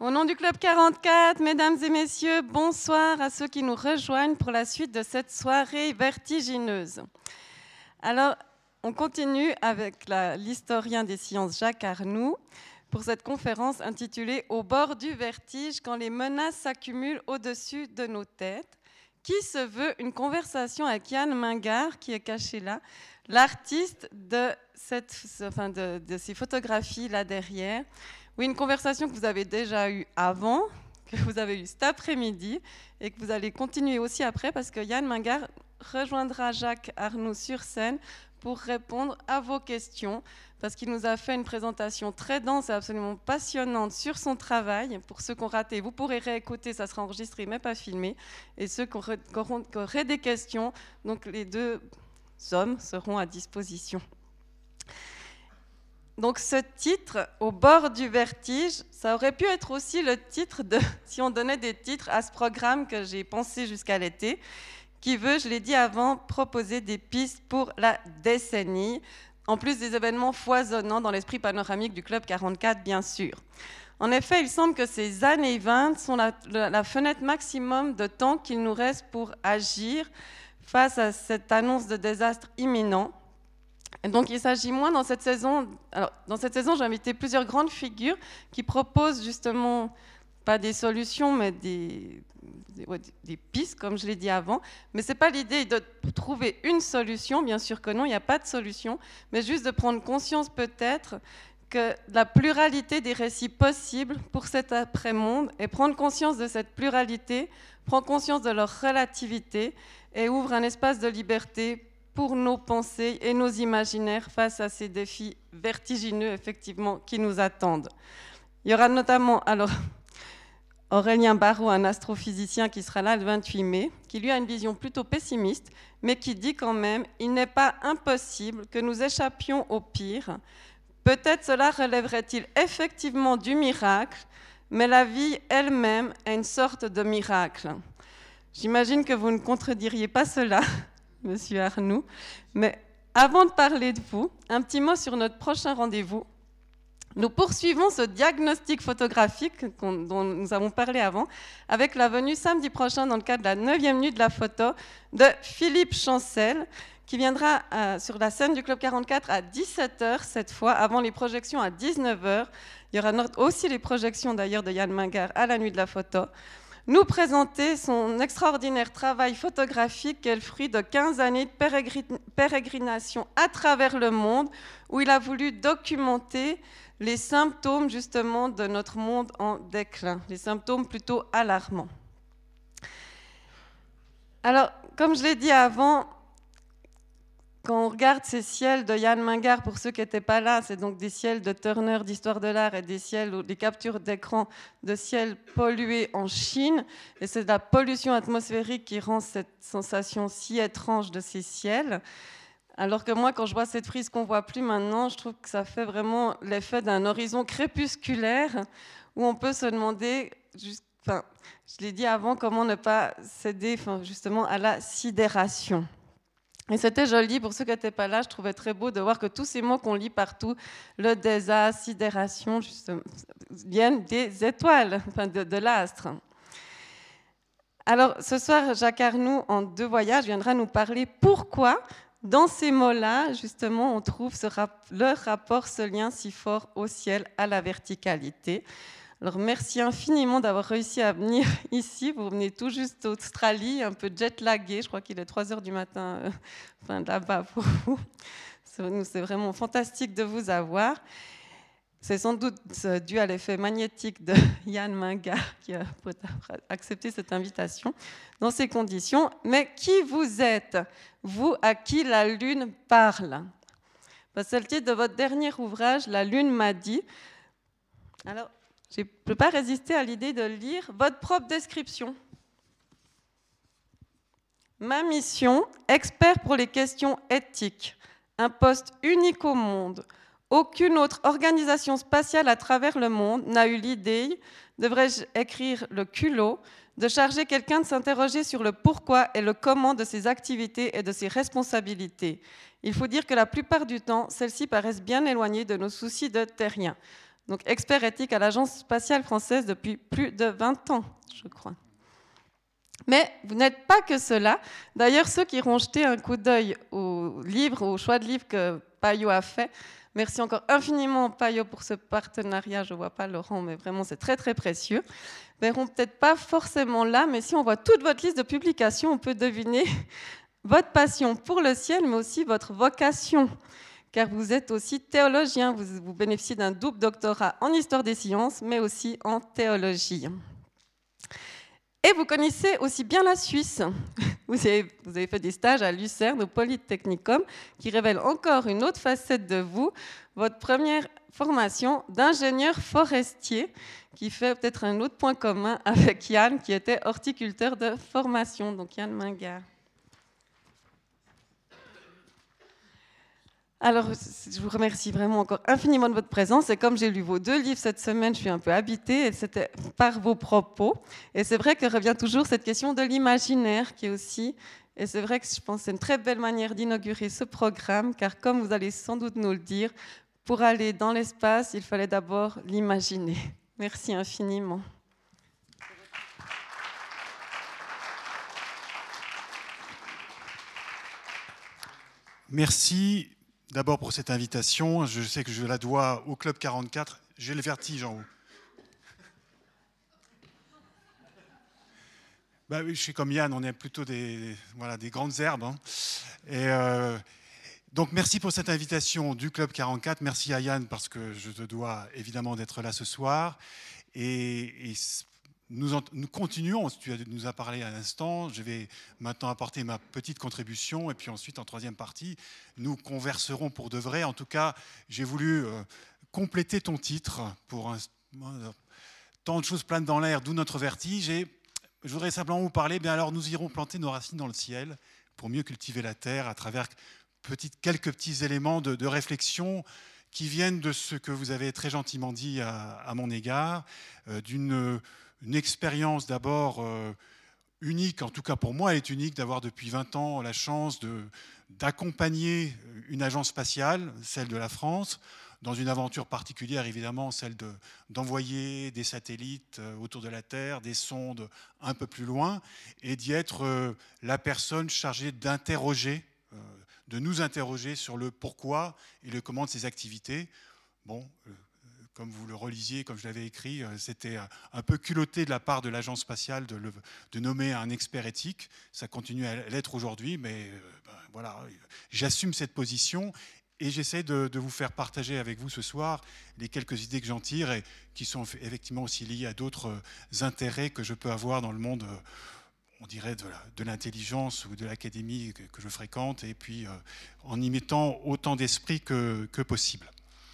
Au nom du Club 44, mesdames et messieurs, bonsoir à ceux qui nous rejoignent pour la suite de cette soirée vertigineuse. Alors, on continue avec l'historien des sciences Jacques Arnoux pour cette conférence intitulée « Au bord du vertige, quand les menaces s'accumulent au-dessus de nos têtes », qui se veut une conversation avec Yann Mingard, qui est caché là, l'artiste de ces photographies là derrière. Oui, une conversation que vous avez déjà eue avant, que vous avez eue cet après-midi et que vous allez continuer aussi après parce que Yann Mingard rejoindra Jacques Arnoux sur scène pour répondre à vos questions parce qu'il nous a fait une présentation très dense et absolument passionnante sur son travail. Pour ceux qui ont raté, vous pourrez réécouter, ça sera enregistré mais pas filmé. Et ceux qui auraient des questions, donc les deux hommes seront à disposition. Donc ce titre, Au bord du vertige, ça aurait pu être aussi le titre si on donnait des titres à ce programme que j'ai pensé jusqu'à l'été, qui veut, je l'ai dit avant, proposer des pistes pour la décennie, en plus des événements foisonnants dans l'esprit panoramique du Club 44, bien sûr. En effet, il semble que ces années 20 sont la fenêtre maximum de temps qu'il nous reste pour agir face à cette annonce de désastre imminent. Et donc, il s'agit moins dans cette saison. Alors, dans cette saison, j'ai invité plusieurs grandes figures qui proposent justement pas des solutions, mais des pistes, comme je l'ai dit avant. Mais c'est pas l'idée de trouver une solution, bien sûr que non, il n'y a pas de solution, mais juste de prendre conscience peut-être que la pluralité des récits possibles pour cet après-monde et prendre conscience de cette pluralité, prendre conscience de leur relativité et ouvre un espace de liberté pour nos pensées et nos imaginaires face à ces défis vertigineux, effectivement, qui nous attendent. Il y aura notamment Aurélien Barraud, un astrophysicien qui sera là le 28 mai, qui lui a une vision plutôt pessimiste, mais qui dit quand même « Il n'est pas impossible que nous échappions au pire. Peut-être cela relèverait-il effectivement du miracle, mais la vie elle-même est une sorte de miracle. » J'imagine que vous ne contrediriez pas cela, Monsieur Arnoux. Mais avant de parler de vous, un petit mot sur notre prochain rendez-vous. Nous poursuivons ce diagnostic photographique dont nous avons parlé avant, avec la venue samedi prochain dans le cadre de la 9e nuit de la photo de Philippe Chancel, qui viendra sur la scène du Club 44 à 17h cette fois, avant les projections à 19h. Il y aura aussi les projections d'ailleurs de Yann Mingard à la nuit de la photo. Nous présenter son extraordinaire travail photographique qui est le fruit de 15 années de pérégrination à travers le monde, où il a voulu documenter les symptômes justement de notre monde en déclin, les symptômes plutôt alarmants. Alors, comme je l'ai dit avant, quand on regarde ces ciels de Yann Mingard, pour ceux qui n'étaient pas là, c'est donc des ciels de Turner d'Histoire de l'Art et des captures d'écran de ciels pollués en Chine. Et c'est la pollution atmosphérique qui rend cette sensation si étrange de ces ciels. Alors que moi, quand je vois cette frise qu'on ne voit plus maintenant, je trouve que ça fait vraiment l'effet d'un horizon crépusculaire où on peut se demander, je l'ai dit avant, comment ne pas céder justement à la sidération. Et c'était joli, pour ceux qui n'étaient pas là, je trouvais très beau de voir que tous ces mots qu'on lit partout, le désastre, sidération, justement, viennent des étoiles, de l'astre. Alors, ce soir, Jacques Arnoux, en 2 voyages, viendra nous parler pourquoi, dans ces mots-là, justement, on trouve leur rapport, ce lien si fort au ciel, à la verticalité. Alors, merci infiniment d'avoir réussi à venir ici. Vous venez tout juste d'Australie, un peu jet-lagué. Je crois qu'il est 3h du matin là-bas pour vous. C'est vraiment fantastique de vous avoir. C'est sans doute dû à l'effet magnétique de Yann Mingard qui a accepté cette invitation dans ces conditions. Mais qui vous êtes, vous à qui la Lune parle? C'est le titre de votre dernier ouvrage, La Lune m'a dit. Alors, je ne peux pas résister à l'idée de lire votre propre description. Ma mission, expert pour les questions éthiques, un poste unique au monde. Aucune autre organisation spatiale à travers le monde n'a eu l'idée, devrais-je écrire le culot, de charger quelqu'un de s'interroger sur le pourquoi et le comment de ses activités et de ses responsabilités. Il faut dire que la plupart du temps, celles-ci paraissent bien éloignées de nos soucis de terriens. Donc expert éthique à l'Agence spatiale française depuis plus de 20 ans, je crois. Mais vous n'êtes pas que cela. D'ailleurs, ceux qui iront jeter un coup d'œil au livre, au choix de livre que Payot a fait, merci encore infiniment Payot pour ce partenariat. Je ne vois pas Laurent, mais vraiment c'est très très précieux. Verront peut-être pas forcément là, mais si on voit toute votre liste de publications, on peut deviner votre passion pour le ciel, mais aussi votre vocation. Car vous êtes aussi théologien, vous bénéficiez d'un double doctorat en histoire des sciences, mais aussi en théologie. Et vous connaissez aussi bien la Suisse. Vous avez fait des stages à Lucerne, au Polytechnicum, qui révèlent encore une autre facette de vous, votre première formation d'ingénieur forestier, qui fait peut-être un autre point commun avec Yann, qui était horticulteur de formation, donc Yann Mingard. Alors, je vous remercie vraiment encore infiniment de votre présence. Et comme j'ai lu vos 2 livres cette semaine, je suis un peu habitée, et c'était par vos propos. Et c'est vrai que revient toujours cette question de l'imaginaire qui est aussi... Et c'est vrai que je pense que c'est une très belle manière d'inaugurer ce programme, car comme vous allez sans doute nous le dire, pour aller dans l'espace, il fallait d'abord l'imaginer. Merci infiniment. Merci d'abord pour cette invitation. Je sais que je la dois au Club 44. J'ai le vertige en haut. Bah oui, je suis comme Yann, on est plutôt des grandes herbes. Hein. Et donc merci pour cette invitation du Club 44. Merci à Yann parce que je te dois évidemment d'être là ce soir. Et nous continuons, tu nous as parlé à l'instant, je vais maintenant apporter ma petite contribution et puis ensuite en troisième partie, nous converserons pour de vrai. En tout cas, j'ai voulu compléter ton titre pour tant de choses planent dans l'air, d'où notre vertige. Et je voudrais simplement vous parler, bien alors nous irons planter nos racines dans le ciel pour mieux cultiver la terre à travers quelques petits éléments de réflexion qui viennent de ce que vous avez très gentiment dit à mon égard, d'une expérience d'abord unique, en tout cas pour moi elle est unique, d'avoir depuis 20 ans la chance d'accompagner une agence spatiale, celle de la France, dans une aventure particulière évidemment, celle d'envoyer des satellites autour de la Terre, des sondes un peu plus loin, et d'y être la personne chargée d'interroger, de nous interroger sur le pourquoi et le comment de ces activités. Bon, comme vous le relisiez, comme je l'avais écrit, c'était un peu culotté de la part de l'agence spatiale de nommer un expert éthique. Ça continue à l'être aujourd'hui, mais voilà, j'assume cette position et j'essaie de vous faire partager avec vous ce soir les quelques idées que j'en tire et qui sont effectivement aussi liées à d'autres intérêts que je peux avoir dans le monde, on dirait, de l'intelligence ou de l'académie que je fréquente, et puis en y mettant autant d'esprit que possible.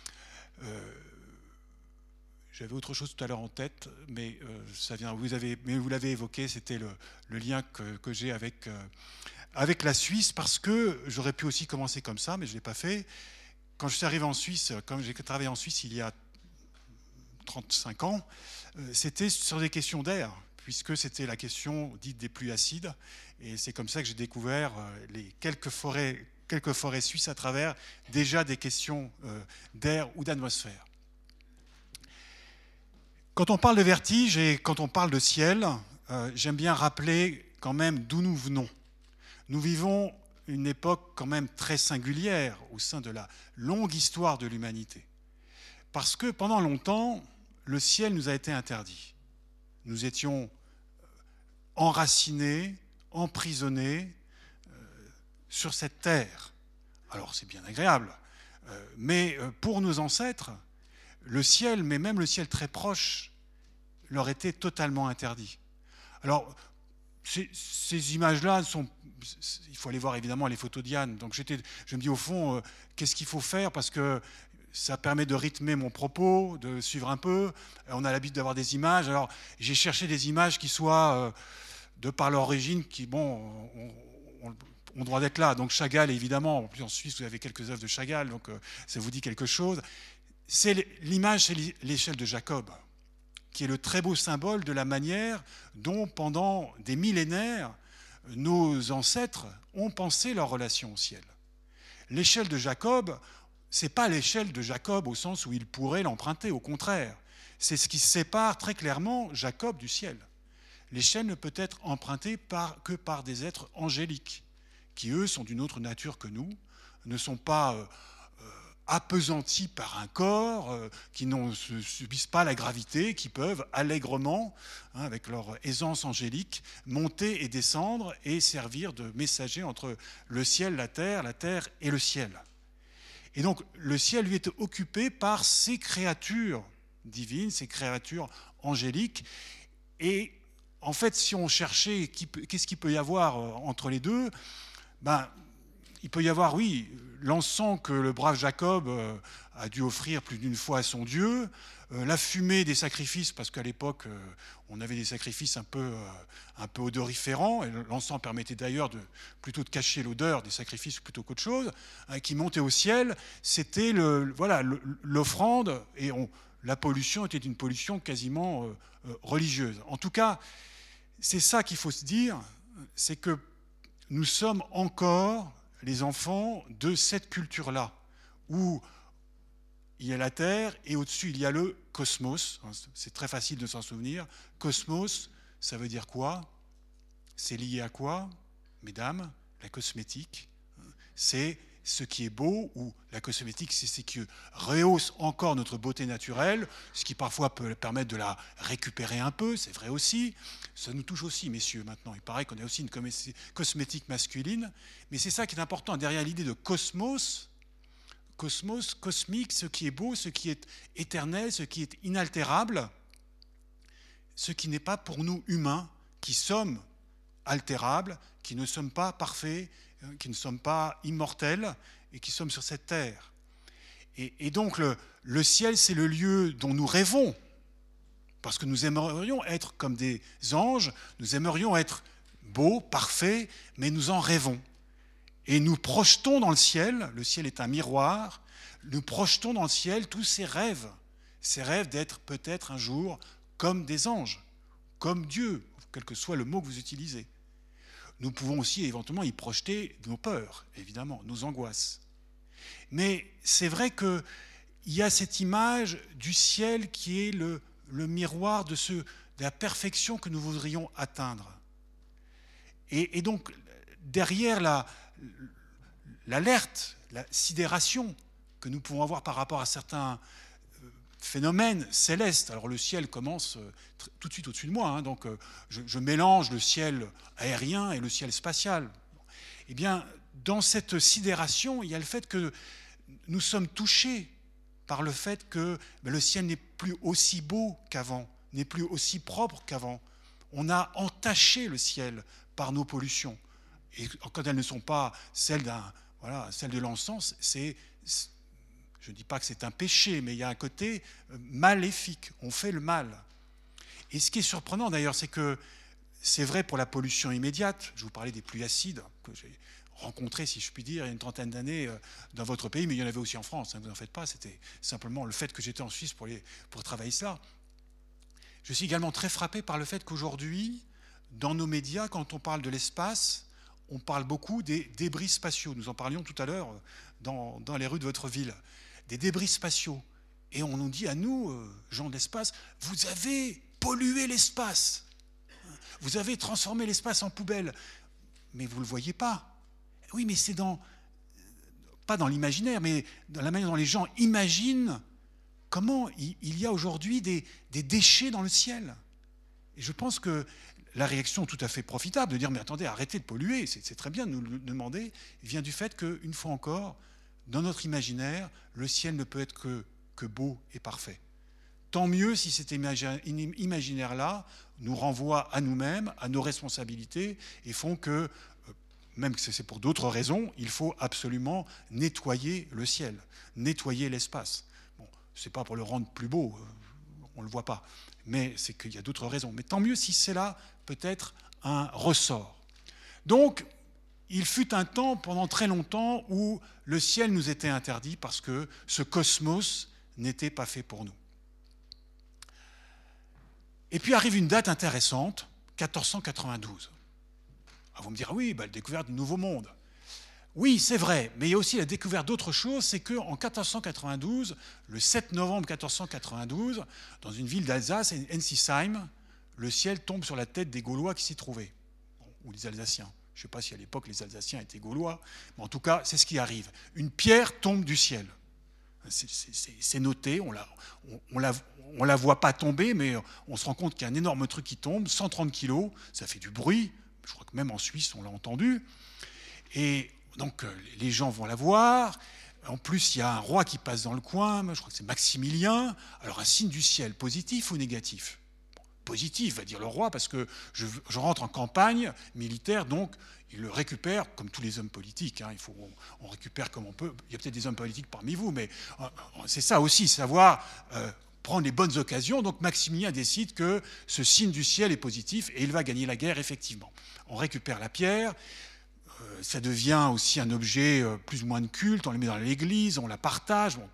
J'avais autre chose tout à l'heure en tête, mais ça vient. Vous l'avez évoqué, c'était le lien que j'ai avec la Suisse, parce que j'aurais pu aussi commencer comme ça, mais je ne l'ai pas fait. Quand je suis arrivé en Suisse, comme j'ai travaillé en Suisse il y a 35 ans, c'était sur des questions d'air, puisque c'était la question dite des pluies acides, et c'est comme ça que j'ai découvert les quelques forêts suisses à travers déjà des questions d'air ou d'atmosphère. Quand on parle de vertige et quand on parle de ciel, j'aime bien rappeler quand même d'où nous venons. Nous vivons une époque quand même très singulière au sein de la longue histoire de l'humanité. Parce que pendant longtemps, le ciel nous a été interdit. Nous étions enracinés, emprisonnés sur cette terre. Alors c'est bien agréable, mais pour nos ancêtres, le ciel, mais même le ciel très proche, leur était totalement interdit. Alors, ces images-là il faut aller voir évidemment les photos d'Yann. Donc je me dis au fond, qu'est-ce qu'il faut faire, parce que ça permet de rythmer mon propos, de suivre un peu. On a l'habitude d'avoir des images. Alors j'ai cherché des images qui soient, de par leur origine, qui ont droit d'être là. Donc Chagall, évidemment. En plus en Suisse, vous avez quelques œuvres de Chagall, donc ça vous dit quelque chose. L'image, c'est l'échelle de Jacob, qui est le très beau symbole de la manière dont, pendant des millénaires, nos ancêtres ont pensé leur relation au ciel. L'échelle de Jacob, ce n'est pas l'échelle de Jacob au sens où il pourrait l'emprunter, au contraire. C'est ce qui sépare très clairement Jacob du ciel. L'échelle ne peut être empruntée que par des êtres angéliques, qui eux sont d'une autre nature que nous, ne sont pas appesantis par un corps, qui ne subissent pas la gravité, qui peuvent allègrement, avec leur aisance angélique, monter et descendre et servir de messager entre le ciel et le ciel. Et donc le ciel lui est occupé par ces créatures divines, ces créatures angéliques. Et en fait, si on cherchait qu'est-ce qu'il peut y avoir entre les deux, il peut y avoir, oui, l'encens que le brave Jacob a dû offrir plus d'une fois à son Dieu, la fumée des sacrifices, parce qu'à l'époque, on avait des sacrifices un peu odoriférants, et l'encens permettait d'ailleurs plutôt de cacher l'odeur des sacrifices plutôt qu'autre chose, qui montait au ciel. C'était l'offrande, et la pollution était une pollution quasiment religieuse. En tout cas, c'est ça qu'il faut se dire, c'est que nous sommes encore les enfants de cette culture-là, où il y a la Terre et au-dessus il y a le cosmos. C'est très facile de s'en souvenir. Cosmos, ça veut dire quoi? C'est lié à quoi, mesdames? La cosmétique. C'est ce qui est beau, ou la cosmétique, c'est ce qui rehausse encore notre beauté naturelle, ce qui parfois peut permettre de la récupérer un peu, c'est vrai aussi. Ça nous touche aussi, messieurs, maintenant. Il paraît qu'on a aussi une cosmétique masculine, mais c'est ça qui est important. Derrière l'idée de cosmos, cosmique, ce qui est beau, ce qui est éternel, ce qui est inaltérable, ce qui n'est pas pour nous humains, qui sommes altérables, qui ne sommes pas parfaits, qui ne sommes pas immortels et qui sommes sur cette terre. Et donc le ciel, c'est le lieu dont nous rêvons, parce que nous aimerions être comme des anges, nous aimerions être beaux, parfaits, mais nous en rêvons. Et nous projetons dans le ciel est un miroir, nous projetons dans le ciel tous ces rêves d'être peut-être un jour comme des anges, comme Dieu, quel que soit le mot que vous utilisez. Nous pouvons aussi éventuellement y projeter nos peurs, évidemment, nos angoisses. Mais c'est vrai qu'il y a cette image du ciel qui est le miroir de la perfection que nous voudrions atteindre. Et donc, derrière l'alerte, la sidération que nous pouvons avoir par rapport à certains phénomène céleste. Alors le ciel commence tout de suite au-dessus de moi, donc je mélange le ciel aérien et le ciel spatial. Eh bien, dans cette sidération, il y a le fait que nous sommes touchés par le fait que le ciel n'est plus aussi beau qu'avant, n'est plus aussi propre qu'avant. On a entaché le ciel par nos pollutions. Et quand elles ne sont pas celles de l'encens, je ne dis pas que c'est un péché, mais il y a un côté maléfique. On fait le mal. Et ce qui est surprenant d'ailleurs, c'est que c'est vrai pour la pollution immédiate. Je vous parlais des pluies acides que j'ai rencontrées, si je puis dire, il y a une trentaine d'années dans votre pays, mais il y en avait aussi en France, vous n'en faites pas. C'était simplement le fait que j'étais en Suisse pour travailler cela. Je suis également très frappé par le fait qu'aujourd'hui, dans nos médias, quand on parle de l'espace, on parle beaucoup des débris spatiaux. Nous en parlions tout à l'heure dans les rues de votre ville. Des débris spatiaux. Et on nous dit à nous, gens de l'espace, vous avez pollué l'espace. Vous avez transformé l'espace en poubelle. Mais vous ne le voyez pas. Oui, mais c'est pas dans l'imaginaire, mais dans la manière dont les gens imaginent comment il y a aujourd'hui des déchets dans le ciel. Et je pense que la réaction tout à fait profitable de dire « mais attendez, arrêtez de polluer », c'est très bien de nous le demander, vient du fait qu'une fois encore, dans notre imaginaire, le ciel ne peut être que beau et parfait. Tant mieux si cet imaginaire-là nous renvoie à nous-mêmes, à nos responsabilités, et font que, même que c'est pour d'autres raisons, il faut absolument nettoyer le ciel, nettoyer l'espace. Bon, ce n'est pas pour le rendre plus beau, on ne le voit pas, mais c'est qu'il y a d'autres raisons. Mais tant mieux si c'est là peut-être un ressort. Donc, il fut un temps, pendant très longtemps, où le ciel nous était interdit parce que ce cosmos n'était pas fait pour nous. Et puis arrive une date intéressante, 1492. Alors vous me direz, oui, la découverte du Nouveau Monde. Oui, c'est vrai, mais il y a aussi la découverte d'autre chose, c'est qu'en 1492, le 7 novembre 1492, dans une ville d'Alsace, Ensisheim, le ciel tombe sur la tête des Gaulois qui s'y trouvaient, ou les Alsaciens. Je ne sais pas si à l'époque les Alsaciens étaient Gaulois, mais en tout cas, c'est ce qui arrive. Une pierre tombe du ciel. C'est noté, on la voit pas tomber, mais on se rend compte qu'il y a un énorme truc qui tombe, 130 kilos, ça fait du bruit, je crois que même en Suisse on l'a entendu, et donc les gens vont la voir. En plus, il y a un roi qui passe dans le coin, je crois que c'est Maximilien. Alors un signe du ciel, positif ou négatif? Positif, va dire le roi, parce que je rentre en campagne militaire, donc il le récupère comme tous les hommes politiques. Hein, on récupère comme on peut. Il y a peut-être des hommes politiques parmi vous, mais c'est ça aussi, savoir prendre les bonnes occasions. Donc Maximilien décide que ce signe du ciel est positif et il va gagner la guerre, effectivement. On récupère la pierre. Ça devient aussi un objet plus ou moins de culte, on le met dans l'église, on la partage. Bon,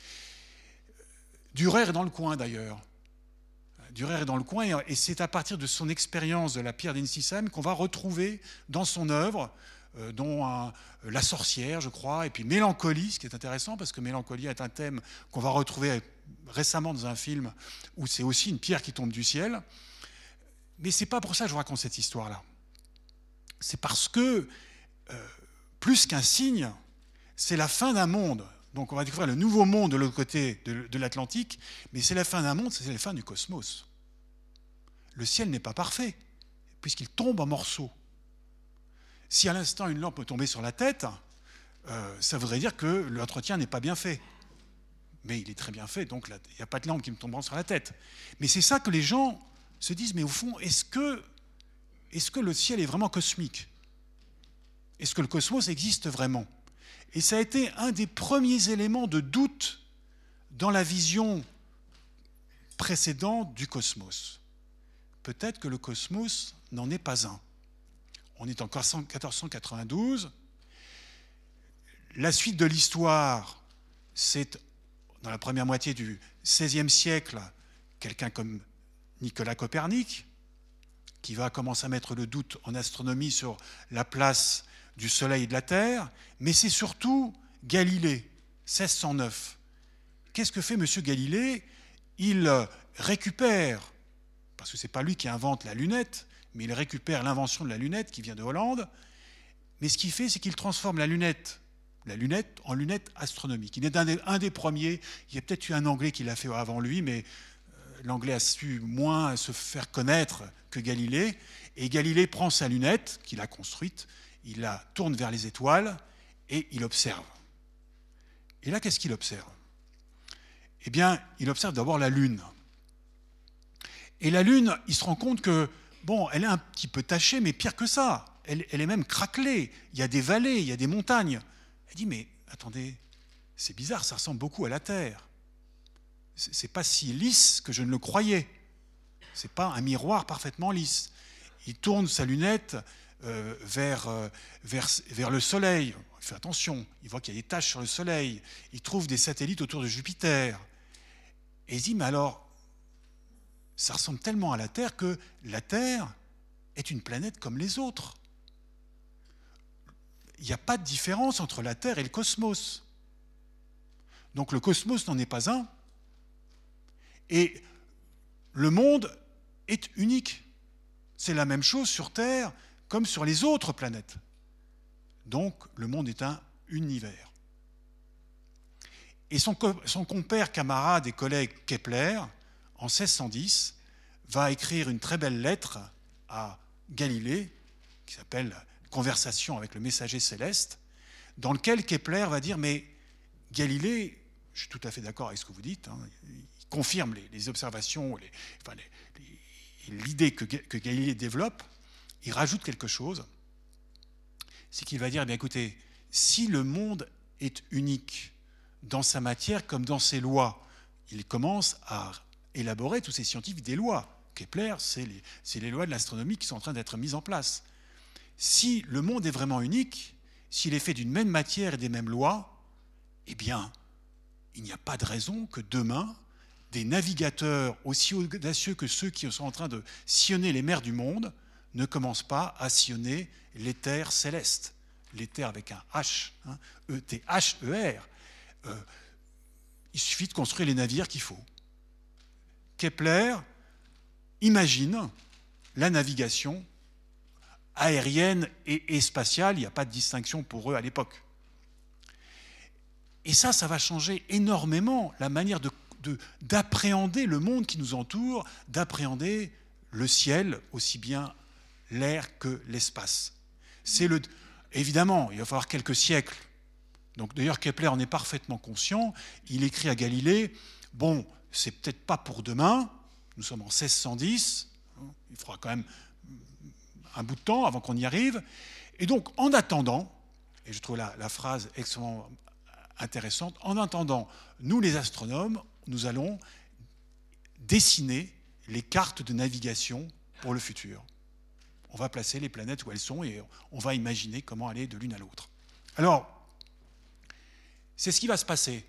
Dürer est dans le coin d'ailleurs. Dürer est dans le coin et c'est à partir de son expérience de la pierre d'Ensisheim qu'on va retrouver dans son œuvre, dont La sorcière, je crois, et puis Mélancolie, ce qui est intéressant parce que Mélancolie est un thème qu'on va retrouver récemment dans un film où c'est aussi une pierre qui tombe du ciel. Mais c'est pas pour ça que je vous raconte cette histoire-là. C'est parce que plus qu'un signe, c'est la fin d'un monde. Donc on va découvrir le nouveau monde de l'autre côté de l'Atlantique, mais c'est la fin d'un monde, c'est la fin du cosmos. Le ciel n'est pas parfait, puisqu'il tombe en morceaux. Si à l'instant une lampe peut tomber sur la tête, ça voudrait dire que l'entretien n'est pas bien fait. Mais il est très bien fait, donc il n'y a pas de lampe qui me tombera sur la tête. Mais c'est ça que les gens se disent, mais au fond, est-ce que le ciel est vraiment cosmique? Est-ce que le cosmos existe vraiment? Et ça a été un des premiers éléments de doute dans la vision précédente du cosmos. Peut-être que le cosmos n'en est pas un. On est en 1492. La suite de l'histoire, c'est dans la première moitié du XVIe siècle, quelqu'un comme Nicolas Copernic, qui va commencer à mettre le doute en astronomie sur la place du Soleil et de la Terre, mais c'est surtout Galilée, 1609. Qu'est-ce que fait M. Galilée? Il récupère, parce que ce n'est pas lui qui invente la lunette, mais il récupère l'invention de la lunette qui vient de Hollande, mais ce qu'il fait, c'est qu'il transforme la lunette en lunette astronomique. Il est un des premiers, il y a peut-être eu un Anglais qui l'a fait avant lui, mais l'Anglais a su moins se faire connaître que Galilée, et Galilée prend sa lunette, qu'il a construite, il la tourne vers les étoiles, et il observe. Et là, qu'est-ce qu'il observe? Eh bien, il observe d'abord la Lune. Et la Lune, il se rend compte que, bon, elle est un petit peu tachée, mais pire que ça, elle est même craquelée, il y a des vallées, il y a des montagnes. Elle dit, mais attendez, c'est bizarre, ça ressemble beaucoup à la Terre. C'est pas si lisse que je ne le croyais. C'est pas un miroir parfaitement lisse. Il tourne sa lunette vers le Soleil. Il fait attention, il voit qu'il y a des taches sur le Soleil. Il trouve des satellites autour de Jupiter. Et il dit, mais alors, ça ressemble tellement à la Terre que la Terre est une planète comme les autres. Il n'y a pas de différence entre la Terre et le cosmos. Donc le cosmos n'en est pas un. Et le monde est unique. C'est la même chose sur Terre comme sur les autres planètes. Donc le monde est un univers. Et son compère, camarade et collègue Kepler, en 1610, va écrire une très belle lettre à Galilée, qui s'appelle « Conversation avec le messager céleste », dans lequel Kepler va dire « Mais Galilée, je suis tout à fait d'accord avec ce que vous dites, hein, il confirme les observations, l'idée que Galilée développe, il rajoute quelque chose, c'est qu'il va dire, eh bien, écoutez, si le monde est unique dans sa matière comme dans ses lois, il commence à élaborer, tous ces scientifiques, des lois. Kepler, c'est les lois de l'astronomie qui sont en train d'être mises en place. Si le monde est vraiment unique, s'il est fait d'une même matière et des mêmes lois, eh bien, il n'y a pas de raison que demain, des navigateurs aussi audacieux que ceux qui sont en train de sillonner les mers du monde ne commencent pas à sillonner les terres célestes. l'éther avec un H, hein, E-T-H-E-R. Il suffit de construire les navires qu'il faut. Kepler imagine la navigation aérienne et spatiale, il n'y a pas de distinction pour eux à l'époque. Et ça va changer énormément la manière d'appréhender le monde qui nous entoure, d'appréhender le ciel, aussi bien l'air que l'espace. Évidemment, il va falloir quelques siècles. Donc, d'ailleurs, Kepler en est parfaitement conscient. Il écrit à Galilée, bon, c'est peut-être pas pour demain, nous sommes en 1610, il faudra quand même un bout de temps avant qu'on y arrive. Et donc, en attendant, et je trouve la phrase extrêmement intéressante, en attendant, nous les astronomes, nous allons dessiner les cartes de navigation pour le futur. On va placer les planètes où elles sont et on va imaginer comment aller de l'une à l'autre. Alors, c'est ce qui va se passer.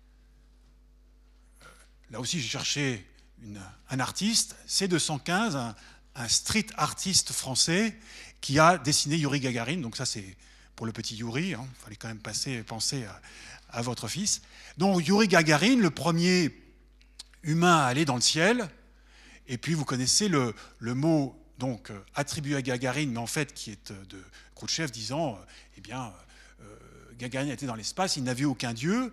Là aussi, j'ai cherché un artiste, C215, un street artiste français qui a dessiné Youri Gagarin. Donc ça, c'est pour le petit Youri. Hein. Il fallait quand même penser à votre fils. Donc Youri Gagarin, le premier humain à aller dans le ciel. Et puis vous connaissez le mot donc attribué à Gagarine, mais en fait qui est de Khrouchtchev disant, eh bien, Gagarine était dans l'espace, il n'avait aucun dieu,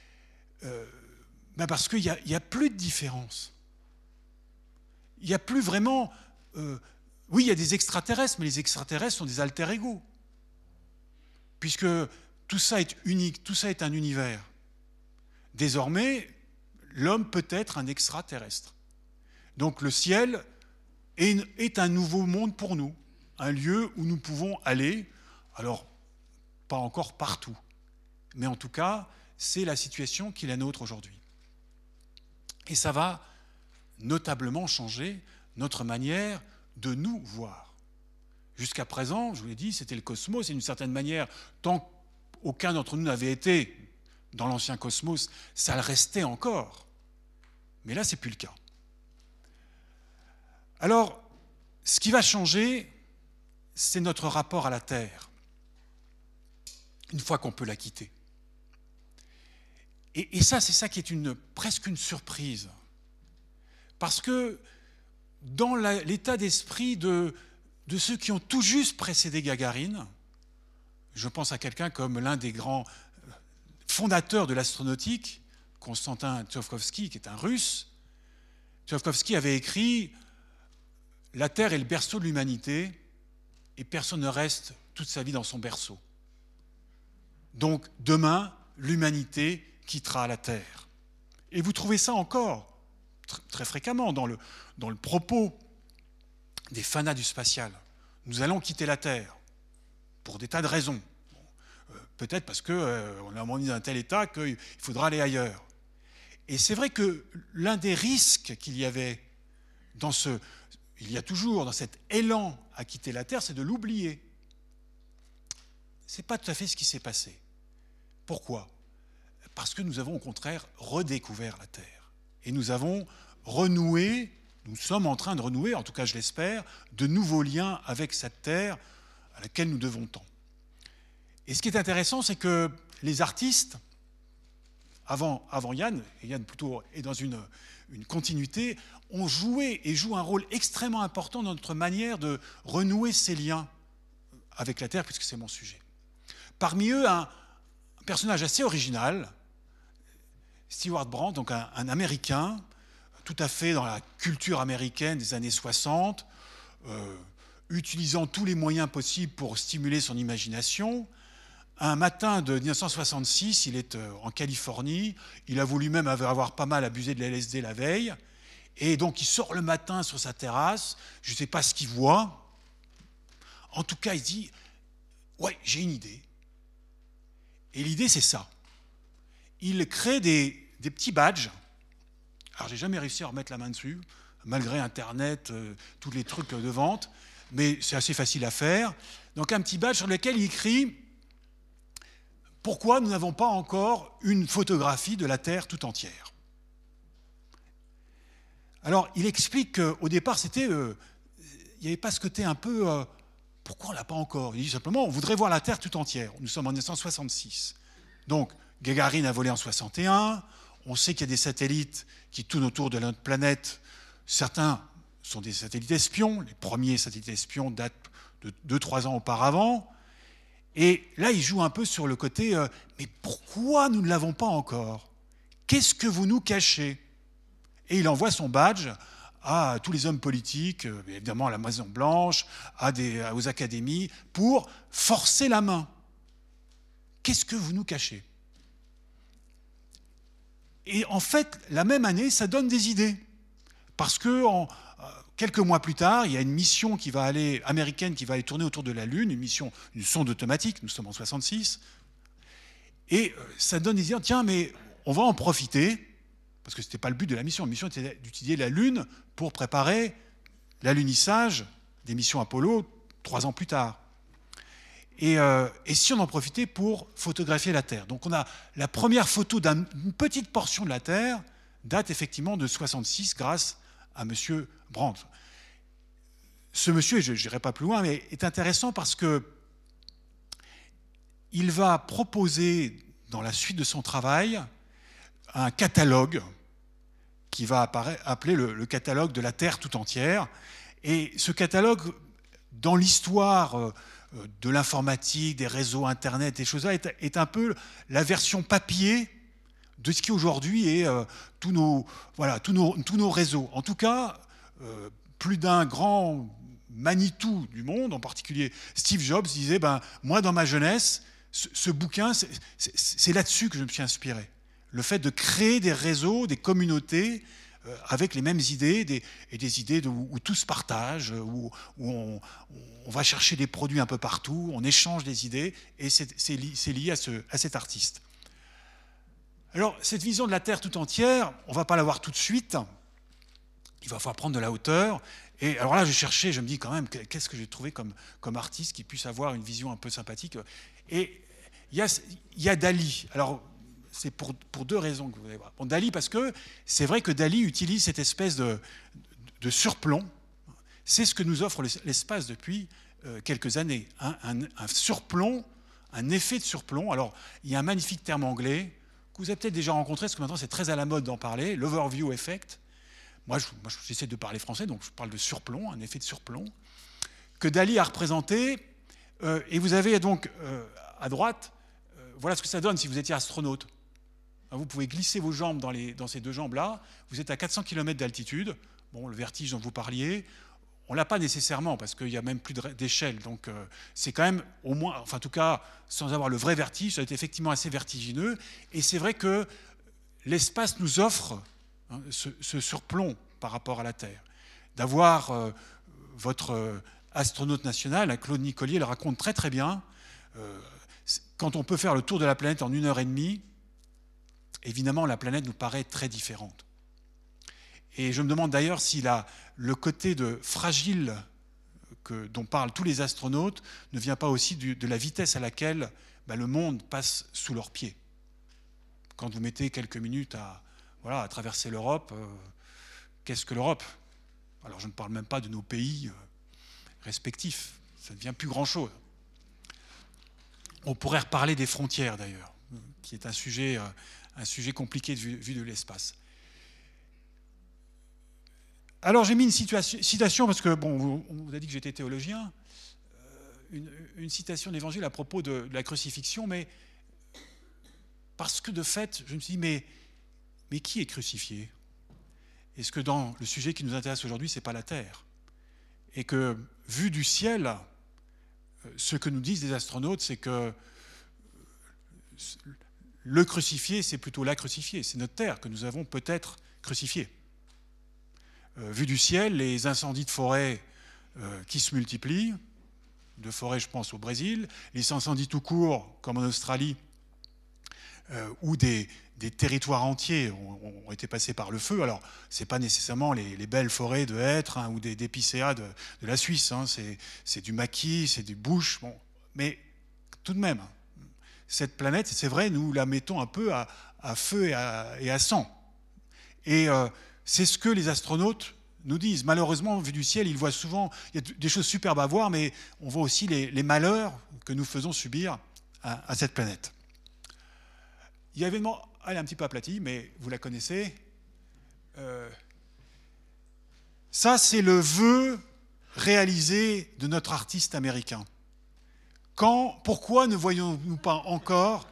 parce qu'il n'y a plus de différence. Il n'y a plus vraiment... oui, il y a des extraterrestres, mais les extraterrestres sont des alter-ego. Puisque tout ça est unique, tout ça est un univers. Désormais, l'homme peut être un extraterrestre. Donc le ciel est un nouveau monde pour nous, un lieu où nous pouvons aller, alors pas encore partout, mais en tout cas, c'est la situation qui est la nôtre aujourd'hui. Et ça va notablement changer notre manière de nous voir. Jusqu'à présent, je vous l'ai dit, c'était le cosmos, et d'une certaine manière, tant qu'aucun d'entre nous n'avait été dans l'ancien cosmos, ça le restait encore. Mais là, c'est plus le cas. Alors, ce qui va changer, c'est notre rapport à la Terre, une fois qu'on peut la quitter. Et ça, c'est ça qui est presque une surprise. Parce que dans l'état d'esprit de ceux qui ont tout juste précédé Gagarine, je pense à quelqu'un comme l'un des grands fondateurs de l'astronautique, Konstantin Tsiolkovsky, qui est un Russe. Tsiolkovsky avait écrit « La Terre est le berceau de l'humanité et personne ne reste toute sa vie dans son berceau. Donc demain, l'humanité quittera la Terre. » Et vous trouvez ça encore très fréquemment dans le propos des fanas du spatial. Nous allons quitter la Terre pour des tas de raisons. Peut-être parce qu'on est dans un tel état qu'il faudra aller ailleurs. Et c'est vrai que l'un des risques qu'il y avait il y a toujours dans cet élan à quitter la Terre, c'est de l'oublier. Ce n'est pas tout à fait ce qui s'est passé. Pourquoi ? Parce que nous avons au contraire redécouvert la Terre. Et nous avons renoué, nous sommes en train de renouer, en tout cas je l'espère, de nouveaux liens avec cette Terre à laquelle nous devons tant. Et ce qui est intéressant, c'est que les artistes, avant Yann, et Yann plutôt est dans une continuité, ont joué et jouent un rôle extrêmement important dans notre manière de renouer ces liens avec la Terre, puisque c'est mon sujet. Parmi eux, un personnage assez original, Stewart Brand, donc un Américain, tout à fait dans la culture américaine des années 60, utilisant tous les moyens possibles pour stimuler son imagination. Un matin de 1966, il est en Californie, il a voulu même avoir pas mal abusé de la LSD la veille, et donc il sort le matin sur sa terrasse, je ne sais pas ce qu'il voit, en tout cas il dit « Ouais, j'ai une idée ». Et l'idée c'est ça, il crée des petits badges, alors j'ai jamais réussi à remettre la main dessus, malgré Internet, tous les trucs de vente, mais c'est assez facile à faire, donc un petit badge sur lequel il écrit « Pourquoi nous n'avons pas encore une photographie de la Terre tout entière ?» Alors, il explique qu'au départ, il n'y avait pas ce côté un peu pourquoi on ne l'a pas encore? Il dit simplement, on voudrait voir la Terre tout entière. Nous sommes en 1966. Donc, Gagarine a volé en 61. On sait qu'il y a des satellites qui tournent autour de notre planète. Certains sont des satellites espions. Les premiers satellites espions datent de 2-3 ans auparavant. Et là, il joue un peu sur le côté mais pourquoi nous ne l'avons pas encore? Qu'est-ce que vous nous cachez? Et il envoie son badge à tous les hommes politiques, évidemment à la Maison-Blanche, aux académies, pour forcer la main. Qu'est-ce que vous nous cachez? Et en fait, la même année, ça donne des idées. Parce que quelques mois plus tard, il y a une mission américaine qui va aller tourner autour de la Lune, une sonde automatique, nous sommes en 66, et ça donne des idées, tiens, mais on va en profiter, parce que ce n'était pas le but de la mission. La mission était d'utiliser la Lune pour préparer l'alunissage des missions Apollo 3 ans plus tard. Et si on en profitait pour photographier la Terre? Donc on a la première photo d'une petite portion de la Terre, date effectivement de 66 grâce à M. Brandt. Ce monsieur, je n'irai pas plus loin, mais est intéressant parce que il va proposer dans la suite de son travail un catalogue qui va appeler le catalogue de la Terre tout entière. Et ce catalogue, dans l'histoire de l'informatique, des réseaux Internet, des choses-là, est un peu la version papier de ce qui aujourd'hui est tous nos réseaux. En tout cas, plus d'un grand Manitou du monde, en particulier Steve Jobs, disait moi, dans ma jeunesse, ce bouquin, c'est là-dessus que je me suis inspiré. Le fait de créer des réseaux, des communautés avec les mêmes idées, et des idées où tout se partage, où on va chercher des produits un peu partout, on échange des idées, et c'est lié à cet artiste. Alors, cette vision de la Terre tout entière, on ne va pas la voir tout de suite, il va falloir prendre de la hauteur. Et alors là, je cherchais, je me dis quand même, qu'est-ce que j'ai trouvé comme artiste qui puisse avoir une vision un peu sympathique? Et il y a Dali. Alors, c'est pour deux raisons que vous allez voir. Bon, Dali, parce que c'est vrai que Dali utilise cette espèce de surplomb. C'est ce que nous offre l'espace depuis quelques années. Un surplomb, un effet de surplomb. Alors, il y a un magnifique terme anglais que vous avez peut-être déjà rencontré, parce que maintenant c'est très à la mode d'en parler, l'overview effect. Moi, j'essaie de parler français, donc je parle de surplomb, un effet de surplomb, que Dali a représenté. Et vous avez donc à droite, voilà ce que ça donne si vous étiez astronaute. Vous pouvez glisser vos jambes dans ces deux jambes-là. Vous êtes à 400 km d'altitude. Bon, le vertige dont vous parliez, on ne l'a pas nécessairement parce qu'il n'y a même plus d'échelle. Donc c'est quand même au moins, enfin en tout cas, sans avoir le vrai vertige, ça va être effectivement assez vertigineux. Et c'est vrai que l'espace nous offre ce surplomb par rapport à la Terre. D'avoir votre astronaute national, Claude Nicollier, le raconte très très bien. Quand on peut faire le tour de la planète en 1h30, évidemment, la planète nous paraît très différente. Et je me demande d'ailleurs si le côté de fragile dont parlent tous les astronautes ne vient pas aussi de la vitesse à laquelle le monde passe sous leurs pieds. Quand vous mettez quelques minutes à traverser l'Europe, qu'est-ce que l'Europe? Alors je ne parle même pas de nos pays respectifs, ça ne devient plus grand-chose. On pourrait reparler des frontières d'ailleurs, qui est un sujet compliqué vu de l'espace. Alors j'ai mis une citation, parce que on vous a dit que j'étais théologien, une citation d'Évangile à propos de la crucifixion, mais parce que de fait, je me suis dit, mais qui est crucifié? Est-ce que dans le sujet qui nous intéresse aujourd'hui, ce n'est pas la terre? Et que, vu du ciel, ce que nous disent les astronautes, c'est que le crucifié, c'est plutôt la crucifiée, c'est notre terre que nous avons peut-être crucifiée. Vu du ciel, les incendies de forêt qui se multiplient, de forêt je pense au Brésil, les incendies tout court comme en Australie, où des territoires entiers ont été passés par le feu. Alors, ce n'est pas nécessairement les belles forêts de hêtres ou des épicéas de la Suisse, c'est du maquis, c'est du bush, mais tout de même, cette planète, c'est vrai, nous la mettons un peu à feu et à sang. Et c'est ce que les astronautes nous disent. Malheureusement, vu du ciel, il y a des choses superbes à voir, mais on voit aussi les malheurs que nous faisons subir à cette planète. Il y a évidemment, elle est un petit peu aplatie, mais vous la connaissez. Ça, c'est le vœu réalisé de notre artiste américain. Pourquoi ne voyons-nous pas encore...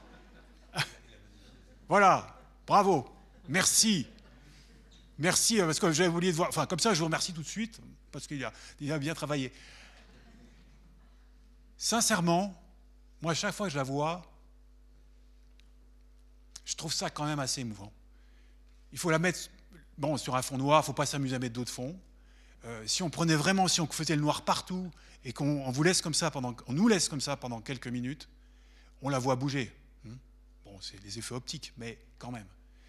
Voilà, bravo, merci. Merci, parce que j'avais oublié de voir... Enfin, comme ça, je vous remercie tout de suite, parce qu'il a bien travaillé. Sincèrement, moi, chaque fois que je la vois, je trouve ça quand même assez émouvant. Il faut la mettre sur un fond noir, il ne faut pas s'amuser à mettre d'autres fonds. Si on faisait le noir partout et qu'on nous laisse comme ça pendant quelques minutes, on la voit bouger. Bon, c'est les effets optiques, mais quand même.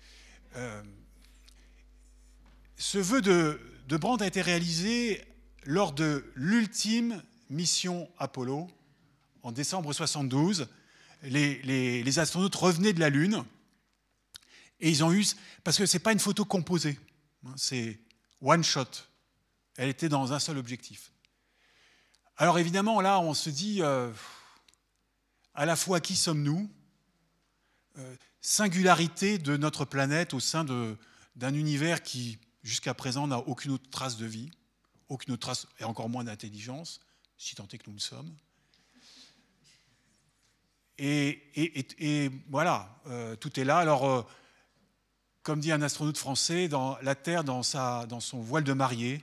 Ce vœu de Brand a été réalisé lors de l'ultime mission Apollo, en décembre 1972. Les astronautes revenaient de la Lune, et ils ont eu... Parce que ce n'est pas une photo composée, c'est one shot. Elle était dans un seul objectif. Alors évidemment, là, on se dit, à la fois, qui sommes-nous ? Singularité de notre planète au sein d'un univers qui, jusqu'à présent, n'a aucune autre trace de vie, aucune autre trace, et encore moins d'intelligence, si tant est que nous le sommes. Et voilà, tout est là. Alors, comme dit un astronaute français, la Terre, dans son voile de mariée,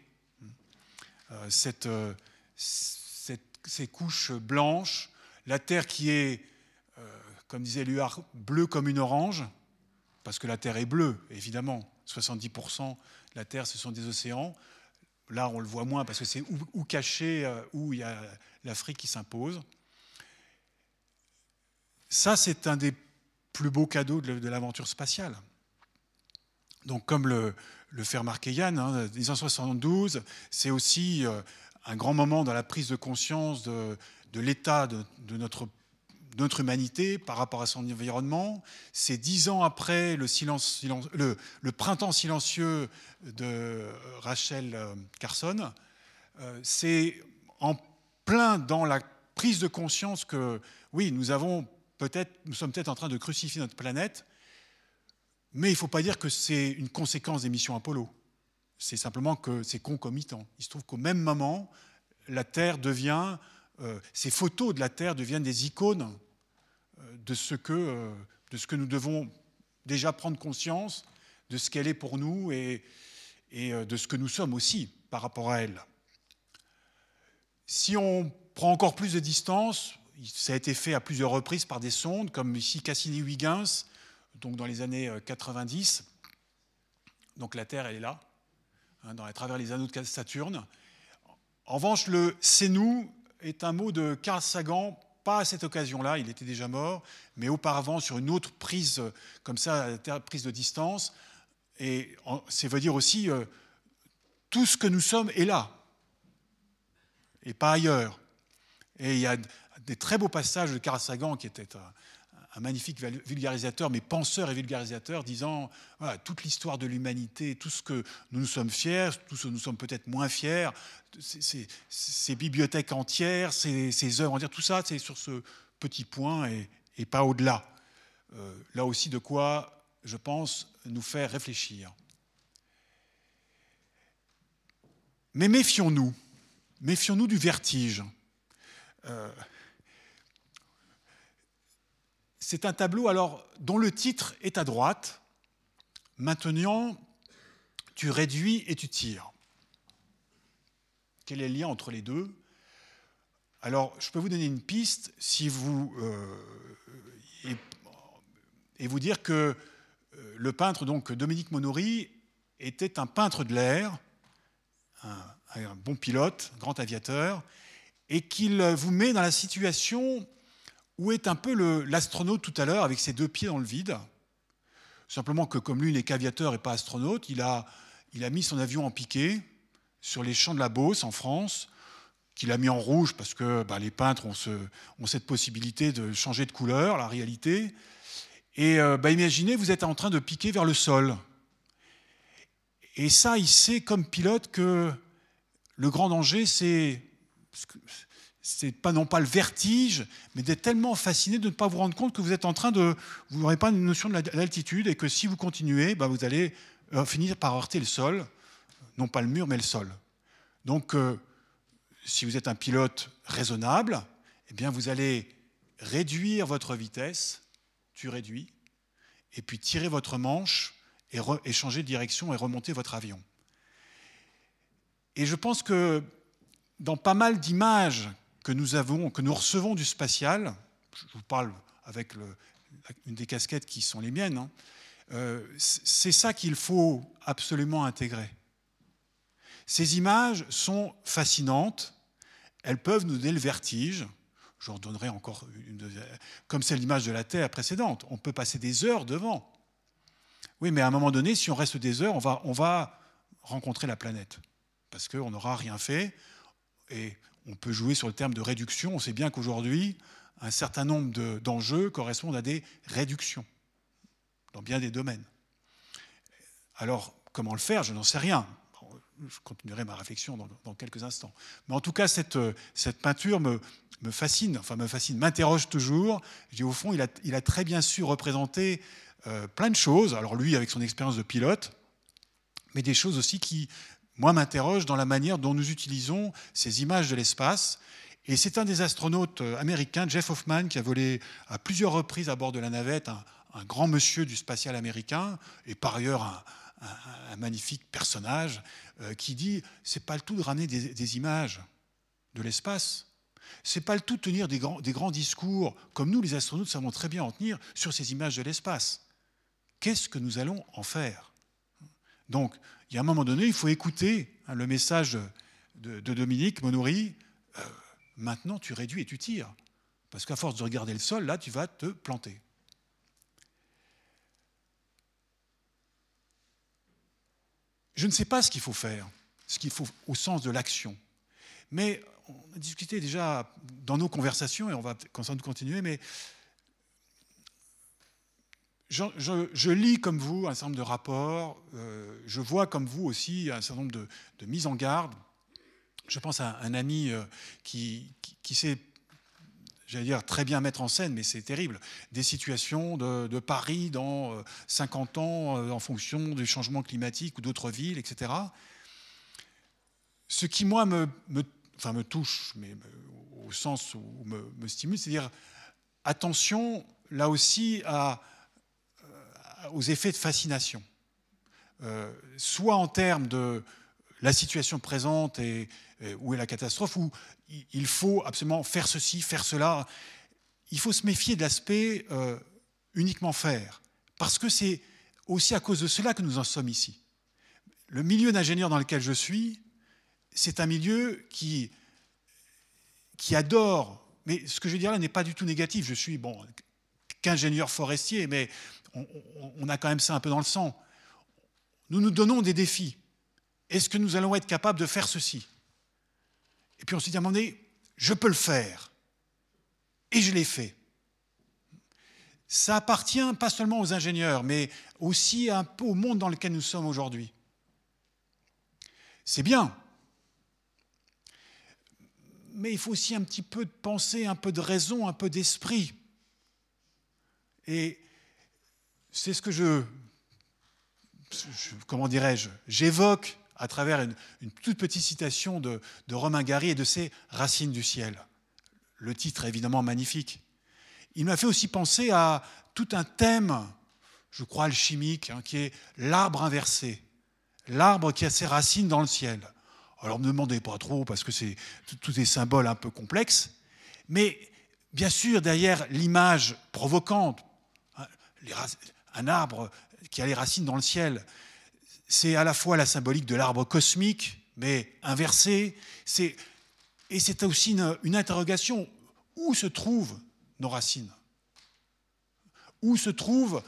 ces couches blanches, la Terre qui est, comme disait Luard, bleue comme une orange, parce que la Terre est bleue, évidemment. 70% de la Terre, ce sont des océans. Là, on le voit moins parce que c'est ou caché, où il y a l'Afrique qui s'impose. Ça, c'est un des plus beaux cadeaux de l'aventure spatiale. Donc, comme le fait remarquer Yann, 1972, c'est aussi un grand moment dans la prise de conscience de l'état de notre humanité par rapport à son environnement. C'est 10 ans après le printemps silencieux de Rachel Carson. C'est en plein dans la prise de conscience que, oui, nous sommes peut-être en train de crucifier notre planète, mais il ne faut pas dire que c'est une conséquence des missions Apollo. C'est simplement que c'est concomitant. Il se trouve qu'au même moment, la Terre ces photos de la Terre deviennent des icônes de ce que nous devons déjà prendre conscience, de ce qu'elle est pour nous et de ce que nous sommes aussi par rapport à elle. Si on prend encore plus de distance, ça a été fait à plusieurs reprises par des sondes, comme ici Cassini-Huygens, donc dans les années 90. Donc la Terre, elle est là, à travers les anneaux de Saturne. En revanche, le « c'est nous » est un mot de Carl Sagan, pas à cette occasion-là, il était déjà mort, mais auparavant sur une autre prise, comme ça, prise de distance. Et ça veut dire aussi tout ce que nous sommes est là, et pas ailleurs. Et il y a des très beaux passages de Carl Sagan, qui était un magnifique vulgarisateur, mais penseur et vulgarisateur, disant voilà, toute l'histoire de l'humanité, tout ce que nous sommes fiers, tout ce que nous sommes peut-être moins fiers, ces bibliothèques entières, ces œuvres entières, tout ça, c'est sur ce petit point et pas au-delà. Là aussi, de quoi, je pense, nous faire réfléchir. Mais méfions-nous du vertige. C'est un tableau dont le titre est à droite. Maintenant, tu réduis et tu tires. Quel est le lien entre les deux ? Alors, je peux vous donner une piste et vous dire que le peintre, donc Dominique Monori, était un peintre de l'air, un bon pilote, grand aviateur, et qu'il vous met dans la situation où est un peu l'astronaute tout à l'heure, avec ses 2 pieds dans le vide. Simplement que comme lui n'est qu'aviateur et pas astronaute, il a mis son avion en piqué sur les champs de la Beauce en France, qu'il a mis en rouge parce que les peintres ont cette possibilité de changer de couleur, la réalité. Et imaginez, vous êtes en train de piquer vers le sol. Et ça, il sait comme pilote que le grand danger, c'est pas non pas le vertige, mais d'être tellement fasciné de ne pas vous rendre compte que vous êtes en train de... Vous n'aurez pas une notion de l'altitude et que si vous continuez, vous allez finir par heurter le sol, non pas le mur, mais le sol. Donc, si vous êtes un pilote raisonnable, eh bien, vous allez réduire votre vitesse, tu réduis, et puis tirer votre manche et changer de direction et remonter votre avion. Et je pense que dans pas mal d'images que nous recevons du spatial, je vous parle avec une des casquettes qui sont les miennes, c'est ça qu'il faut absolument intégrer. Ces images sont fascinantes, elles peuvent nous donner le vertige. J'en donnerai encore comme c'est l'image de la Terre précédente. On peut passer des heures devant. Oui, mais à un moment donné, si on reste des heures, on va rencontrer la planète. Parce qu'on n'aura rien fait. Et on peut jouer sur le terme de réduction. On sait bien qu'aujourd'hui, un certain nombre d'enjeux correspondent à des réductions dans bien des domaines. Alors, comment le faire? Je n'en sais rien. Je continuerai ma réflexion dans quelques instants. Mais en tout cas, cette peinture me fascine, m'interroge toujours. Je dis, au fond, il a très bien su représenter plein de choses. Alors lui, avec son expérience de pilote, mais des choses aussi qui, moi, m'interrogent dans la manière dont nous utilisons ces images de l'espace. Et c'est un des astronautes américains, Jeff Hoffman, qui a volé à plusieurs reprises à bord de la navette, un grand monsieur du spatial américain, et par ailleurs un magnifique personnage, qui dit « c'est pas le tout de ramener des images de l'espace, c'est pas le tout de tenir des grands discours, comme nous, les astronautes, savons très bien en tenir sur ces images de l'espace. Qu'est-ce que nous allons en faire ?» Donc, il y a un moment donné, il faut écouter le message de Dominique Monory. Maintenant, tu réduis et tu tires. Parce qu'à force de regarder le sol, là, tu vas te planter. Je ne sais pas ce qu'il faut faire, ce qu'il faut au sens de l'action. Mais on a discuté déjà dans nos conversations, et on va continuer, mais je lis comme vous un certain nombre de rapports, je vois comme vous aussi un certain nombre de mises en garde. Je pense à un ami qui sait, j'allais dire, très bien mettre en scène, mais c'est terrible, des situations de Paris dans 50 ans en fonction du changement climatique ou d'autres villes, etc. Ce qui, moi, me touche, mais au sens où me stimule, c'est-à-dire attention, là aussi, aux effets de fascination. Soit en termes de la situation présente et où est la catastrophe, où il faut absolument faire ceci, faire cela. Il faut se méfier de l'aspect uniquement faire, parce que c'est aussi à cause de cela que nous en sommes ici. Le milieu d'ingénieur dans lequel je suis, c'est un milieu qui adore, mais ce que je veux dire là n'est pas du tout négatif. Je suis, qu'ingénieur forestier, mais on a quand même ça un peu dans le sang. Nous nous donnons des défis. Est-ce que nous allons être capables de faire ceci? Et puis on se dit à un moment donné, je peux le faire. Et je l'ai fait. Ça appartient pas seulement aux ingénieurs, mais aussi un peu au monde dans lequel nous sommes aujourd'hui. C'est bien. Mais il faut aussi un petit peu de pensée, un peu de raison, un peu d'esprit. Et c'est ce que j'évoque à travers une toute petite citation de Romain Gary et de ses Racines du ciel. Le titre est évidemment magnifique. Il m'a fait aussi penser à tout un thème, je crois alchimique, qui est l'arbre inversé, l'arbre qui a ses racines dans le ciel. Alors ne me demandez pas trop, parce que c'est tous des symboles un peu complexes, mais bien sûr, derrière l'image provocante, un arbre qui a les racines dans le ciel, c'est à la fois la symbolique de l'arbre cosmique, mais inversé. Et c'est aussi une interrogation. Où se trouvent nos racines? Où se trouve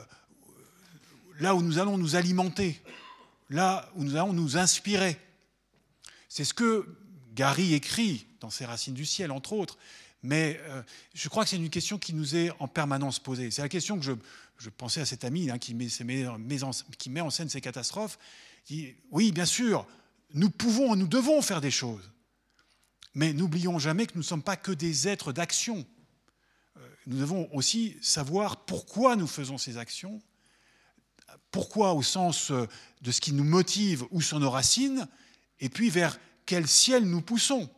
là où nous allons nous alimenter? Là où nous allons nous inspirer? C'est ce que Gary écrit dans ses Racines du ciel, entre autres. Mais je crois que c'est une question qui nous est en permanence posée. C'est la question que je pensais à cet ami qui met en scène ces catastrophes. Il dit, oui, bien sûr, nous devons faire des choses. Mais n'oublions jamais que nous ne sommes pas que des êtres d'action. Nous devons aussi savoir pourquoi nous faisons ces actions, pourquoi au sens de ce qui nous motive, où sont nos racines, et puis vers quel ciel nous poussons.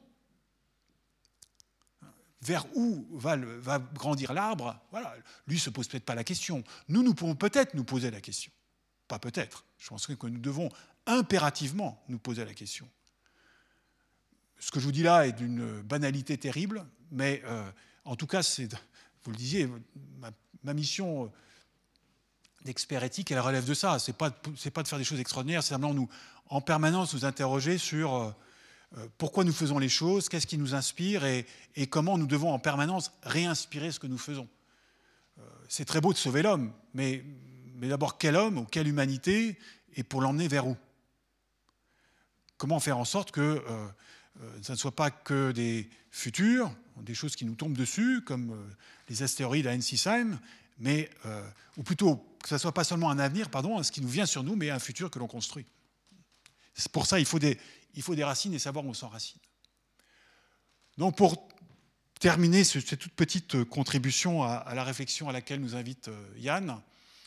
Vers où va grandir l'arbre, voilà, lui ne se pose peut-être pas la question. Nous pouvons peut-être nous poser la question. Pas peut-être. Je pense que nous devons impérativement nous poser la question. Ce que je vous dis là est d'une banalité terrible, mais en tout cas, vous le disiez, ma mission d'expert éthique, elle relève de ça. C'est pas de faire des choses extraordinaires, c'est simplement en permanence nous interroger sur pourquoi nous faisons les choses, qu'est-ce qui nous inspire et comment nous devons en permanence réinspirer ce que nous faisons. C'est très beau de sauver l'homme, mais d'abord quel homme ou quelle humanité et pour l'emmener vers où? Comment faire en sorte que ça ne soit pas que des futurs, des choses qui nous tombent dessus, comme les astéroïdes à Ensisheim, mais, ou plutôt que ça ne soit pas seulement un avenir, ce qui nous vient sur nous, mais un futur que l'on construit. Pour ça, il faut des racines et savoir où on s'enracine. Donc, pour terminer cette toute petite contribution à la réflexion à laquelle nous invite Yann,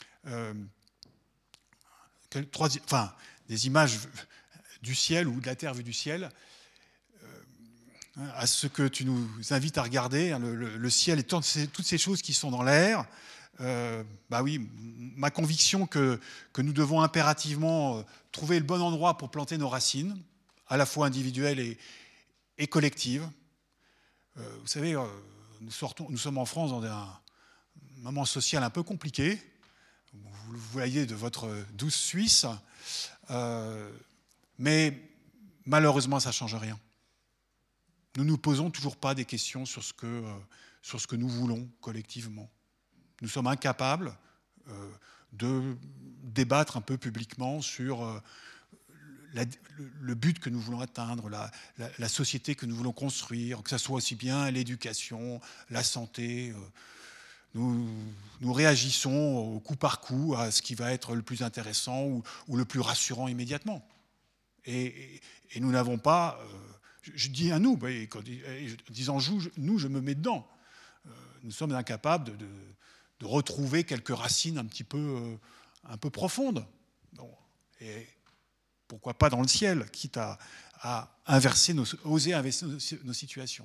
des images du ciel ou de la Terre vue du ciel, à ce que tu nous invites à regarder, le ciel et toutes ces choses qui sont dans l'air. Oui, ma conviction que nous devons impérativement trouver le bon endroit pour planter nos racines, à la fois individuelles et collectives. Vous savez, nous sommes en France dans un moment social un peu compliqué. Vous le voyez de votre douce Suisse. Mais malheureusement, ça ne change rien. Nous ne nous posons toujours pas des questions sur ce que nous voulons collectivement. Nous sommes incapables de débattre un peu publiquement sur le but que nous voulons atteindre, la société que nous voulons construire, que ce soit aussi bien l'éducation, la santé. Nous réagissons au coup par coup à ce qui va être le plus intéressant ou le plus rassurant immédiatement. Et nous n'avons pas... je dis à nous, disant nous, je me mets dedans. Nous sommes incapables de retrouver quelques racines un peu profondes. Et pourquoi pas dans le ciel, quitte à oser inverser nos situations.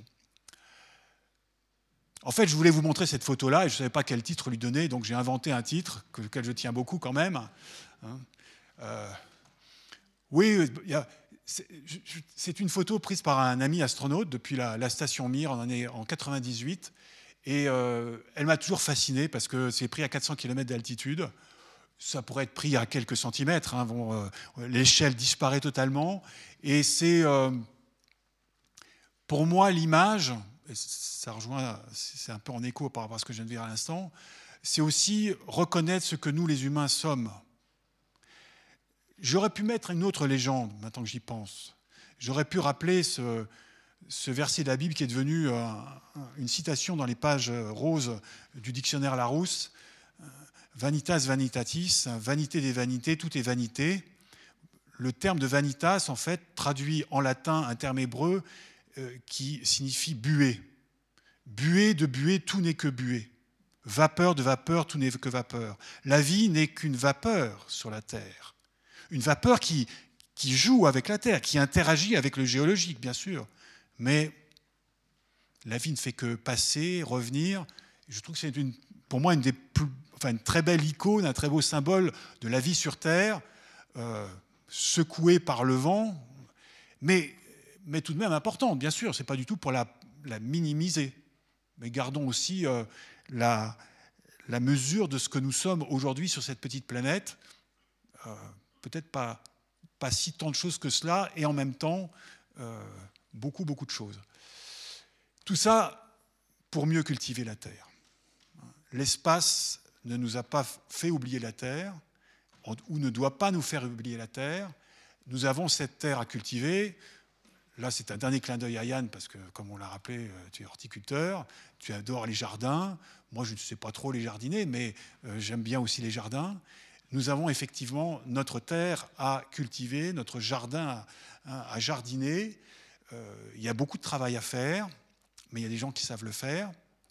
En fait, je voulais vous montrer cette photo-là et je ne savais pas quel titre lui donner, donc j'ai inventé un titre, auquel je tiens beaucoup quand même. Oui, c'est une photo prise par un ami astronaute depuis la station Mir en 1998. Et elle m'a toujours fasciné parce que c'est pris à 400 km d'altitude. Ça pourrait être pris à quelques centimètres. L'échelle disparaît totalement. Et c'est, pour moi, l'image, et ça rejoint, c'est un peu en écho par rapport à ce que je viens de dire à l'instant, c'est aussi reconnaître ce que nous, les humains, sommes. J'aurais pu mettre une autre légende, maintenant que j'y pense. J'aurais pu rappeler ce verset de la Bible qui est devenu une citation dans les pages roses du dictionnaire Larousse. Vanitas vanitatis, vanité des vanités, tout est vanité. Le terme de vanitas, en fait, traduit en latin un terme hébreu qui signifie buée. Buée de buée, tout n'est que buée. Vapeur de vapeur, tout n'est que vapeur. La vie n'est qu'une vapeur sur la terre. Une vapeur qui joue avec la terre, qui interagit avec le géologique, bien sûr. Mais la vie ne fait que passer, revenir. Je trouve que c'est pour moi une très belle icône, un très beau symbole de la vie sur Terre, secouée par le vent, mais tout de même importante, bien sûr. Ce n'est pas du tout pour la minimiser. Mais gardons aussi la mesure de ce que nous sommes aujourd'hui sur cette petite planète. Peut-être pas si tant de choses que cela, et en même temps, beaucoup de choses. Tout ça pour mieux cultiver la terre. L'espace ne nous a pas fait oublier la terre, ou ne doit pas nous faire oublier la terre. Nous avons cette terre à cultiver. là, c'est un dernier clin d'œil à Yann, parce que, comme on l'a rappelé, tu es horticulteur, tu adores les jardins. Moi, je ne sais pas trop les jardiner, mais j'aime bien aussi les jardins. Nous avons effectivement notre terre à cultiver, notre jardin à jardiner. Il y a beaucoup de travail à faire, mais il y a des gens qui savent le faire.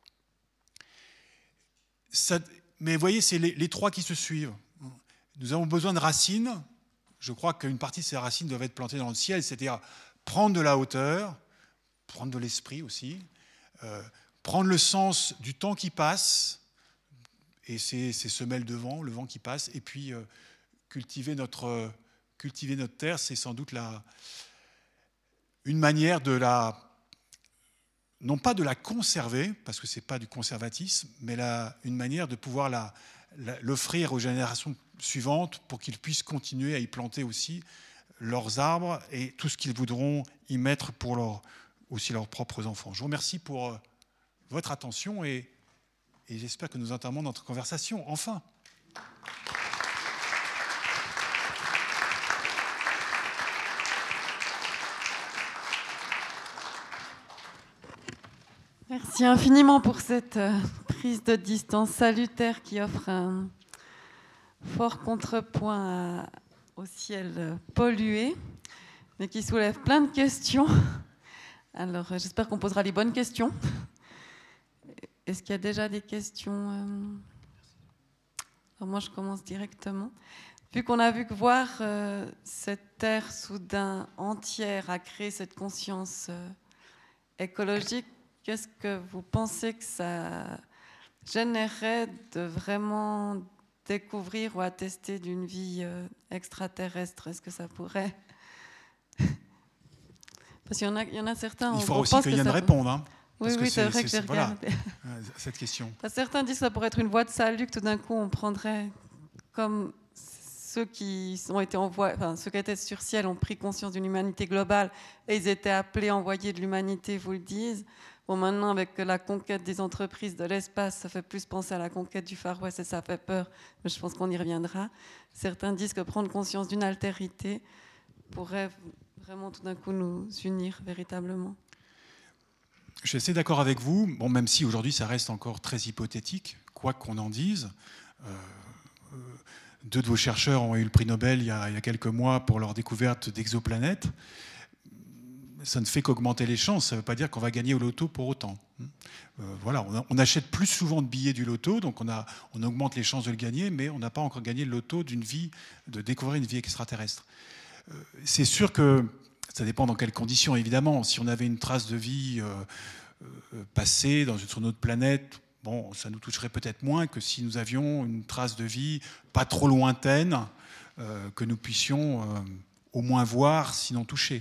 Mais vous voyez, c'est les trois qui se suivent. Nous avons besoin de racines. Je crois qu'une partie de ces racines doivent être plantées dans le ciel, c'est-à-dire prendre de la hauteur, prendre de l'esprit aussi, prendre le sens du temps qui passe, et ces semelles de vent, le vent qui passe, et puis cultiver notre terre, c'est sans doute une manière de non pas de la conserver, parce que ce n'est pas du conservatisme, mais une manière de pouvoir l'offrir aux générations suivantes pour qu'ils puissent continuer à y planter aussi leurs arbres et tout ce qu'ils voudront y mettre pour aussi leurs propres enfants. Je vous remercie pour votre attention et j'espère que nous entamons notre conversation, enfin. Merci infiniment pour cette prise de distance salutaire qui offre un fort contrepoint au ciel pollué, mais qui soulève plein de questions. Alors, j'espère qu'on posera les bonnes questions. Est-ce qu'il y a déjà des questions? Alors moi, je commence directement. Vu qu'on a vu que voir cette terre soudain entière a créé cette conscience écologique, qu'est-ce que vous pensez que ça générerait de vraiment découvrir ou attester d'une vie extraterrestre? Est-ce que ça pourrait... Parce qu'il y en a certains... Il faut aussi qu'il y en réponde, hein. Oui, c'est vrai que j'ai regardé. Voilà, cette question. Certains disent que ça pourrait être une voie de salut, que tout d'un coup on prendrait comme ceux qui étaient sur ciel ont pris conscience d'une humanité globale et ils étaient appelés à envoyer de l'humanité, vous le disent. Bon, maintenant avec la conquête des entreprises de l'espace, ça fait plus penser à la conquête du Far West et ça fait peur, mais je pense qu'on y reviendra. Certains disent que prendre conscience d'une altérité pourrait vraiment tout d'un coup nous unir véritablement. Je suis assez d'accord avec vous, bon, même si aujourd'hui ça reste encore très hypothétique, quoi qu'on en dise. Deux de vos chercheurs ont eu le prix Nobel il y a quelques mois pour leur découverte d'exoplanètes. Ça ne fait qu'augmenter les chances, ça ne veut pas dire qu'on va gagner au loto pour autant. Voilà, on achète plus souvent de billets du loto, donc on augmente les chances de le gagner, mais on n'a pas encore gagné le loto de découvrir une vie extraterrestre. C'est sûr que ça dépend dans quelles conditions, évidemment. Si on avait une trace de vie passée sur notre planète, bon, ça nous toucherait peut-être moins que si nous avions une trace de vie pas trop lointaine, que nous puissions au moins voir, sinon toucher.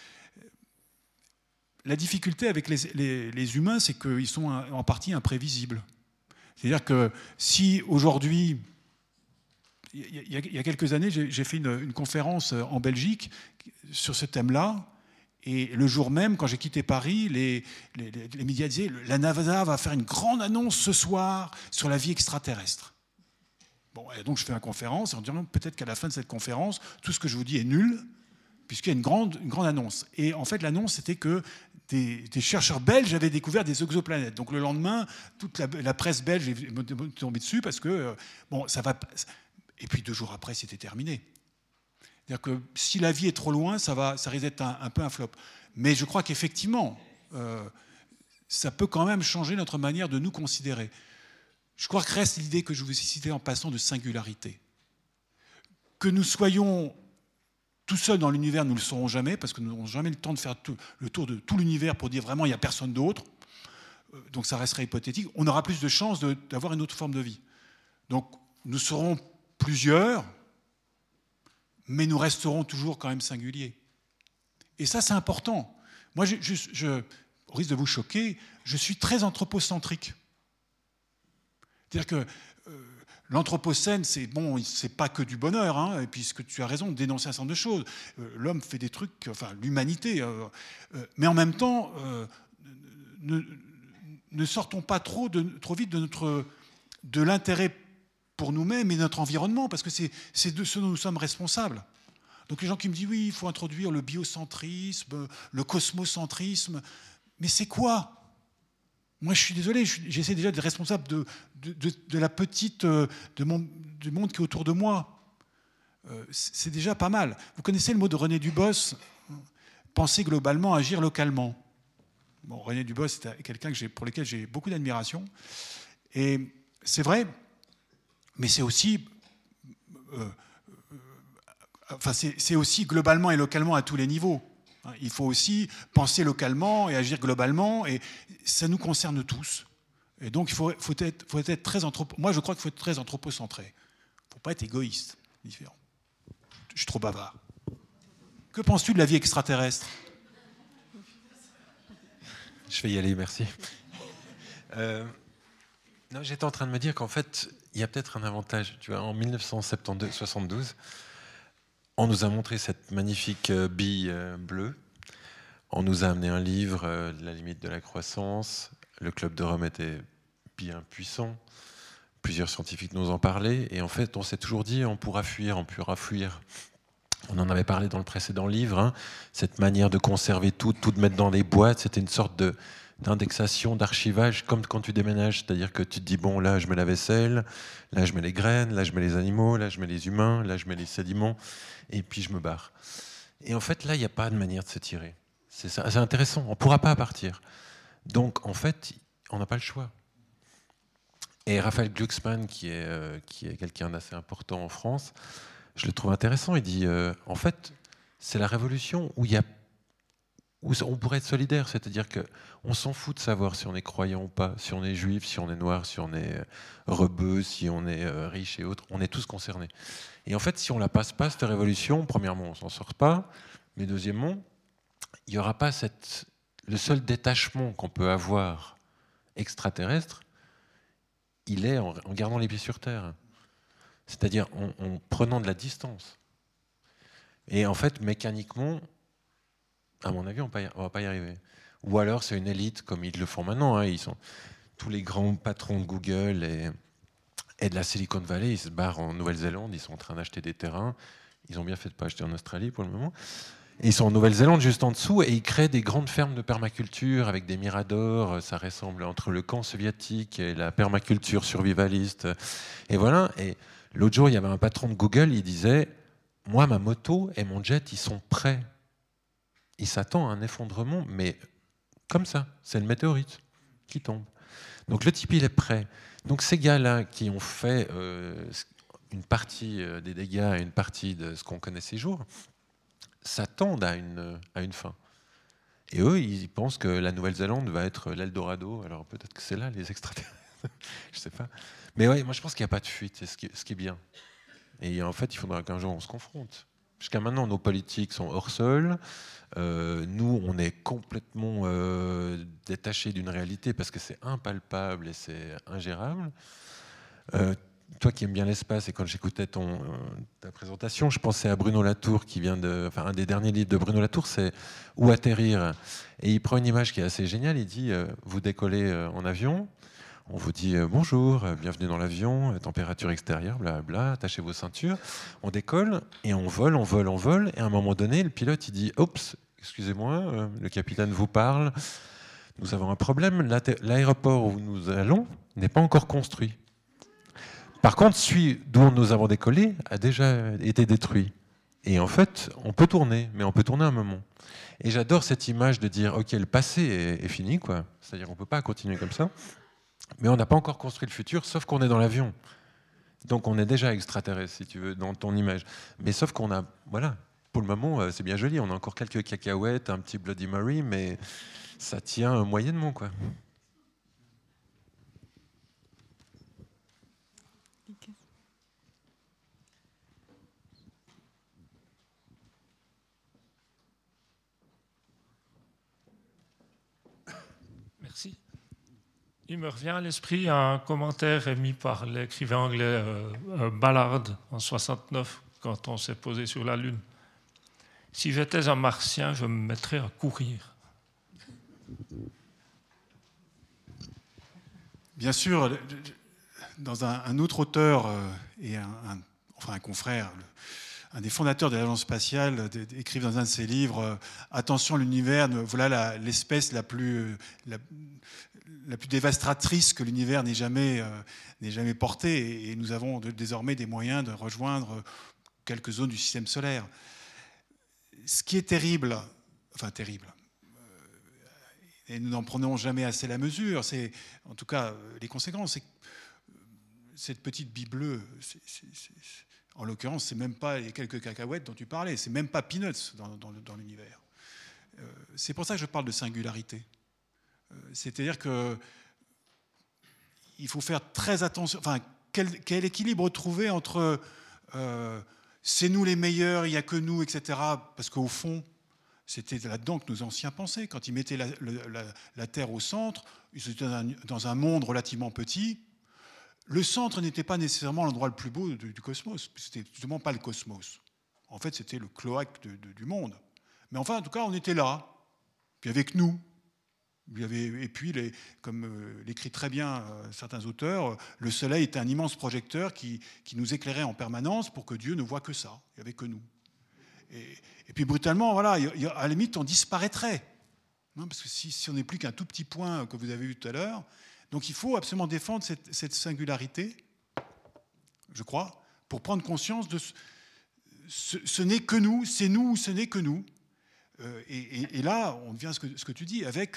La difficulté avec les humains, c'est qu'ils sont en partie imprévisibles. C'est-à-dire que si aujourd'hui... Il y a quelques années, j'ai fait une conférence en Belgique sur ce thème-là. Et le jour même, quand j'ai quitté Paris, les médias disaient « La NASA va faire une grande annonce ce soir sur la vie extraterrestre ». Bon, et donc je fais ma conférence en disant peut-être qu'à la fin de cette conférence, tout ce que je vous dis est nul, puisqu'il y a une grande annonce. Et en fait, l'annonce, c'était que des chercheurs belges avaient découvert des exoplanètes. Donc le lendemain, toute la presse belge est tombée dessus parce que, bon, ça va... Et puis 2 jours après, c'était terminé. C'est-à-dire que si la vie est trop loin, ça risque d'être un peu un flop. Mais je crois qu'effectivement, ça peut quand même changer notre manière de nous considérer. Je crois que reste l'idée que je vous ai citée en passant de singularité. Que nous soyons tout seuls dans l'univers, nous ne le saurons jamais, parce que nous n'aurons jamais le temps de faire le tour de tout l'univers pour dire vraiment il n'y a personne d'autre. Donc ça resterait hypothétique. On aura plus de chances d'avoir une autre forme de vie. Donc nous serons plusieurs, mais nous resterons toujours quand même singuliers. Et ça, c'est important. Moi, au risque de vous choquer, je suis très anthropocentrique. C'est-à-dire que l'anthropocène, c'est pas que du bonheur, hein, et puisque tu as raison de dénoncer un certain nombre de choses. L'homme fait des trucs, enfin l'humanité, mais en même temps, ne sortons pas trop vite de l'intérêt pour nous-mêmes et notre environnement, parce que c'est de ce dont nous sommes responsables. Donc les gens qui me disent, oui, il faut introduire le biocentrisme, le cosmocentrisme, mais c'est quoi ? Moi, je suis désolé, j'essaie déjà d'être responsable de la petite, du monde qui est autour de moi. C'est déjà pas mal. Vous connaissez le mot de René Dubos, penser globalement, agir localement. Bon, René Dubos, c'est quelqu'un pour lequel j'ai beaucoup d'admiration. Et c'est vrai, mais c'est aussi... c'est aussi globalement et localement à tous les niveaux. Il faut aussi penser localement et agir globalement, et ça nous concerne tous. Et donc, il faut être très moi, je crois qu'il faut être très anthropocentré. Il ne faut pas être égoïste. Différent. Je suis trop bavard. Que penses-tu de la vie extraterrestre ? Je vais y aller, merci. Non, j'étais en train de me dire qu'en fait, il y a peut-être un avantage. Tu vois, en 1972, on nous a montré cette magnifique bille bleue. On nous a amené un livre, La limite de la croissance. Le Club de Rome était bien puissant. Plusieurs scientifiques nous en parlaient. Et en fait, on s'est toujours dit, on pourra fuir. On en avait parlé dans le précédent livre. Hein, cette manière de conserver tout de mettre dans les boîtes, c'était une sorte d'indexation, d'archivage, comme quand tu déménages. C'est-à-dire que tu te dis, bon, là, je mets la vaisselle, là, je mets les graines, là, je mets les animaux, là, je mets les humains, là, je mets les sédiments, et puis je me barre. Et en fait, là, il n'y a pas de manière de se tirer. C'est intéressant, on ne pourra pas partir. Donc, en fait, on n'a pas le choix. Et Raphaël Glucksmann, qui est quelqu'un d'assez important en France, je le trouve intéressant. Il dit, en fait, c'est la révolution où on pourrait être solidaire, c'est-à-dire qu'on s'en fout de savoir si on est croyant ou pas, si on est juif, si on est noir, si on est rebeu, si on est riche et autres. On est tous concernés. Et en fait, si on ne la passe pas, cette révolution, premièrement, on ne s'en sort pas, mais deuxièmement, il n'y aura pas le seul détachement qu'on peut avoir extraterrestre, il est en gardant les pieds sur terre. C'est-à-dire en prenant de la distance. Et en fait, mécaniquement, à mon avis, on ne va pas y arriver. Ou alors, c'est une élite, comme ils le font maintenant. Hein, tous les grands patrons de Google et de la Silicon Valley, ils se barrent en Nouvelle-Zélande, ils sont en train d'acheter des terrains. Ils ont bien fait de ne pas acheter en Australie pour le moment. Et ils sont en Nouvelle-Zélande, juste en dessous, et ils créent des grandes fermes de permaculture avec des miradors. Ça ressemble entre le camp soviétique et la permaculture survivaliste. Et voilà. Et l'autre jour, il y avait un patron de Google, il disait « Moi, ma moto et mon jet, ils sont prêts. Il s'attend à un effondrement, mais comme ça, c'est le météorite qui tombe. » Donc le type, il est prêt. Donc ces gars-là qui ont fait une partie des dégâts et une partie de ce qu'on connaît ces jours, s'attendent à une fin. Et eux, ils pensent que la Nouvelle-Zélande va être l'Eldorado. Alors peut-être que c'est là les extraterrestres. Je sais pas. Mais ouais, moi je pense qu'il n'y a pas de fuite, c'est ce qui est bien. Et en fait, il faudra qu'un jour on se confronte. Jusqu'à maintenant, nos politiques sont hors sol. Nous, on est complètement détachés d'une réalité parce que c'est impalpable et c'est ingérable. Toi qui aimes bien l'espace, et quand j'écoutais ta présentation, je pensais à Bruno Latour, un des derniers livres de Bruno Latour, c'est Où atterrir. Et il prend une image qui est assez géniale. Il dit vous décollez en avion, on vous dit bonjour, bienvenue dans l'avion, température extérieure, blablabla, attachez vos ceintures. On décolle et on vole. Et à un moment donné, le pilote il dit oups, excusez-moi, le capitaine vous parle. Nous avons un problème. L'aéroport où nous allons n'est pas encore construit. Par contre, celui d'où nous avons décollé a déjà été détruit. Et en fait, on peut tourner, mais on peut tourner un moment. Et j'adore cette image de dire, OK, le passé est fini, quoi. C'est-à-dire qu'on ne peut pas continuer comme ça. Mais on n'a pas encore construit le futur, sauf qu'on est dans l'avion. Donc on est déjà extraterrestre, si tu veux, dans ton image. Mais sauf qu'on a, voilà, pour le moment, c'est bien joli. On a encore quelques cacahuètes, un petit Bloody Mary, mais ça tient moyennement, quoi. Merci. Il me revient à l'esprit un commentaire émis par l'écrivain anglais Ballard en 69, quand on s'est posé sur la Lune. « Si j'étais un martien, je me mettrais à courir. » Bien sûr, dans un autre auteur et un confrère, un des fondateurs de l'agence spatiale écrivent dans un de ses livres attention, l'univers, voilà l'espèce la plus dévastatrice que l'univers n'ait jamais portée, et nous avons désormais des moyens de rejoindre quelques zones du système solaire. Ce qui est terrible, et nous n'en prenons jamais assez la mesure, c'est en tout cas les conséquences, c'est que cette petite bille bleue, en l'occurrence, c'est même pas les quelques cacahuètes dont tu parlais, c'est même pas peanuts dans l'univers. C'est pour ça que je parle de singularité. C'est-à-dire que il faut faire très attention. Enfin, quel équilibre trouver entre c'est nous les meilleurs, il n'y a que nous, etc. Parce qu'au fond, c'était là-dedans que nos anciens pensaient. Quand ils mettaient la Terre au centre, ils étaient dans un monde relativement petit. Le centre n'était pas nécessairement l'endroit le plus beau du cosmos. C'était justement pas le cosmos. En fait, c'était le cloaque du monde. Mais enfin, en tout cas, on était là. Puis avec nous. Et puis, comme l'écrit très bien certains auteurs, le soleil était un immense projecteur qui nous éclairait en permanence pour que Dieu ne voie que ça. Il n'y avait que nous. Et puis brutalement, voilà, à la limite, on disparaîtrait. Parce que si on n'est plus qu'un tout petit point que vous avez vu tout à l'heure, donc il faut absolument défendre cette singularité, je crois, pour prendre conscience de ce n'est que nous, c'est nous ou ce n'est que nous. Et là, on vient à ce que tu dis, avec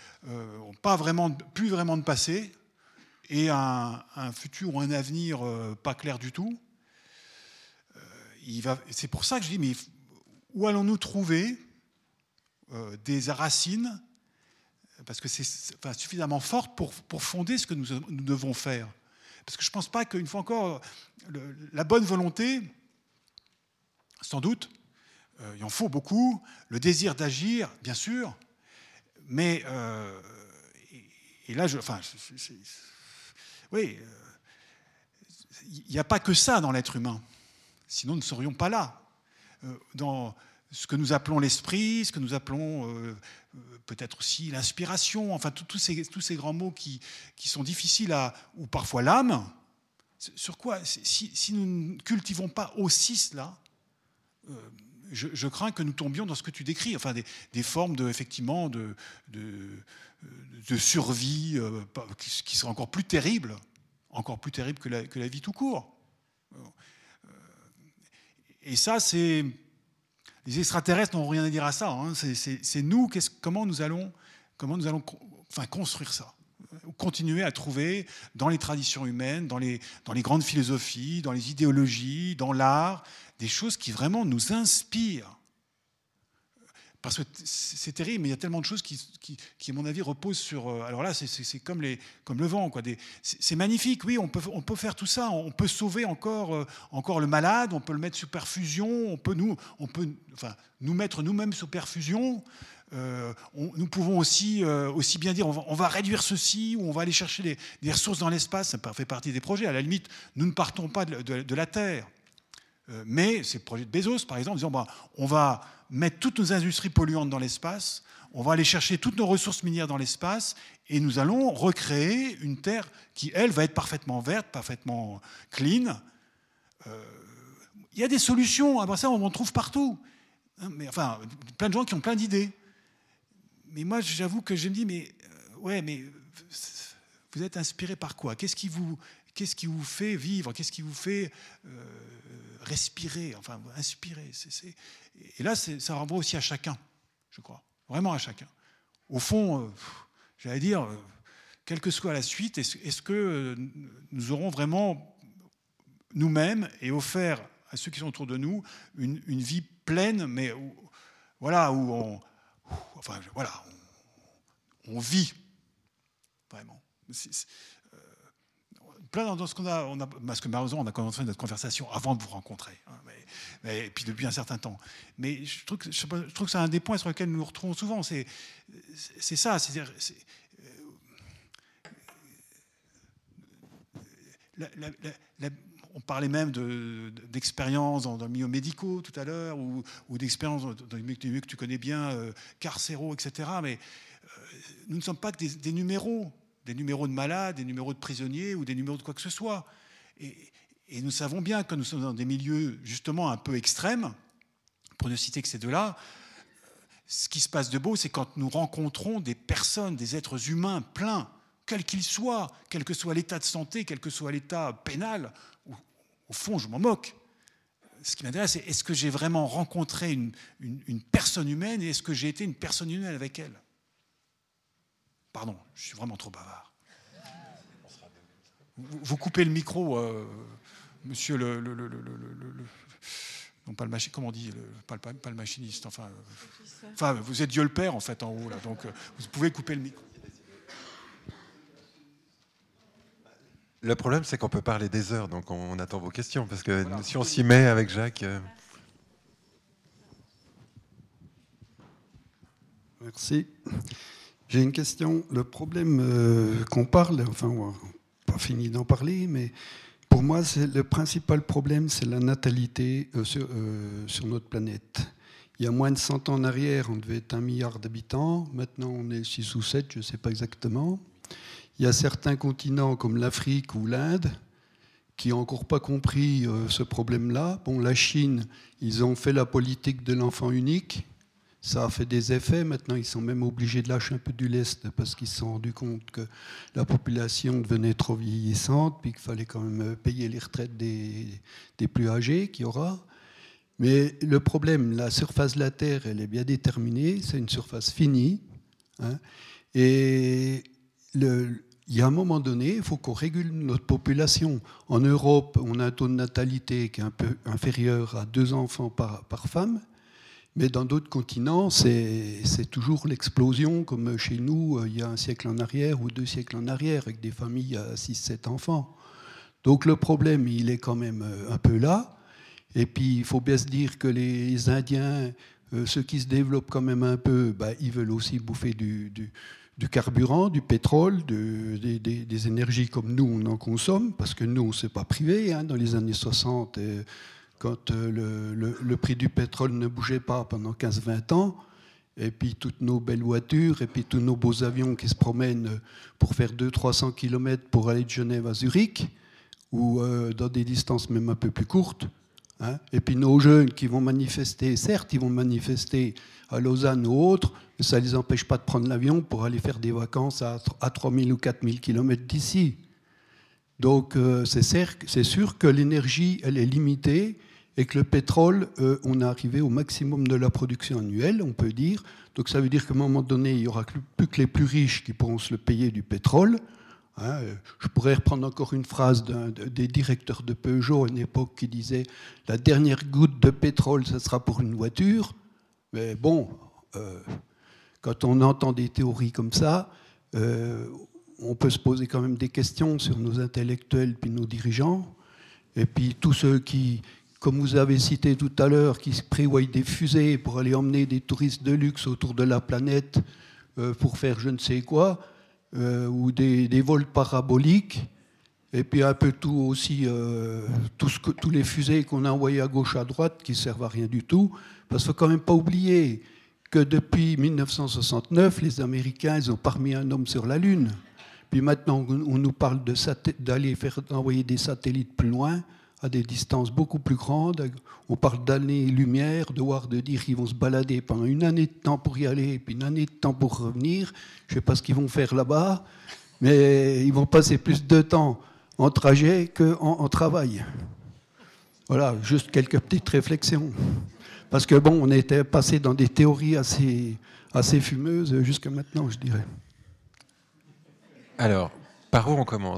plus vraiment de passé et un futur ou un avenir pas clair du tout. C'est pour ça que je dis, mais où allons-nous trouver des racines, parce que c'est suffisamment forte pour fonder ce que nous devons faire. Parce que je ne pense pas qu'une fois encore, la bonne volonté, sans doute, il en faut beaucoup, le désir d'agir, bien sûr, mais et là, oui, il n'y a pas que ça dans l'être humain, sinon nous ne serions pas là. Dans ce que nous appelons l'esprit, ce que nous appelons peut-être aussi l'inspiration, enfin tous ces grands mots qui sont difficiles ou parfois l'âme, sur quoi, si nous ne cultivons pas aussi cela, je crains que nous tombions dans ce que tu décris, enfin des formes effectivement de survie qui seraient encore plus terribles que la vie tout court. Et ça, c'est... Les extraterrestres n'ont rien à dire à ça. Hein. C'est nous, comment nous allons construire ça, continuer à trouver dans les traditions humaines, dans les grandes philosophies, dans les idéologies, dans l'art, des choses qui vraiment nous inspirent. Parce que c'est terrible, mais il y a tellement de choses qui à mon avis, reposent sur... Alors là, c'est comme le vent, quoi. C'est magnifique, oui, on peut faire tout ça. On peut sauver encore le malade, on peut le mettre sous perfusion, on peut nous mettre nous-mêmes sous perfusion. Nous pouvons aussi bien dire on va réduire ceci, ou on va aller chercher des ressources dans l'espace. Ça fait partie des projets. À la limite, nous ne partons pas de la Terre. Mais c'est le projet de Bezos, par exemple, disant on va mettre toutes nos industries polluantes dans l'espace, on va aller chercher toutes nos ressources minières dans l'espace, et nous allons recréer une Terre qui, elle, va être parfaitement verte, parfaitement clean. Il y a des solutions, ça on en trouve partout. Mais, enfin, plein de gens qui ont plein d'idées. Mais moi, j'avoue que je me dis, mais vous êtes inspiré par quoi ? Qu'est-ce qui vous fait vivre ? Qu'est-ce qui vous fait respirer, enfin inspirer. Et là, ça renvoie aussi à chacun, je crois, vraiment à chacun. Au fond, j'allais dire, quelle que soit la suite, est-ce que nous aurons vraiment nous-mêmes et offert à ceux qui sont autour de nous une vie pleine, mais où on vit vraiment. Plein dans ce qu'on a, parce que malheureusement on a commencé notre conversation avant de vous rencontrer, hein, et puis depuis un certain temps. Mais je trouve que c'est un des points sur lesquels nous nous retrouvons souvent. C'est ça, c'est-à-dire, on parlait même d'expériences dans le milieu médical tout à l'heure, ou d'expériences dans les milieux que tu connais bien, carcéraux, etc. Mais nous ne sommes pas que des numéros de malades, des numéros de prisonniers ou des numéros de quoi que ce soit. Et nous savons bien que nous sommes dans des milieux justement un peu extrêmes, pour ne citer que ces deux-là. Ce qui se passe de beau, c'est quand nous rencontrons des personnes, des êtres humains pleins, quels qu'ils soient, quel que soit l'état de santé, quel que soit l'état pénal. Au fond, je m'en moque. Ce qui m'intéresse, c'est est-ce que j'ai vraiment rencontré une personne humaine et est-ce que j'ai été une personne humaine avec elle? Pardon, je suis vraiment trop bavard. Vous coupez le micro, monsieur non, pas le machiniste, comment on dit, pas le machiniste, enfin, vous êtes Dieu le Père, en fait, en haut, là, donc vous pouvez couper le micro. Le problème, c'est qu'on peut parler des heures, donc on attend vos questions, parce que voilà, si on s'y met avec Jacques... Merci. J'ai une question. Le problème qu'on parle, enfin, on n'a pas fini d'en parler, mais pour moi, le principal problème, c'est la natalité sur notre planète. Il y a moins de 100 ans en arrière, on devait être 1 milliard d'habitants. Maintenant, on est 6 ou 7, je ne sais pas exactement. Il y a certains continents comme l'Afrique ou l'Inde qui n'ont encore pas compris ce problème-là. Bon, la Chine, ils ont fait la politique de l'enfant unique. Ça a fait des effets. Maintenant, ils sont même obligés de lâcher un peu du lest parce qu'ils se sont rendus compte que la population devenait trop vieillissante puis qu'il fallait quand même payer les retraites des plus âgés qu'il y aura. Mais le problème, la surface de la Terre, elle est bien déterminée. C'est une surface finie. Hein, et il y a un moment donné, il faut qu'on régule notre population. En Europe, on a un taux de natalité qui est un peu inférieur à 2 enfants par femme. Mais dans d'autres continents, c'est toujours l'explosion, comme chez nous, il y a 1 siècle en arrière ou 2 siècles en arrière, avec des familles à 6-7 enfants. Donc le problème, il est quand même un peu là. Et puis, il faut bien se dire que les Indiens, ceux qui se développent quand même un peu, ils veulent aussi bouffer du carburant, du pétrole, des énergies comme nous, on en consomme, parce que nous, on ne s'est pas privé. Hein, dans les années 60, quand le prix du pétrole ne bougeait pas pendant 15-20 ans, et puis toutes nos belles voitures, et puis tous nos beaux avions qui se promènent pour faire 200-300 km pour aller de Genève à Zurich, ou dans des distances même un peu plus courtes. Hein, et puis nos jeunes qui vont manifester, certes, ils vont manifester à Lausanne ou autre, mais ça ne les empêche pas de prendre l'avion pour aller faire des vacances à 3000 ou 4000 km d'ici. Donc c'est sûr que l'énergie, elle est limitée et que le pétrole, on est arrivé au maximum de la production annuelle, on peut dire. Donc ça veut dire qu'à un moment donné, il n'y aura plus que les plus riches qui pourront se le payer du pétrole. Hein, je pourrais reprendre encore une phrase des directeurs de Peugeot à une époque qui disait « La dernière goutte de pétrole, ça sera pour une voiture ». Mais bon, quand on entend des théories comme ça, on peut se poser quand même des questions sur nos intellectuels puis nos dirigeants. Et puis tous ceux qui, comme vous avez cité tout à l'heure, qui se prévoient des fusées pour aller emmener des touristes de luxe autour de la planète pour faire je ne sais quoi, ou des vols paraboliques, et puis un peu tout aussi, tous les fusées qu'on a envoyés à gauche, à droite, qui ne servent à rien du tout. Parce qu'il ne faut quand même pas oublier que depuis 1969, les Américains, ils n'ont pas remis un homme sur la Lune. Puis maintenant, on nous parle d'envoyer des satellites plus loin, à des distances beaucoup plus grandes. On parle d'années-lumière, de dire qu'ils vont se balader pendant 1 année de temps pour y aller, et puis 1 année de temps pour revenir. Je ne sais pas ce qu'ils vont faire là-bas, mais ils vont passer plus de temps en trajet qu'en travail. Voilà, juste quelques petites réflexions. Parce que bon, on était passé dans des théories assez fumeuses jusqu'à maintenant, je dirais. Alors, par où on commence ?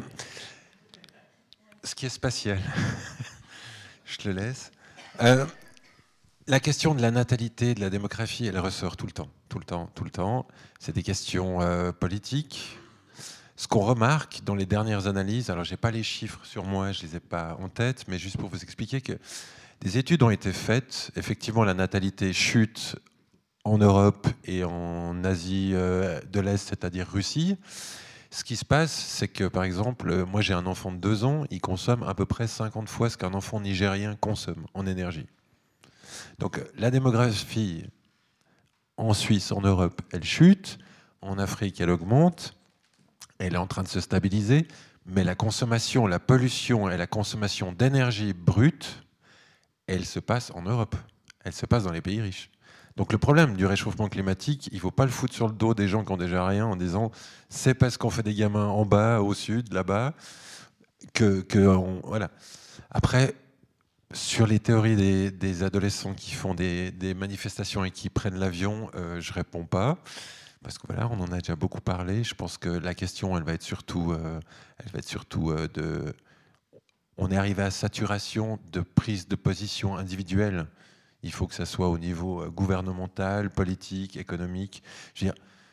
Ce qui est spatial, je te le laisse. La question de la natalité, de la démographie, elle ressort tout le temps. C'est des questions politiques. Ce qu'on remarque dans les dernières analyses, alors je n'ai pas les chiffres sur moi, je ne les ai pas en tête, mais juste pour vous expliquer que des études ont été faites. Effectivement, la natalité chute en Europe et en Asie de l'Est, c'est-à-dire Russie. Ce qui se passe, c'est que, par exemple, moi j'ai un enfant de 2 ans, il consomme à peu près 50 fois ce qu'un enfant nigérien consomme en énergie. Donc la démographie en Suisse, en Europe, elle chute, en Afrique, elle augmente, elle est en train de se stabiliser. Mais la consommation, la pollution et la consommation d'énergie brute, elle se passe en Europe. Elle se passe dans les pays riches. Donc le problème du réchauffement climatique, il ne faut pas le foutre sur le dos des gens qui n'ont déjà rien en disant c'est parce qu'on fait des gamins en bas, au sud, là-bas, voilà. Après, sur les théories des adolescents qui font des manifestations et qui prennent l'avion, je ne réponds pas. Parce que voilà, on en a déjà beaucoup parlé. Je pense que la question, elle va être surtout de... On est arrivé à saturation de prise de position individuelle. Il faut que ça soit au niveau gouvernemental, politique, économique. Je veux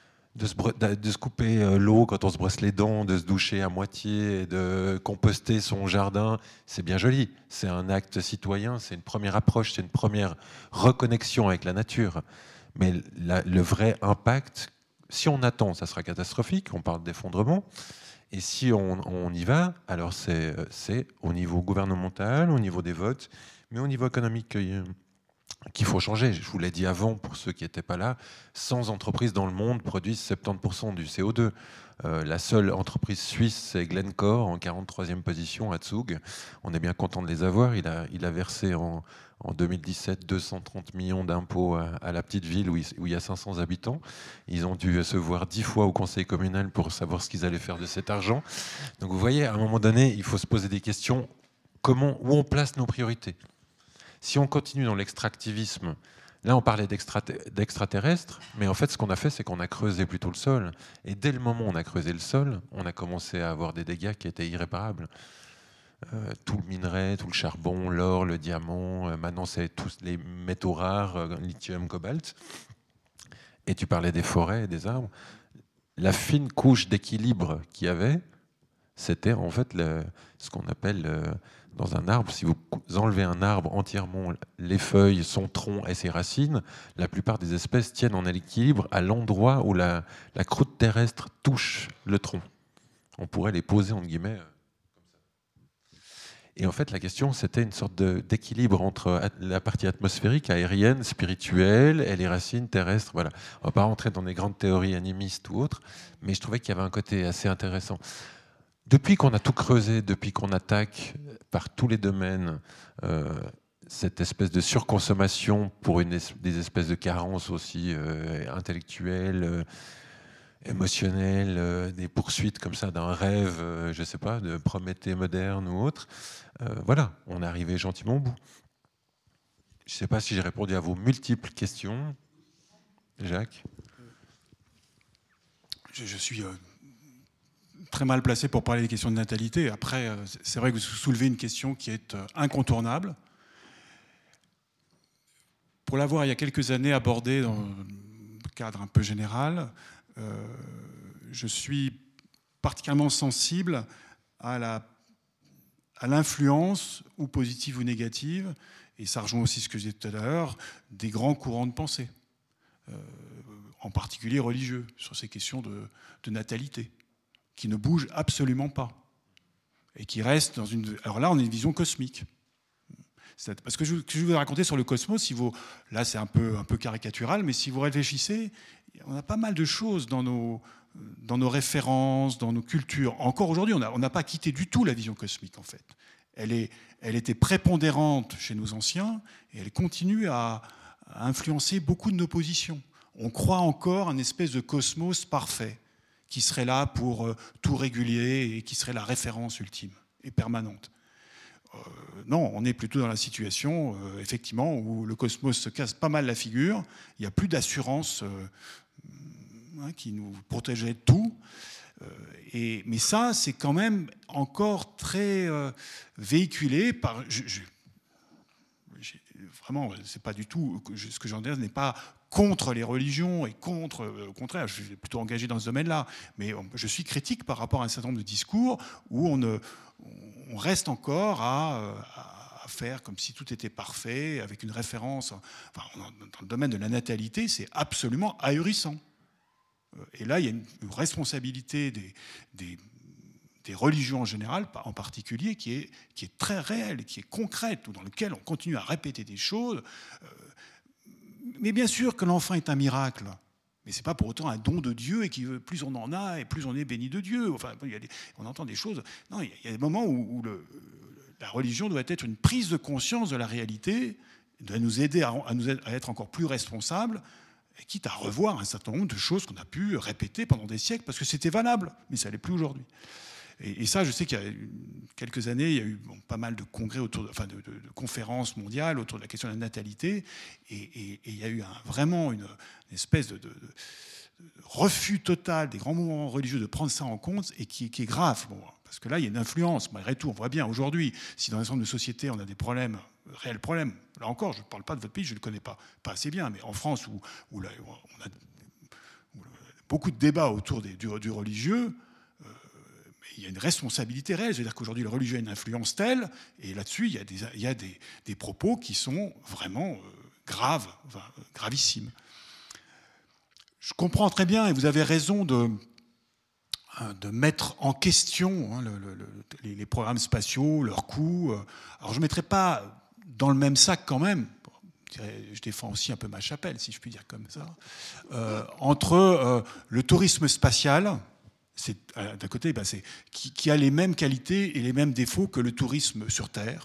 dire, de se couper l'eau quand on se brosse les dents, de se doucher à moitié, de composter son jardin, c'est bien joli. C'est un acte citoyen, c'est une première approche, c'est une première reconnexion avec la nature. Mais le vrai impact, si on attend, ça sera catastrophique, on parle d'effondrement. Et si on y va, alors c'est au niveau gouvernemental, au niveau des votes, mais au niveau économique qu'il faut changer. Je vous l'ai dit avant, pour ceux qui n'étaient pas là, 100 entreprises dans le monde produisent 70% du CO2. La seule entreprise suisse, c'est Glencore, en 43e position, à Zug. On est bien content de les avoir. Il a versé en 2017 230 millions d'impôts à la petite ville où il y a 500 habitants. Ils ont dû se voir 10 fois au conseil communal pour savoir ce qu'ils allaient faire de cet argent. Donc vous voyez, à un moment donné, il faut se poser des questions. Où on place nos priorités ? Si on continue dans l'extractivisme, là on parlait d'extraterrestres, mais en fait ce qu'on a fait, c'est qu'on a creusé plutôt le sol. Et dès le moment où on a creusé le sol, on a commencé à avoir des dégâts qui étaient irréparables. Tout le minerai, tout le charbon, l'or, le diamant, maintenant c'est tous les métaux rares, lithium, cobalt. Et tu parlais des forêts et des arbres. La fine couche d'équilibre qu'il y avait, c'était en fait ce qu'on appelle... Dans un arbre, si vous enlevez un arbre entièrement, les feuilles, son tronc et ses racines, la plupart des espèces tiennent en équilibre à l'endroit où la croûte terrestre touche le tronc. On pourrait les poser, entre guillemets, comme ça. Et en fait, la question, c'était une sorte d'équilibre entre la partie atmosphérique, aérienne, spirituelle, et les racines terrestres. Voilà. On ne va pas rentrer dans des grandes théories animistes ou autres, mais je trouvais qu'il y avait un côté assez intéressant. Depuis qu'on a tout creusé, depuis qu'on attaque par tous les domaines cette espèce de surconsommation pour des espèces de carences aussi intellectuelles, émotionnelles, des poursuites comme ça d'un rêve, je ne sais pas, de Prométhée moderne ou autre, voilà, on est arrivé gentiment au bout. Je ne sais pas si j'ai répondu à vos multiples questions. Jacques ? Je suis... très mal placé pour parler des questions de natalité. Après, c'est vrai que vous soulevez une question qui est incontournable. Pour l'avoir, il y a quelques années, abordée dans un cadre un peu général, je suis particulièrement sensible à l'influence, ou positive ou négative, et ça rejoint aussi ce que je disais tout à l'heure, des grands courants de pensée, en particulier religieux, sur ces questions de natalité, qui ne bouge absolument pas et qui reste dans une... Alors là, on a une vision cosmique. Parce que je vous ai raconté sur le cosmos, là c'est un peu caricatural, mais si vous réfléchissez, on a pas mal de choses dans nos références, dans nos cultures. Encore aujourd'hui, on n'a pas quitté du tout la vision cosmique, en fait. Elle était prépondérante chez nos anciens et elle continue à influencer beaucoup de nos positions. On croit encore à une espèce de cosmos parfait, qui serait là pour tout réguler et qui serait la référence ultime et permanente. Non, on est plutôt dans la situation, effectivement, où le cosmos se casse pas mal la figure, il n'y a plus d'assurance qui nous protégeait de tout. Mais ça, c'est quand même encore très véhiculé par... Vraiment, c'est pas du tout... Ce que j'en dis n'est pas contre les religions et contre... Au contraire, je suis plutôt engagé dans ce domaine-là. Mais je suis critique par rapport à un certain nombre de discours où on reste encore à faire comme si tout était parfait, avec une référence... Enfin, dans le domaine de la natalité, c'est absolument ahurissant. Et là, il y a une responsabilité des religions en général, en particulier, qui est très réelle, qui est concrète, dans laquelle on continue à répéter des choses. Mais bien sûr que l'enfant est un miracle. Mais ce n'est pas pour autant un don de Dieu et que plus on en a et plus on est béni de Dieu. Enfin, on entend des choses. Non, il y a des moments où la religion doit être une prise de conscience de la réalité, doit nous aider à être encore plus responsables, et quitte à revoir un certain nombre de choses qu'on a pu répéter pendant des siècles, parce que c'était valable, mais ça ne l'est plus aujourd'hui. Et ça, je sais qu'il y a quelques années, il y a eu pas mal de congrès, de conférences mondiales autour de la question de la natalité, et il y a eu vraiment une espèce de refus total des grands mouvements religieux de prendre ça en compte, et qui est grave. Bon, parce que là, il y a une influence, malgré tout. On voit bien aujourd'hui, si dans un certain nombre de sociétés, on a des problèmes, réels problèmes, là encore, je ne parle pas de votre pays, je ne le connais pas assez bien, mais en France, où on a beaucoup de débats autour du religieux, il y a une responsabilité réelle. C'est-à-dire qu'aujourd'hui, le religieux a une influence telle, et là-dessus, il y a des propos qui sont vraiment graves, gravissimes. Je comprends très bien, et vous avez raison de mettre en question les programmes spatiaux, leurs coûts. Alors je ne mettrai pas dans le même sac quand même, je défends aussi un peu ma chapelle, si je puis dire comme ça, entre le tourisme spatial, d'un côté, qui a les mêmes qualités et les mêmes défauts que le tourisme sur Terre,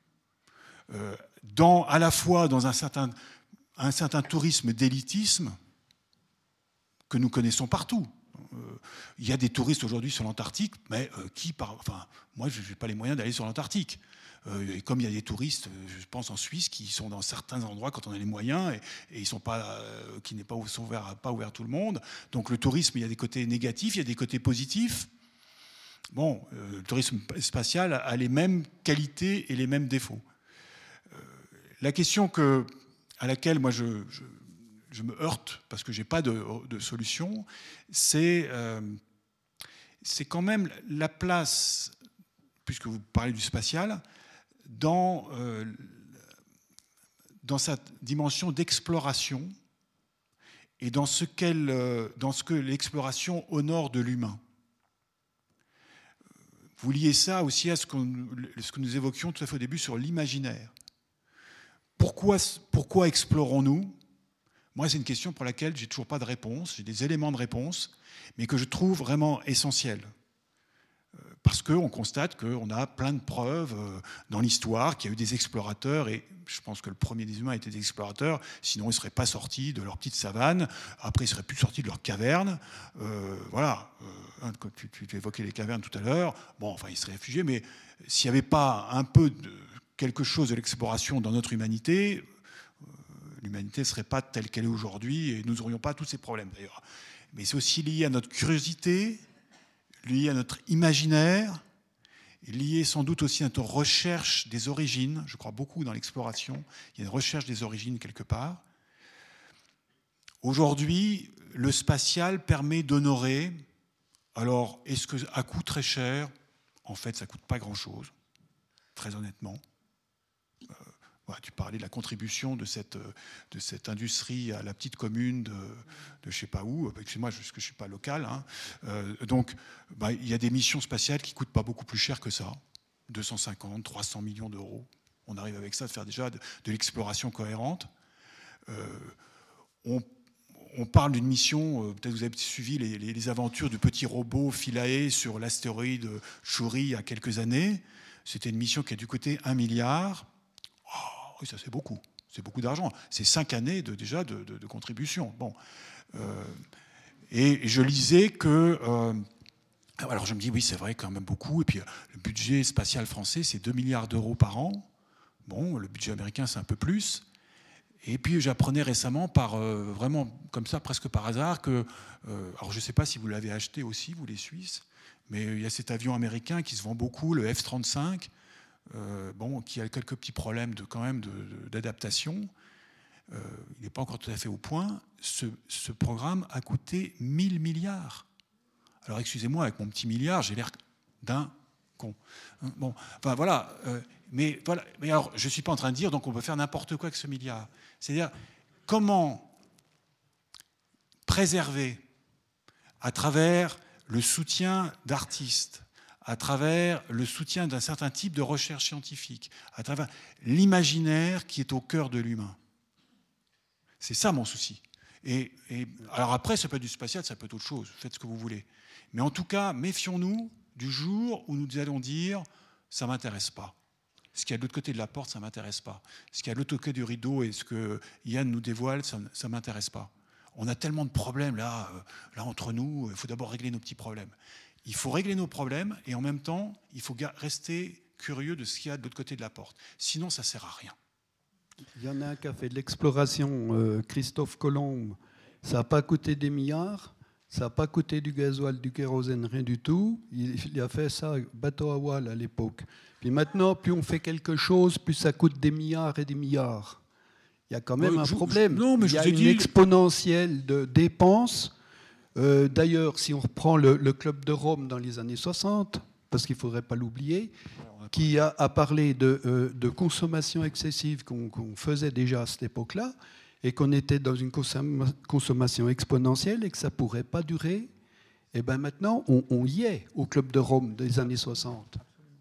à la fois dans un certain tourisme d'élitisme que nous connaissons partout. Il y a des touristes aujourd'hui sur l'Antarctique, mais moi, je n'ai pas les moyens d'aller sur l'Antarctique. Et comme il y a des touristes, je pense en Suisse, qui sont dans certains endroits quand on a les moyens et ils sont pas ouverts à tout le monde. Donc le tourisme, il y a des côtés négatifs, il y a des côtés positifs. Bon, le tourisme spatial a les mêmes qualités et les mêmes défauts. La question à laquelle moi je me heurte, parce que je n'ai pas de solution, c'est quand même la place, puisque vous parlez du spatial, dans sa dimension d'exploration et dans ce que l'exploration honore de l'humain. Vous liez ça aussi à ce que nous évoquions tout à fait au début sur l'imaginaire. Pourquoi explorons-nous ? Moi, c'est une question pour laquelle je n'ai toujours pas de réponse. J'ai des éléments de réponse, mais que je trouve vraiment essentiels. Parce qu'on constate qu'on a plein de preuves dans l'histoire qu'il y a eu des explorateurs, et je pense que le premier des humains était des explorateurs, sinon ils ne seraient pas sortis de leur petite savane, après ils ne seraient plus sortis de leur caverne. Tu évoquais les cavernes tout à l'heure, ils seraient réfugiés, mais s'il n'y avait pas un peu quelque chose de l'exploration dans notre humanité, l'humanité ne serait pas telle qu'elle est aujourd'hui, et nous n'aurions pas tous ces problèmes d'ailleurs. Mais c'est aussi lié à notre curiosité, lié à notre imaginaire, lié sans doute aussi à notre recherche des origines. Je crois beaucoup dans l'exploration. Il y a une recherche des origines quelque part. Aujourd'hui, le spatial permet d'honorer. Alors, est-ce que à coût très cher ? En fait, ça ne coûte pas grand-chose, très honnêtement. Tu parlais de la contribution de cette industrie à la petite commune de je ne sais pas où, excusez-moi, parce que je ne suis pas local. Donc, il y a des missions spatiales qui ne coûtent pas beaucoup plus cher que ça, 250, 300 millions d'euros. On arrive avec ça à faire déjà de l'exploration cohérente. On parle d'une mission, peut-être vous avez suivi les aventures du petit robot Philae sur l'astéroïde Chury il y a quelques années. C'était une mission qui a dû coûter 1 milliard. Oui, ça c'est beaucoup d'argent. C'est 5 années déjà de contribution. Bon. Et je lisais que... alors je me dis, oui, c'est vrai, quand même beaucoup. Et puis le budget spatial français, c'est 2 milliards d'euros par an. Bon, le budget américain, c'est un peu plus. Et puis j'apprenais récemment, vraiment comme ça, presque par hasard, que... alors je ne sais pas si vous l'avez acheté aussi, vous les Suisses, mais il y a cet avion américain qui se vend beaucoup, le F-35, qui a quelques petits problèmes d'adaptation. Il n'est pas encore tout à fait au point. Ce programme a coûté 1000 milliards. Alors excusez-moi, avec mon petit milliard, j'ai l'air d'un con. Mais alors, je ne suis pas en train de dire donc on peut faire n'importe quoi avec ce milliard. C'est-à-dire, comment préserver à travers le soutien d'artistes, à travers le soutien d'un certain type de recherche scientifique, à travers l'imaginaire qui est au cœur de l'humain. C'est ça mon souci. Alors après, ça peut être du spatial, ça peut être autre chose. Faites ce que vous voulez. Mais en tout cas, méfions-nous du jour où nous allons dire « ça ne m'intéresse pas ». Ce qu'il y a de l'autre côté de la porte, ça ne m'intéresse pas. Ce qu'il y a de l'autre côté du rideau et ce que Yann nous dévoile, ça ne m'intéresse pas. On a tellement de problèmes là entre nous, il faut d'abord régler nos petits problèmes. Il faut régler nos problèmes et en même temps, il faut rester curieux de ce qu'il y a de l'autre côté de la porte. Sinon, ça ne sert à rien. Il y en a un qui a fait de l'exploration, Christophe Colomb. Ça n'a pas coûté des milliards, ça n'a pas coûté du gasoil, du kérosène, rien du tout. Il a fait ça bateau à voile à l'époque. Puis maintenant, plus on fait quelque chose, plus ça coûte des milliards et des milliards. Il y a quand même un problème. Il y a une exponentielle de dépenses. D'ailleurs, si on reprend le Club de Rome dans les années 60, parce qu'il ne faudrait pas l'oublier, qui a parlé de consommation excessive qu'on faisait déjà à cette époque-là, et qu'on était dans une consommation exponentielle et que ça ne pourrait pas durer, et bien maintenant, on y est au Club de Rome des années 60.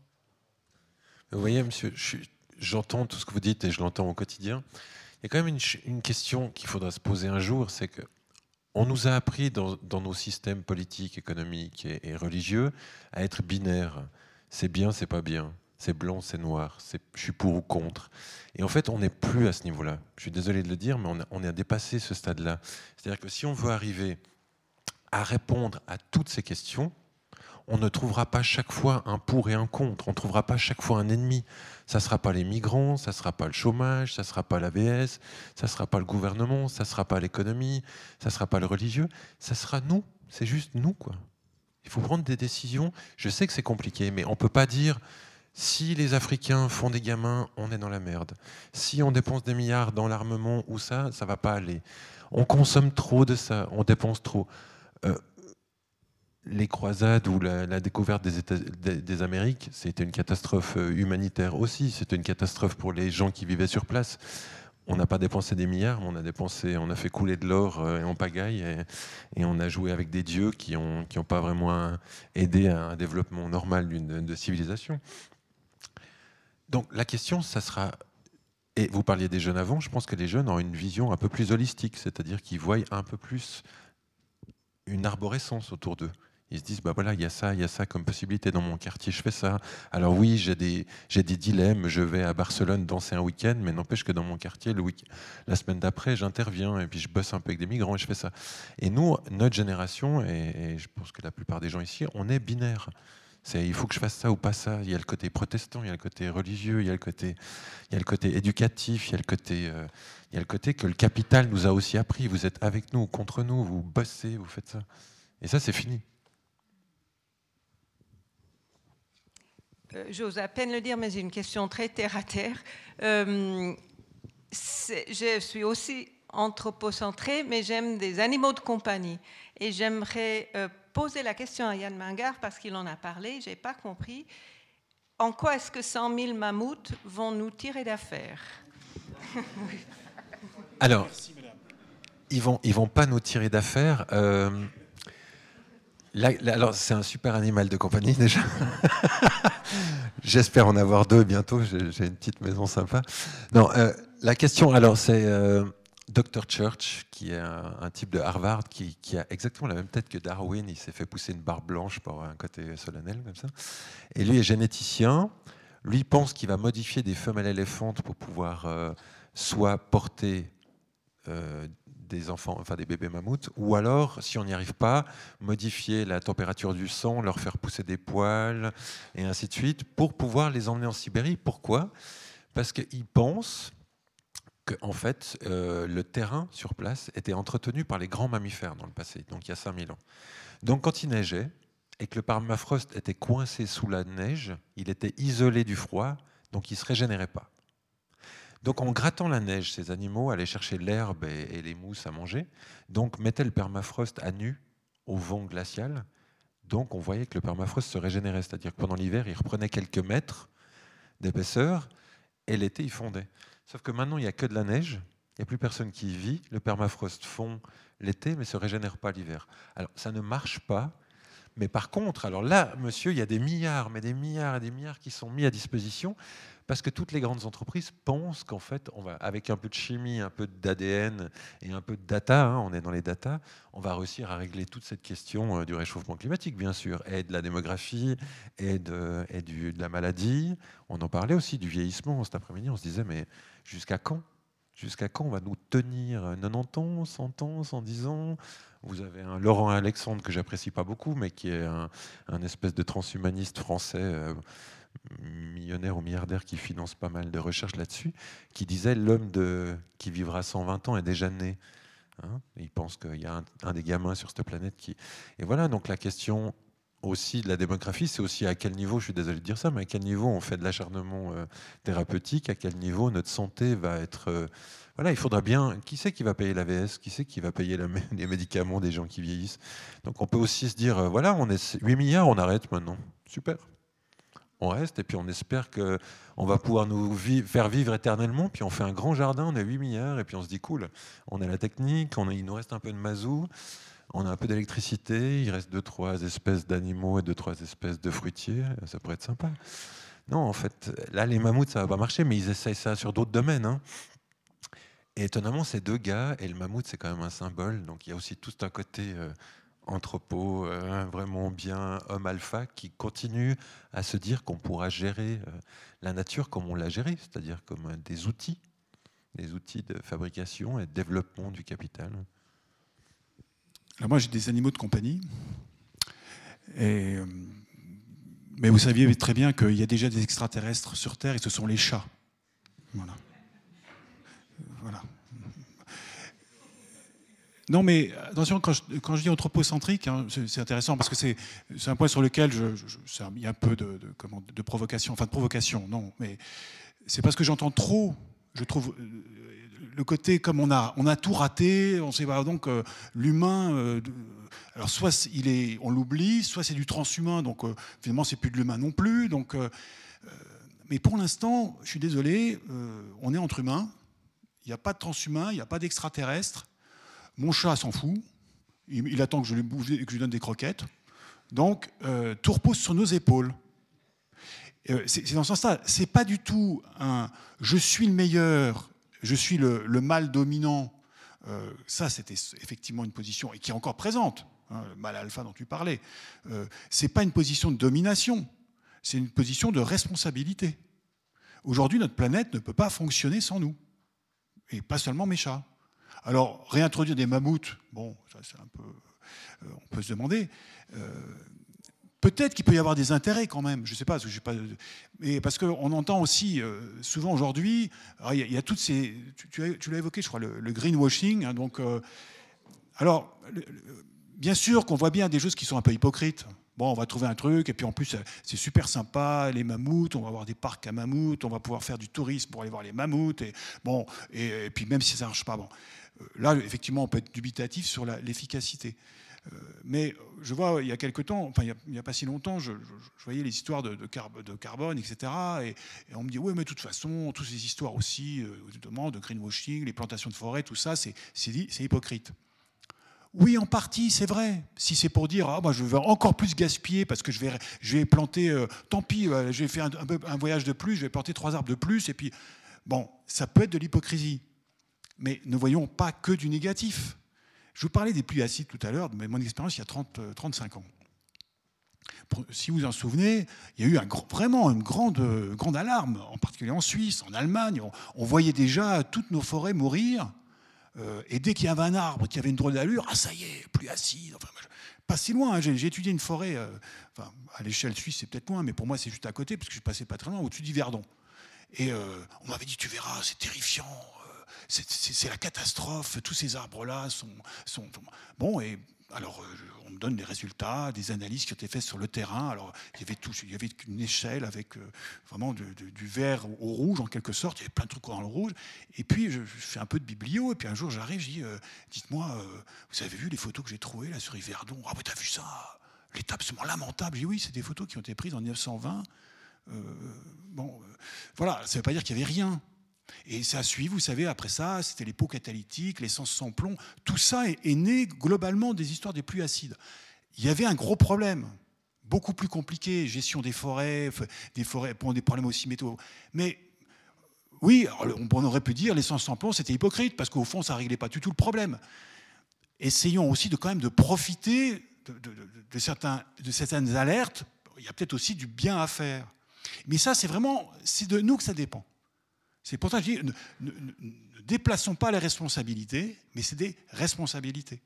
Vous voyez, monsieur, j'entends tout ce que vous dites et je l'entends au quotidien. Il y a quand même une question qu'il faudra se poser un jour, c'est qu'on nous a appris dans nos systèmes politiques, économiques et religieux à être binaires. C'est bien, c'est pas bien. C'est blanc, c'est noir. Je suis pour ou contre. Et en fait, on n'est plus à ce niveau-là. Je suis désolé de le dire, mais on a dépassé ce stade-là. C'est-à-dire que si on veut arriver à répondre à toutes ces questions, on ne trouvera pas chaque fois un pour et un contre. On ne trouvera pas chaque fois un ennemi. Ça ne sera pas les migrants, ça ne sera pas le chômage, ça ne sera pas l'AVS, ça ne sera pas le gouvernement, ça ne sera pas l'économie, ça ne sera pas le religieux. Ça sera nous. C'est juste nous, quoi. Il faut prendre des décisions. Je sais que c'est compliqué, mais on ne peut pas dire si les Africains font des gamins, on est dans la merde. Si on dépense des milliards dans l'armement ou ça ne va pas aller. On consomme trop de ça, on dépense trop. Les croisades ou la découverte des Amériques, c'était une catastrophe humanitaire aussi. C'était une catastrophe pour les gens qui vivaient sur place. On n'a pas dépensé des milliards, mais on a fait couler de l'or en pagaille et on a joué avec des dieux qui ont pas vraiment aidé à un développement normal de civilisation. Donc la question, ça sera... Et vous parliez des jeunes avant, je pense que les jeunes ont une vision un peu plus holistique, c'est-à-dire qu'ils voient un peu plus une arborescence autour d'eux. Ils se disent, bah voilà, il y a ça comme possibilité dans mon quartier, je fais ça. Alors oui, j'ai des dilemmes, je vais à Barcelone danser un week-end, mais n'empêche que dans mon quartier, la semaine d'après, j'interviens et puis je bosse un peu avec des migrants et je fais ça. Et nous, notre génération, et je pense que la plupart des gens ici, on est binaire. Il faut que je fasse ça ou pas ça. Il y a le côté protestant, il y a le côté religieux, il y a le côté éducatif, il y a le côté que le capital nous a aussi appris. Vous êtes avec nous ou contre nous, vous bossez, vous faites ça. Et ça, c'est fini. J'ose à peine le dire, mais j'ai une question très terre à terre. Je suis aussi anthropocentrée, mais j'aime des animaux de compagnie. Et j'aimerais poser la question à Yann Mingard, parce qu'il en a parlé, je n'ai pas compris. En quoi est-ce que 100 000 mammouths vont nous tirer d'affaire? Alors, ils vont pas nous tirer d'affaire. Alors, c'est un super animal de compagnie déjà. J'espère en avoir 2 bientôt. J'ai une petite maison sympa. Non, la question, alors, c'est Dr. Church, qui est un type de Harvard qui a exactement la même tête que Darwin. Il s'est fait pousser une barbe blanche pour un côté solennel comme ça. Et lui est généticien. Lui pense qu'il va modifier des femelles éléphantes pour pouvoir soit porter des enfants, enfin des bébés mammouths, ou alors, si on n'y arrive pas, modifier la température du sang, leur faire pousser des poils, et ainsi de suite, pour pouvoir les emmener en Sibérie. Pourquoi ? Parce qu'ils pensent que, en fait, le terrain sur place était entretenu par les grands mammifères dans le passé, donc il y a 5000 ans. Donc quand il neigeait, et que le permafrost était coincé sous la neige, il était isolé du froid, donc il ne se régénérait pas. Donc en grattant la neige, ces animaux allaient chercher l'herbe et les mousses à manger, donc mettaient le permafrost à nu au vent glacial. Donc on voyait que le permafrost se régénérait, c'est-à-dire que pendant l'hiver, il reprenait quelques mètres d'épaisseur et l'été, il fondait. Sauf que maintenant, il n'y a que de la neige, il n'y a plus personne qui y vit, le permafrost fond l'été mais ne se régénère pas l'hiver. Alors ça ne marche pas Mais par contre, alors là, monsieur, il y a des milliards, mais des milliards et des milliards qui sont mis à disposition parce que toutes les grandes entreprises pensent qu'en fait, on va, avec un peu de chimie, un peu d'ADN et un peu de data, hein, on est dans les data, on va réussir à régler toute cette question du réchauffement climatique, bien sûr, et de la démographie, et de la maladie. On en parlait aussi du vieillissement cet après-midi. On se disait, mais jusqu'à quand ? Jusqu'à quand on va nous tenir 90 ans, 100 ans, 110 ans ? Vous avez un Laurent Alexandre que j'apprécie pas beaucoup, mais qui est un espèce de transhumaniste français, millionnaire ou milliardaire, qui finance pas mal de recherches là-dessus, qui disait l'homme qui vivra 120 ans est déjà né. Hein, il pense qu'il y a un des gamins sur cette planète qui... Et voilà, donc la question aussi de la démographie, c'est aussi à quel niveau, je suis désolé de dire ça, mais à quel niveau on fait de l'acharnement thérapeutique, à quel niveau notre santé va être... Voilà, il faudra bien... Qui c'est qui va payer l'AVS ? Qui c'est qui va payer les médicaments des gens qui vieillissent ? Donc on peut aussi se dire, voilà, on est 8 milliards, on arrête maintenant. Super. On reste et puis on espère qu'on va pouvoir nous faire vivre éternellement, puis on fait un grand jardin, on a 8 milliards, et puis on se dit, cool, on a la technique, il nous reste un peu de mazout, on a un peu d'électricité, il reste 2-3 espèces d'animaux et 2-3 espèces de fruitiers, ça pourrait être sympa. Non, en fait, là, les mammouths, ça va pas marcher, mais ils essayent ça sur d'autres domaines. Hein. Et étonnamment, ces deux gars, et le mammouth, c'est quand même un symbole, donc il y a aussi tout un côté anthropo, vraiment bien, homme alpha, qui continue à se dire qu'on pourra gérer la nature comme on l'a gérée, c'est-à-dire comme des outils de fabrication et de développement du capital. Alors moi, j'ai des animaux de compagnie. Mais vous saviez très bien qu'il y a déjà des extraterrestres sur Terre, et ce sont les chats. Voilà. Non, mais attention, quand je dis anthropocentrique, hein, c'est intéressant parce que c'est un point sur lequel il y a un peu de provocation. Enfin, de provocation, non. Mais c'est parce que j'entends trop, je trouve, le côté comme on a tout raté, on sait pas, donc l'humain... alors soit on l'oublie, soit c'est du transhumain, donc finalement c'est plus de l'humain non plus. Donc, mais pour l'instant, je suis désolé, on est entre humains, il n'y a pas de transhumain, il n'y a pas d'extraterrestre. Mon chat s'en fout, il attend que je lui donne des croquettes. Donc tout repose sur nos épaules. C'est dans ce sens-là, c'est pas du tout un je suis le meilleur, je suis le mâle dominant. Ça, c'était effectivement une position, et qui est encore présente, hein, le mâle alpha dont tu parlais. C'est pas une position de domination, c'est une position de responsabilité. Aujourd'hui, notre planète ne peut pas fonctionner sans nous, et pas seulement mes chats. Alors, réintroduire des mammouths, bon, ça c'est un peu... on peut se demander... peut-être qu'il peut y avoir des intérêts quand même, je ne sais pas, mais parce qu'on entend aussi souvent aujourd'hui, il y a toutes ces... Tu l'as évoqué, je crois, le greenwashing. Hein, donc, alors, bien sûr qu'on voit bien des choses qui sont un peu hypocrites. Bon, on va trouver un truc, et puis en plus, c'est super sympa, les mammouths, on va avoir des parcs à mammouths, on va pouvoir faire du tourisme pour aller voir les mammouths, et, bon, et puis même si ça ne marche pas, bon, là, effectivement, on peut être dubitatif sur l'efficacité. Mais je vois, il y a quelque temps, enfin, il n'y a pas si longtemps, je voyais les histoires de carbone, etc. Et on me dit, oui, mais de toute façon, toutes ces histoires aussi, de greenwashing, les plantations de forêt, tout ça, c'est hypocrite. Oui, en partie, c'est vrai. Si c'est pour dire, moi, je vais encore plus gaspiller parce que je vais planter, tant pis, je vais faire un voyage de plus, je vais planter 3 arbres de plus, et puis, bon, ça peut être de l'hypocrisie. Mais ne voyons pas que du négatif. Je vous parlais des pluies acides tout à l'heure, mais mon expérience il y a 35 ans. Si vous vous en souvenez, il y a eu vraiment une grande alarme, en particulier en Suisse, en Allemagne. On voyait déjà toutes nos forêts mourir. Et dès qu'il y avait un arbre qui avait une drôle d'allure, ça y est, pluie acide. Enfin, pas si loin, hein, j'ai étudié une forêt, enfin, à l'échelle suisse c'est peut-être loin, mais pour moi c'est juste à côté, parce que je passais pas très loin, au-dessus d'Yverdon. Et on m'avait dit, tu verras, c'est terrifiant. C'est la catastrophe, tous ces arbres-là sont... Bon, et alors on me donne les résultats, des analyses qui ont été faites sur le terrain. Alors il y avait une échelle avec vraiment du vert au rouge en quelque sorte, il y avait plein de trucs dans le rouge. Et puis je fais un peu de biblio, et puis un jour j'arrive, je dis, dites-moi, vous avez vu les photos que j'ai trouvées là sur Yverdon? Ah oui, t'as vu ça? L'état absolument lamentable. Je dis, oui, c'est des photos qui ont été prises en 1920. Voilà, ça ne veut pas dire qu'il n'y avait rien. Et ça suit, vous savez, après ça, c'était les pots catalytiques, l'essence sans plomb. Tout ça est né globalement des histoires des pluies acides. il y avait un gros problème, beaucoup plus compliqué, gestion des forêts, bon, des problèmes aussi météo. Mais oui, on aurait pu dire l'essence sans plomb, c'était hypocrite, parce qu'au fond, ça ne réglait pas du tout le problème. Essayons aussi quand même de profiter de certaines alertes. Il y a peut-être aussi du bien à faire. Mais ça, c'est de nous que ça dépend. C'est pour ça que je dis, ne déplaçons pas les responsabilités, mais c'est des responsabilités.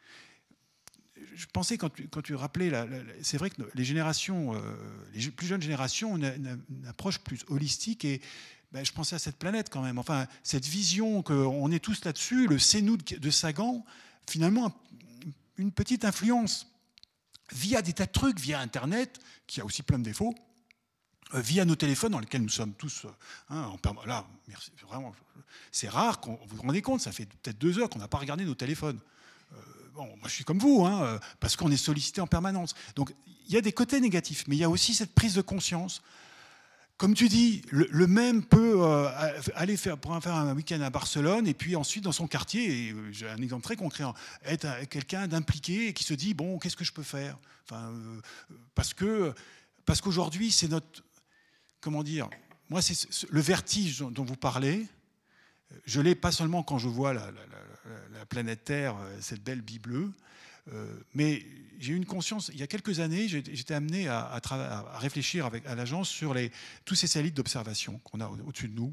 Je pensais, quand tu rappelais, c'est vrai que les générations, les plus jeunes générations ont une approche plus holistique, et je pensais à cette planète quand même. Enfin, cette vision qu'on est tous là-dessus, le c'est nous de Sagan, finalement, une petite influence via des tas de trucs, via Internet, qui a aussi plein de défauts, via nos téléphones dans lesquels nous sommes tous là, merci, vraiment, c'est rare qu'on vous rendez compte, ça fait peut-être 2 heures qu'on n'a pas regardé nos téléphones. Bon, moi je suis comme vous, parce qu'on est sollicité en permanence. Donc il y a des côtés négatifs, mais il y a aussi cette prise de conscience. Comme tu dis, le même peut aller faire un week-end à Barcelone, et puis ensuite dans son quartier, et j'ai un exemple très concret, être quelqu'un d'impliqué et qui se dit bon, qu'est-ce que je peux faire, parce qu'aujourd'hui c'est notre, comment dire, moi c'est le vertige dont vous parlez. Je l'ai pas seulement quand je vois la planète Terre, cette belle bille bleue, mais j'ai eu une conscience. Il y a quelques années, j'étais amené à réfléchir à l'agence sur tous ces satellites d'observation qu'on a au-dessus de nous,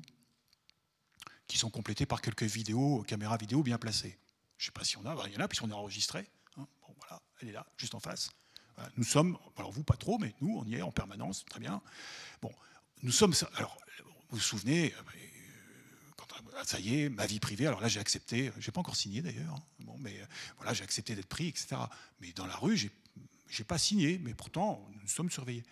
qui sont complétés par quelques caméras vidéo bien placées. Je ne sais pas si il y en a, puisqu'on est enregistré. Bon, voilà, elle est là, juste en face. Voilà, nous sommes, alors vous pas trop, mais nous, on y est en permanence, très bien. Bon, nous sommes, alors, vous vous souvenez, ça y est, ma vie privée, alors là j'ai accepté, je n'ai pas encore signé d'ailleurs, bon, mais voilà, j'ai accepté d'être pris, etc. Mais dans la rue, j'ai pas signé, mais pourtant, nous sommes surveillés.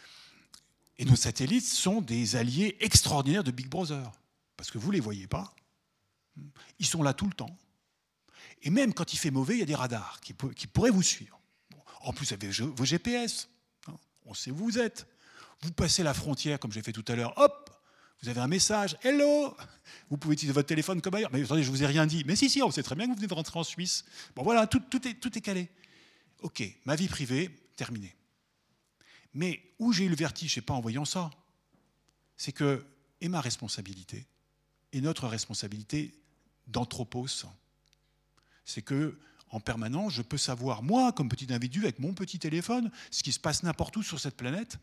Et nos satellites sont des alliés extraordinaires de Big Brother, parce que vous ne les voyez pas, ils sont là tout le temps. Et même quand il fait mauvais, il y a des radars qui pourraient vous suivre. Bon, en plus, vous avez vos GPS, on sait où vous êtes. Vous passez la frontière, comme j'ai fait tout à l'heure, hop, vous avez un message, hello, vous pouvez utiliser votre téléphone comme ailleurs. Mais attendez, je ne vous ai rien dit. Mais si, on sait très bien que vous venez de rentrer en Suisse. Bon voilà, tout est calé. Ok, ma vie privée, terminée. Mais où j'ai eu le vertige, c'est pas en voyant ça. C'est que, et ma responsabilité, et notre responsabilité d'anthropos, c'est que en permanence, je peux savoir, moi, comme petit individu, avec mon petit téléphone, ce qui se passe n'importe où sur cette planète,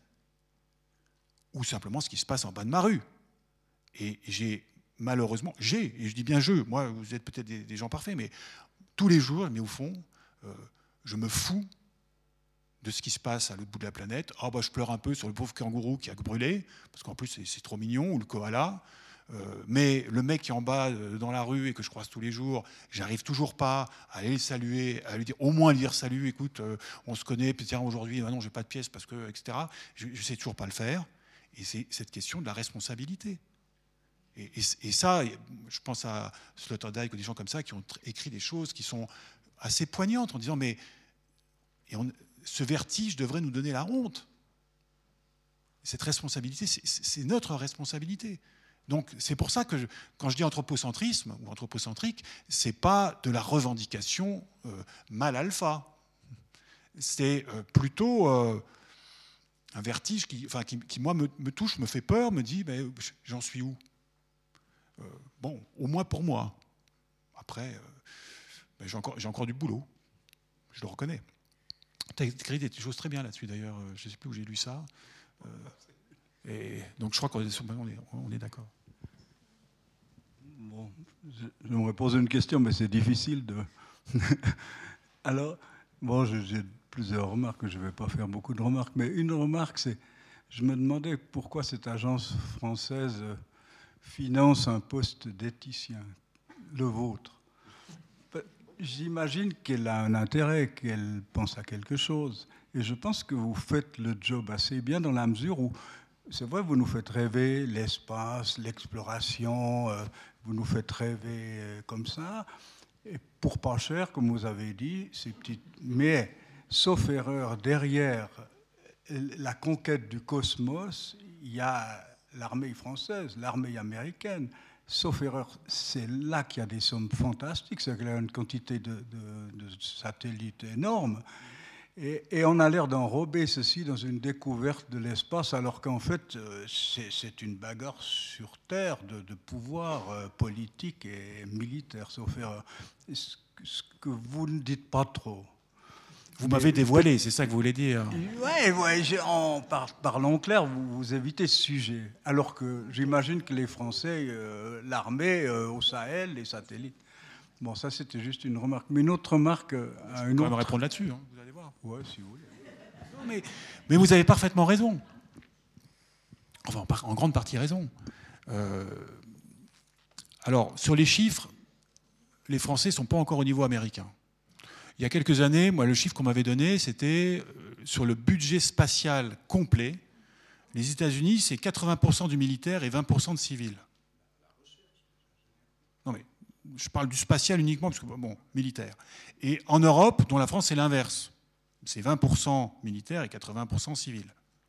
ou simplement ce qui se passe en bas de ma rue. Et j'ai malheureusement, et je dis bien moi, vous êtes peut-être des gens parfaits, mais tous les jours, mais au fond, je me fous de ce qui se passe à l'autre bout de la planète. Je pleure un peu sur le pauvre kangourou qui a brûlé, parce qu'en plus c'est trop mignon, ou le koala. Mais le mec qui est en bas dans la rue et que je croise tous les jours, j'arrive toujours pas à aller le saluer, à lui dire, au moins lui dire salut, écoute, on se connaît, puis tiens, aujourd'hui, non, j'ai pas de pièces parce que, etc. Je sais toujours pas le faire. Et c'est cette question de la responsabilité. Et ça, je pense à Sloterdijk ou des gens comme ça qui ont écrit des choses qui sont assez poignantes en disant mais ce vertige devrait nous donner la honte. Cette responsabilité, c'est notre responsabilité. Donc c'est pour ça que quand je dis anthropocentrisme ou anthropocentrique, c'est pas de la revendication mal alpha. C'est plutôt un vertige qui moi me touche, me fait peur, me dit j'en suis où ? Bon, au moins pour moi. Après, j'ai encore du boulot. Je le reconnais. Tu as écrit des choses très bien là-dessus, d'ailleurs. Je ne sais plus où j'ai lu ça. Et donc, je crois qu'on est d'accord. Bon, je me pose une question, mais c'est difficile de... Alors, bon, j'ai plusieurs remarques. Je ne vais pas faire beaucoup de remarques. Mais une remarque, c'est... Je me demandais pourquoi cette agence française... finance un poste d'éthicien, le vôtre. J'imagine qu'elle a un intérêt, qu'elle pense à quelque chose. Et je pense que vous faites le job assez bien dans la mesure où, c'est vrai, vous nous faites rêver l'espace, l'exploration, vous nous faites rêver comme ça. Et pour pas cher, comme vous avez dit, c'est petit. Mais, sauf erreur, derrière la conquête du cosmos, il y a l'armée française, l'armée américaine. Sauf erreur, c'est là qu'il y a des sommes fantastiques, c'est qu'il y a une quantité de satellites énormes. Et on a l'air d'enrober ceci dans une découverte de l'espace, alors qu'en fait, c'est une bagarre sur Terre de pouvoir politique et militaire, sauf erreur. Ce que vous ne dites pas trop. Vous m'avez dévoilé, c'est ça que vous voulez dire? Oui, en parlant clair, vous évitez ce sujet. Alors que j'imagine que les Français, l'armée au Sahel, les satellites. Bon, ça c'était juste une remarque. Mais une autre remarque à une autre. Je peux répondre là-dessus, hein, vous allez voir. Oui, si vous voulez. Non, mais vous avez parfaitement raison. Enfin, en grande partie raison. Alors, sur les chiffres, les Français ne sont pas encore au niveau américain. Il y a quelques années, moi, le chiffre qu'on m'avait donné, c'était sur le budget spatial complet. Les États-Unis, c'est 80% du militaire et 20% de civil. Non, mais je parle du spatial uniquement, parce que, bon, militaire. Et en Europe, dont la France, c'est l'inverse. C'est 20% militaire et 80% civil.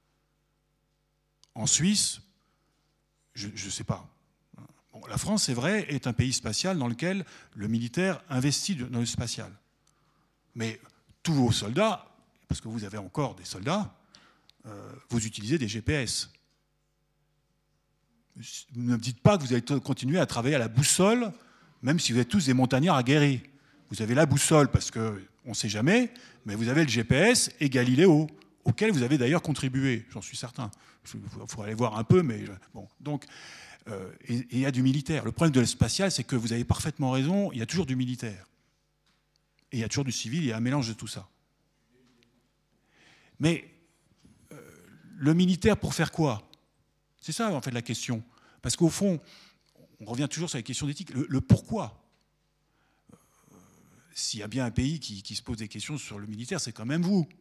En Suisse, je ne sais pas. Bon, la France, c'est vrai, est un pays spatial dans lequel le militaire investit dans le spatial. Mais tous vos soldats, parce que vous avez encore des soldats, vous utilisez des GPS. Ne me dites pas que vous allez continuer à travailler à la boussole, même si vous êtes tous des montagnards aguerris. Vous avez la boussole parce qu'on ne sait jamais, mais vous avez le GPS et Galiléo, auquel vous avez d'ailleurs contribué, j'en suis certain. Il faudra aller voir un peu, mais bon. Donc, et il y a du militaire. Le problème de l'espacial, c'est que vous avez parfaitement raison, il y a toujours du militaire. Et il y a toujours du civil, il y a un mélange de tout ça. Mais le militaire, pour faire quoi? C'est ça, en fait, la question. Parce qu'au fond, on revient toujours sur la question d'éthique. Le pourquoi? S'il y a bien un pays qui se pose des questions sur le militaire, c'est quand même vous.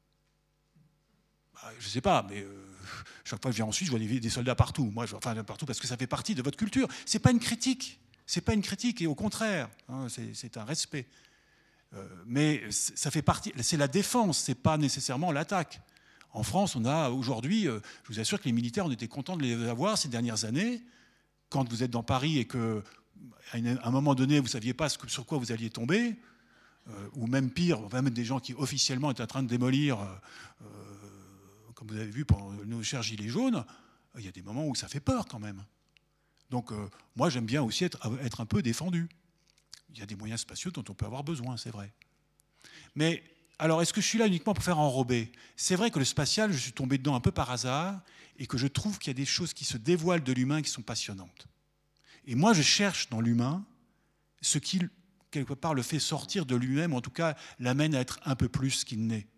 Bah, je ne sais pas, mais chaque fois que je viens en Suisse, je vois des soldats partout. Moi, partout parce que ça fait partie de votre culture. Ce n'est pas une critique. C'est pas une critique, et au contraire, hein, c'est un respect. Mais ça fait partie, c'est la défense, c'est pas nécessairement l'attaque. En France, on a aujourd'hui, je vous assure que les militaires, on était contents de les avoir ces dernières années. Quand vous êtes dans Paris et qu'à un moment donné, vous ne saviez pas sur quoi vous alliez tomber, ou même pire, on va mettre des gens qui officiellement étaient en train de démolir, comme vous avez vu pendant nos chers gilets jaunes, il y a des moments où ça fait peur quand même. Donc moi, j'aime bien aussi être un peu défendu. Il y a des moyens spatiaux dont on peut avoir besoin, c'est vrai. Mais alors, est-ce que je suis là uniquement pour faire enrober? C'est vrai que le spatial, je suis tombé dedans un peu par hasard et que je trouve qu'il y a des choses qui se dévoilent de l'humain qui sont passionnantes. Et moi, je cherche dans l'humain ce qui, quelque part, le fait sortir de lui-même, ou en tout cas, l'amène à être un peu plus ce qu'il n'est.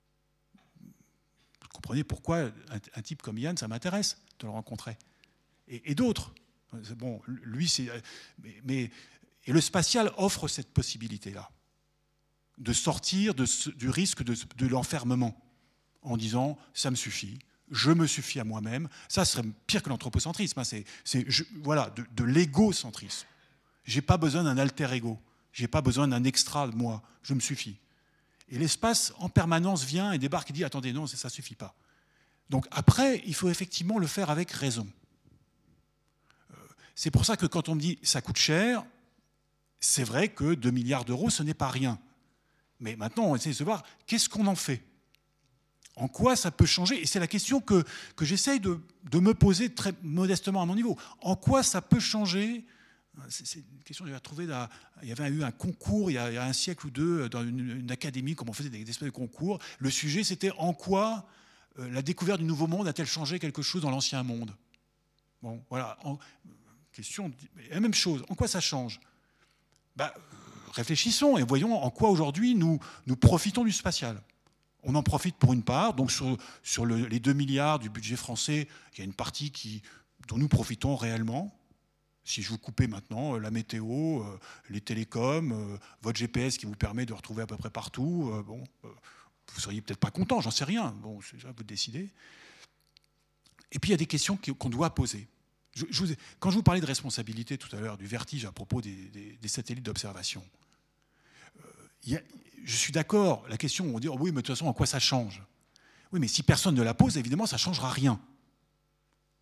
Vous comprenez pourquoi un type comme Yann, ça m'intéresse de le rencontrer. Et d'autres. Bon, lui, c'est... Et le spatial offre cette possibilité-là, de sortir du risque de l'enfermement, en disant « ça me suffit, je me suffis à moi-même ». Ça serait pire que l'anthropocentrisme, hein, voilà, de l'égocentrisme. Je n'ai pas besoin d'un alter ego, je n'ai pas besoin d'un extra de moi, je me suffis. Et l'espace, en permanence, vient et débarque et dit « attendez, non, ça ne suffit pas ». Donc après, il faut effectivement le faire avec raison. C'est pour ça que quand on me dit « ça coûte cher », c'est vrai que 2 milliards d'euros, ce n'est pas rien. Mais maintenant, on essaie de se voir, qu'est-ce qu'on en fait? En quoi ça peut changer? Et c'est la question que j'essaye de me poser très modestement à mon niveau. En quoi ça peut changer? C'est une question que j'avais trouvée. Il y avait eu un concours il y a un siècle ou deux dans une académie, comme on faisait des espèces de concours. Le sujet, c'était en quoi la découverte du Nouveau Monde a-t-elle changé quelque chose dans l'Ancien Monde? Bon, voilà. Question, la même chose. En quoi ça change? Réfléchissons et voyons en quoi aujourd'hui nous profitons du spatial. On en profite pour une part, donc sur les 2 milliards du budget français, il y a une partie dont nous profitons réellement. Si je vous coupais maintenant la météo, les télécoms, votre GPS qui vous permet de retrouver à peu près partout, vous seriez peut-être pas content, j'en sais rien. Bon, c'est déjà à vous de décider. Et puis il y a des questions qu'on doit poser. Quand je vous parlais de responsabilité tout à l'heure, du vertige à propos des satellites d'observation, je suis d'accord, la question, on dit oh oui, mais de toute façon, en quoi ça change? Oui, mais si personne ne la pose, évidemment, ça ne changera rien.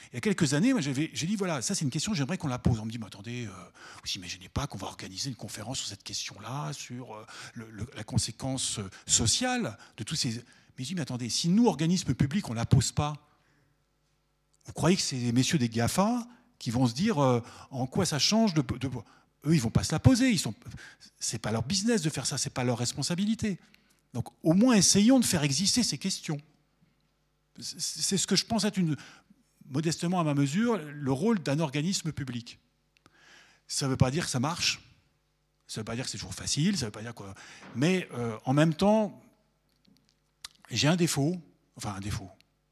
Il y a quelques années, j'ai dit, voilà, ça c'est une question, j'aimerais qu'on la pose. On me dit, mais attendez, vous imaginez pas qu'on va organiser une conférence sur cette question-là, sur la conséquence sociale de tous ces... Mais je dis, mais attendez, si nous, organismes publics, on ne la pose pas, vous croyez que c'est les messieurs des GAFA qui vont se dire en quoi ça change de... Eux, ils ne vont pas se la poser. Ce n'est pas leur business de faire ça, ce n'est pas leur responsabilité. Donc, au moins, essayons de faire exister ces questions. C'est ce que je pense être, modestement à ma mesure, le rôle d'un organisme public. Ça ne veut pas dire que ça marche, ça ne veut pas dire que c'est toujours facile, ça veut pas dire quoi. Mais en même temps, j'ai un défaut, enfin un défaut.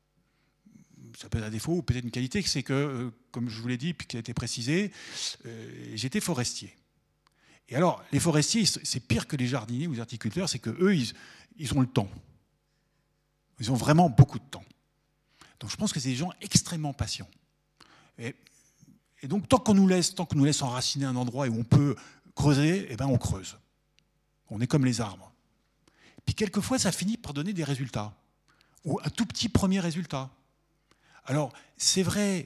Ça peut être un défaut ou peut-être une qualité, c'est que, comme je vous l'ai dit, puis qui a été précisé, j'étais forestier. Et alors, les forestiers, c'est pire que les jardiniers ou les horticulteurs, c'est qu'eux, ils ont le temps. Ils ont vraiment beaucoup de temps. Donc je pense que c'est des gens extrêmement patients. Et donc, tant qu'on nous laisse enraciner un endroit où on peut creuser, eh ben on creuse. On est comme les arbres. Puis quelquefois, ça finit par donner des résultats, ou un tout petit premier résultat. Alors, c'est vrai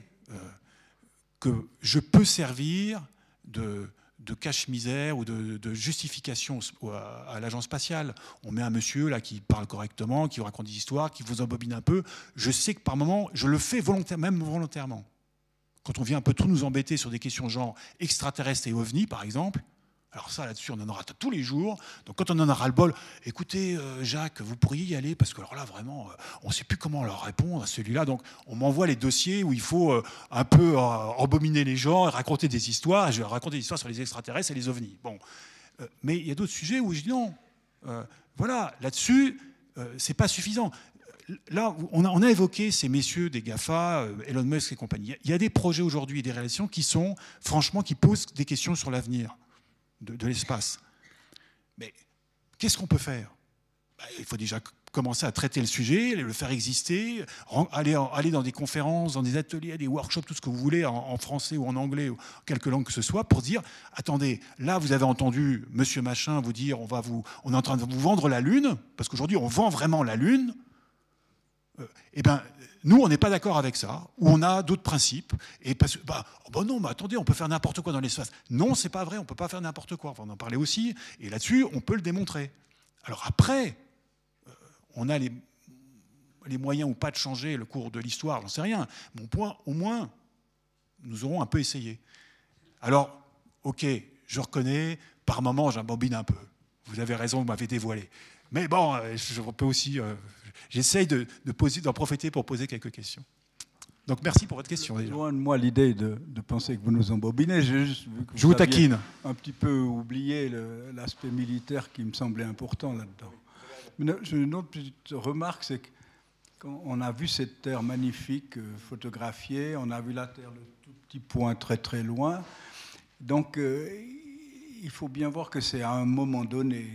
que je peux servir de cache-misère ou de justification à l'agence spatiale. On met un monsieur là qui parle correctement, qui vous raconte des histoires, qui vous embobine un peu. Je sais que par moments, je le fais même volontairement. Quand on vient un peu tout nous embêter sur des questions genre extraterrestres et ovnis, par exemple, alors ça, là-dessus, on en aura tous les jours. Donc quand on en aura le bol, écoutez, Jacques, vous pourriez y aller, parce que alors là, vraiment, on ne sait plus comment leur répondre à celui-là. Donc on m'envoie les dossiers où il faut un peu embobiner les gens et raconter des histoires. Et je vais raconter des histoires sur les extraterrestres et les ovnis. Bon. Mais il y a d'autres sujets où je dis non. Voilà, là-dessus, c'est pas suffisant. Là, on a évoqué ces messieurs des GAFA, Elon Musk et compagnie. Il y a des projets aujourd'hui et des réalisations qui sont, franchement, qui posent des questions sur l'avenir de l'espace. Mais qu'est-ce qu'on peut faire ? Il faut déjà commencer à traiter le sujet, le faire exister, aller dans des conférences, dans des ateliers, des workshops, tout ce que vous voulez, en français ou en anglais, ou quelque langue que ce soit, pour dire, attendez, là vous avez entendu monsieur machin vous dire, on est en train de vous vendre la Lune, parce qu'aujourd'hui on vend vraiment la Lune. Eh bien, nous, on n'est pas d'accord avec ça, ou on a d'autres principes, et parce que, non, mais attendez, on peut faire n'importe quoi dans l'espace. Non, c'est pas vrai, on ne peut pas faire n'importe quoi. Enfin, on en parlait aussi, et là-dessus, on peut le démontrer. Alors après, on a les moyens ou pas de changer le cours de l'histoire, j'en sais rien. Mon point, au moins, nous aurons un peu essayé. Alors, ok, je reconnais, par moments, j'embobine un peu. Vous avez raison, vous m'avez dévoilé. Mais bon, je peux aussi... j'essaye d'en profiter pour poser quelques questions. Donc merci pour votre question. Déjà. Loin de moi l'idée de penser que vous nous embobinez. Je vous taquine. Un petit peu oublié l'aspect militaire qui me semblait important là-dedans. J'ai une autre petite remarque, c'est qu'on a vu cette Terre magnifique photographiée, on a vu la Terre de tout petit point très très loin. Donc il faut bien voir que c'est à un moment donné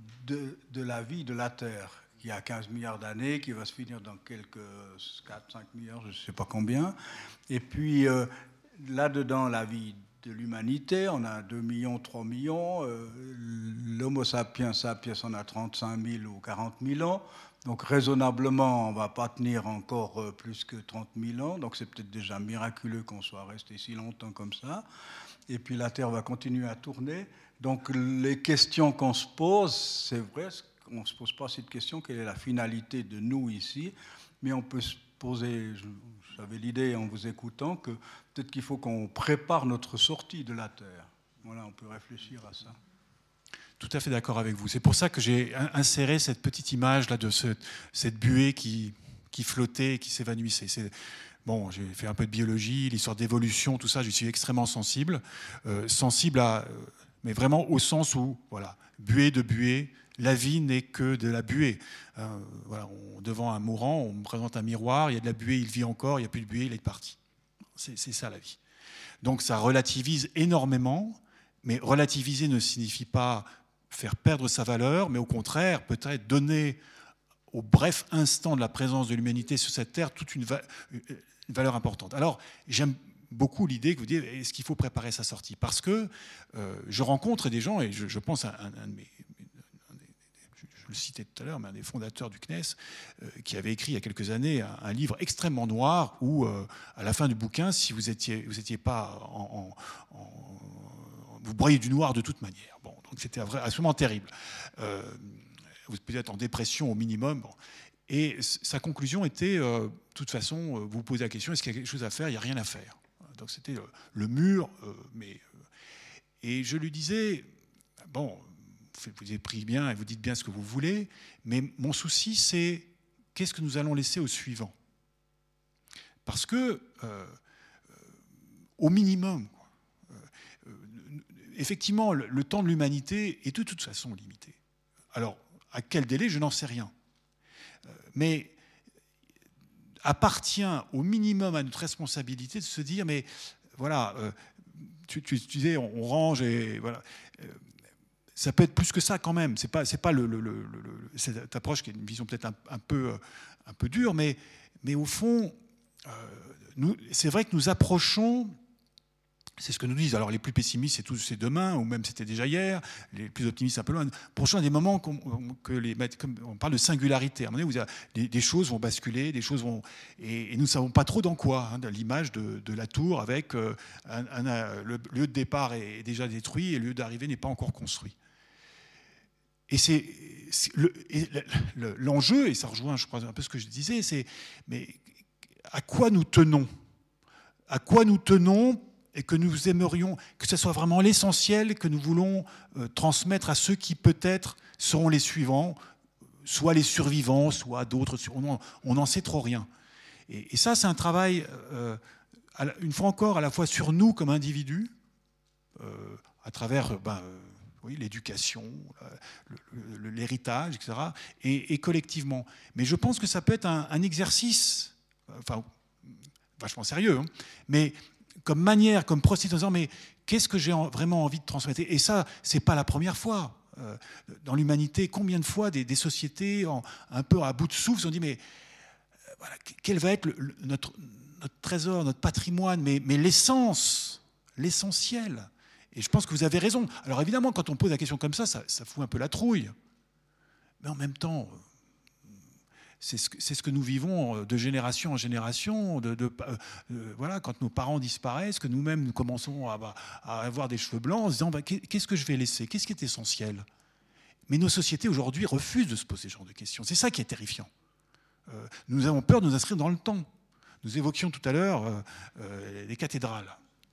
de la vie de la Terre, qui a 15 milliards d'années, qui va se finir dans quelques 4-5 milliards, je ne sais pas combien. Et puis, là-dedans, la vie de l'humanité, on a 2 millions, 3 millions. L'Homo sapiens sapiens, on a 35 000 ou 40 000 ans. Donc, raisonnablement, on ne va pas tenir encore plus que 30 000 ans. Donc, c'est peut-être déjà miraculeux qu'on soit resté si longtemps comme ça. Et puis, la Terre va continuer à tourner. Donc, les questions qu'on se pose, c'est vrai, on ne se pose pas cette question, quelle est la finalité de nous ici, mais on peut se poser, j'avais l'idée en vous écoutant, que peut-être qu'il faut qu'on prépare notre sortie de la Terre. Voilà, on peut réfléchir à ça. Tout à fait d'accord avec vous. C'est pour ça que j'ai inséré cette petite image là de cette buée qui flottait, qui s'évanouissait. Bon, j'ai fait un peu de biologie, l'histoire d'évolution, tout ça, je suis extrêmement sensible. Sensible à... mais vraiment au sens où, voilà, buée de buée, la vie n'est que de la buée. Voilà, devant un mourant, on me présente un miroir, il y a de la buée, il vit encore, il n'y a plus de buée, il est parti. C'est ça la vie. Donc ça relativise énormément, mais relativiser ne signifie pas faire perdre sa valeur, mais au contraire, peut-être donner au bref instant de la présence de l'humanité sur cette terre toute une valeur importante. Alors, j'aime beaucoup l'idée que vous dites, est-ce qu'il faut préparer sa sortie ? Parce que je rencontre des gens, et je pense à un de mes... Je le citais tout à l'heure, mais un des fondateurs du CNES, qui avait écrit il y a quelques années un livre extrêmement noir où, à la fin du bouquin, si vous étiez pas vous broyez du noir de toute manière. Bon, donc c'était absolument terrible. Vous pouvez être en dépression au minimum. Bon. Et sa conclusion était, de toute façon, vous vous posez la question, est-ce qu'il y a quelque chose à faire? Il n'y a rien à faire. Donc c'était le mur. Et je lui disais, bon, vous avez pris bien et vous dites bien ce que vous voulez, mais mon souci, c'est qu'est-ce que nous allons laisser au suivant? Parce que, au minimum, effectivement, le temps de l'humanité est de toute façon limité. Alors, à quel délai, je n'en sais rien. Mais appartient au minimum à notre responsabilité de se dire, mais voilà, tu disais, on range et voilà. Ça peut être plus que ça quand même. C'est pas cette approche qui est une vision peut-être un peu dure, mais au fond, c'est vrai que nous approchons. C'est ce que nous disent. Alors les plus pessimistes, c'est demain, ou même c'était déjà hier. Les plus optimistes, un peu loin. Prochain des moments comme on parle de singularité. À un moment donné, des choses vont basculer, des choses vont, et nous ne savons pas trop dans quoi. L'image de la tour avec le lieu de départ est déjà détruit et le lieu d'arrivée n'est pas encore construit. Et l'enjeu, et ça rejoint, je crois, un peu ce que je disais, c'est mais à quoi nous tenons? À quoi nous tenons? Et que nous aimerions que ce soit vraiment l'essentiel que nous voulons transmettre à ceux qui peut-être seront les suivants, soit les survivants, soit d'autres. On n'en sait trop rien. Et ça, c'est un travail, une fois encore, à la fois sur nous comme individus, à travers l'éducation, l'héritage, etc., et collectivement. Mais je pense que ça peut être un exercice, vachement sérieux, hein, mais comme manière, comme procédé, en disant mais qu'est-ce que j'ai vraiment envie de transmettre? Et ça, c'est pas la première fois. Dans l'humanité, combien de fois des sociétés un peu à bout de souffle se sont dit mais voilà, quel va être notre trésor, notre patrimoine, mais l'essence, l'essentiel. Et je pense que vous avez raison. Alors évidemment, quand on pose la question comme ça fout un peu la trouille. Mais en même temps, c'est ce que nous vivons de génération en génération. Voilà, quand nos parents disparaissent, que nous-mêmes nous commençons à avoir des cheveux blancs, en se disant qu'est-ce que je vais laisser? Qu'est-ce qui est essentiel? Mais nos sociétés aujourd'hui refusent de se poser ce genre de questions. C'est ça qui est terrifiant. Nous avons peur de nous inscrire dans le temps. Nous évoquions tout à l'heure les cathédrales.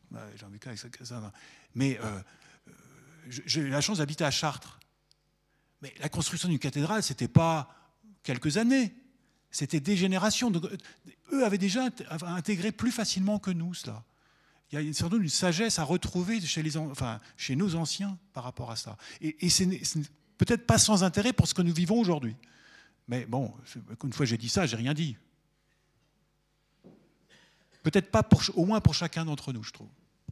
Mais j'ai eu la chance d'habiter à Chartres. Mais la construction d'une cathédrale, ce n'était pas quelques années, c'était des générations. Donc, eux avaient déjà intégré plus facilement que nous cela. Il y a sans doute une sagesse à retrouver chez nos anciens par rapport à ça. Et c'est peut-être pas sans intérêt pour ce que nous vivons aujourd'hui. Mais bon, une fois j'ai dit ça, j'ai rien dit. Peut-être pas, au moins pour chacun d'entre nous, je trouve.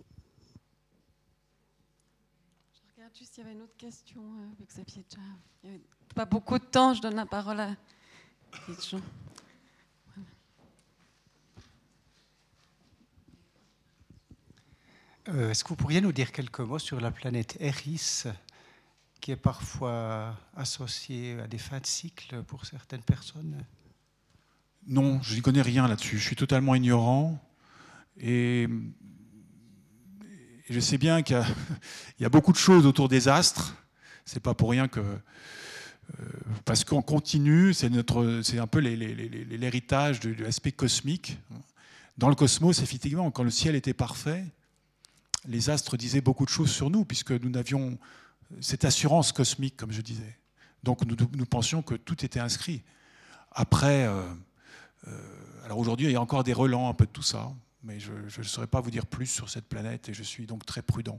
Je regarde juste s'il y avait une autre question, vu que Xavier déjà... Il n'y avait pas beaucoup de temps, je donne la parole à les gens. Est-ce que vous pourriez nous dire quelques mots sur la planète Eris, qui est parfois associée à des fins de cycle pour certaines personnes? Non, je n'y connais rien là-dessus. Je suis totalement ignorant. Et je sais bien qu'il y a beaucoup de choses autour des astres. C'est pas pour rien que... parce qu'on continue, c'est un peu l'héritage de l'aspect cosmique. Dans le cosmos, effectivement, quand le ciel était parfait, les astres disaient beaucoup de choses sur nous, puisque nous avions cette assurance cosmique, comme je disais. Donc nous pensions que tout était inscrit. Après, alors aujourd'hui, il y a encore des relents un peu de tout ça, mais je ne saurais pas vous dire plus sur cette planète, et je suis donc très prudent.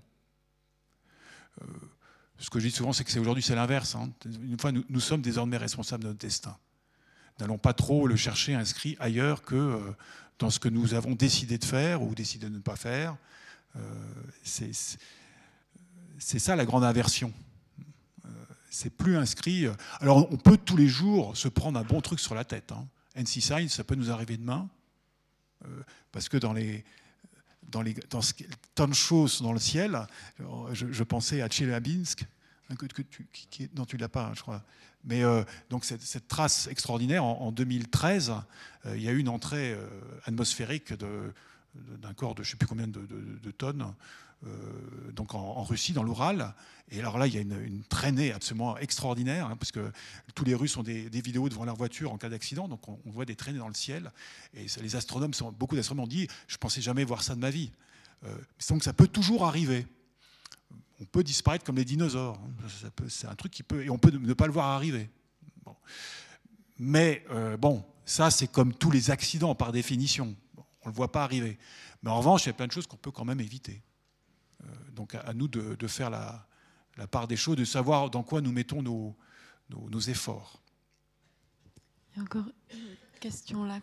Ce que je dis souvent, c'est que aujourd'hui, c'est l'inverse. Hein. Une fois, nous sommes désormais responsables de notre destin. N'allons pas trop le chercher inscrit ailleurs que dans ce que nous avons décidé de faire ou décidé de ne pas faire. C'est ça la grande inversion. C'est plus inscrit. Alors, on peut tous les jours se prendre un bon truc sur la tête. Hein. NC Science, ça peut nous arriver demain. Parce que dans tant de choses dans le ciel, je pensais à Tcheliabinsk, Non, tu ne l'as pas, je crois. Mais donc cette trace extraordinaire, en 2013, il y a eu une entrée atmosphérique d'un corps de je ne sais plus combien de tonnes, donc en Russie, dans l'Oural. Et alors là, il y a une traînée absolument extraordinaire, parce que tous les Russes ont des vidéos devant leur voiture en cas d'accident, donc on voit des traînées dans le ciel. Et les astronomes, beaucoup d'astronomes ont dit « je ne pensais jamais voir ça de ma vie ». Donc ça peut toujours arriver. On peut disparaître comme les dinosaures. C'est un truc qui peut... Et on peut ne pas le voir arriver. Bon. Mais bon, ça, c'est comme tous les accidents, par définition. Bon, on ne le voit pas arriver. Mais en revanche, il y a plein de choses qu'on peut quand même éviter. Donc à nous de faire la part des choses, de savoir dans quoi nous mettons nos efforts. Il y a encore une question là.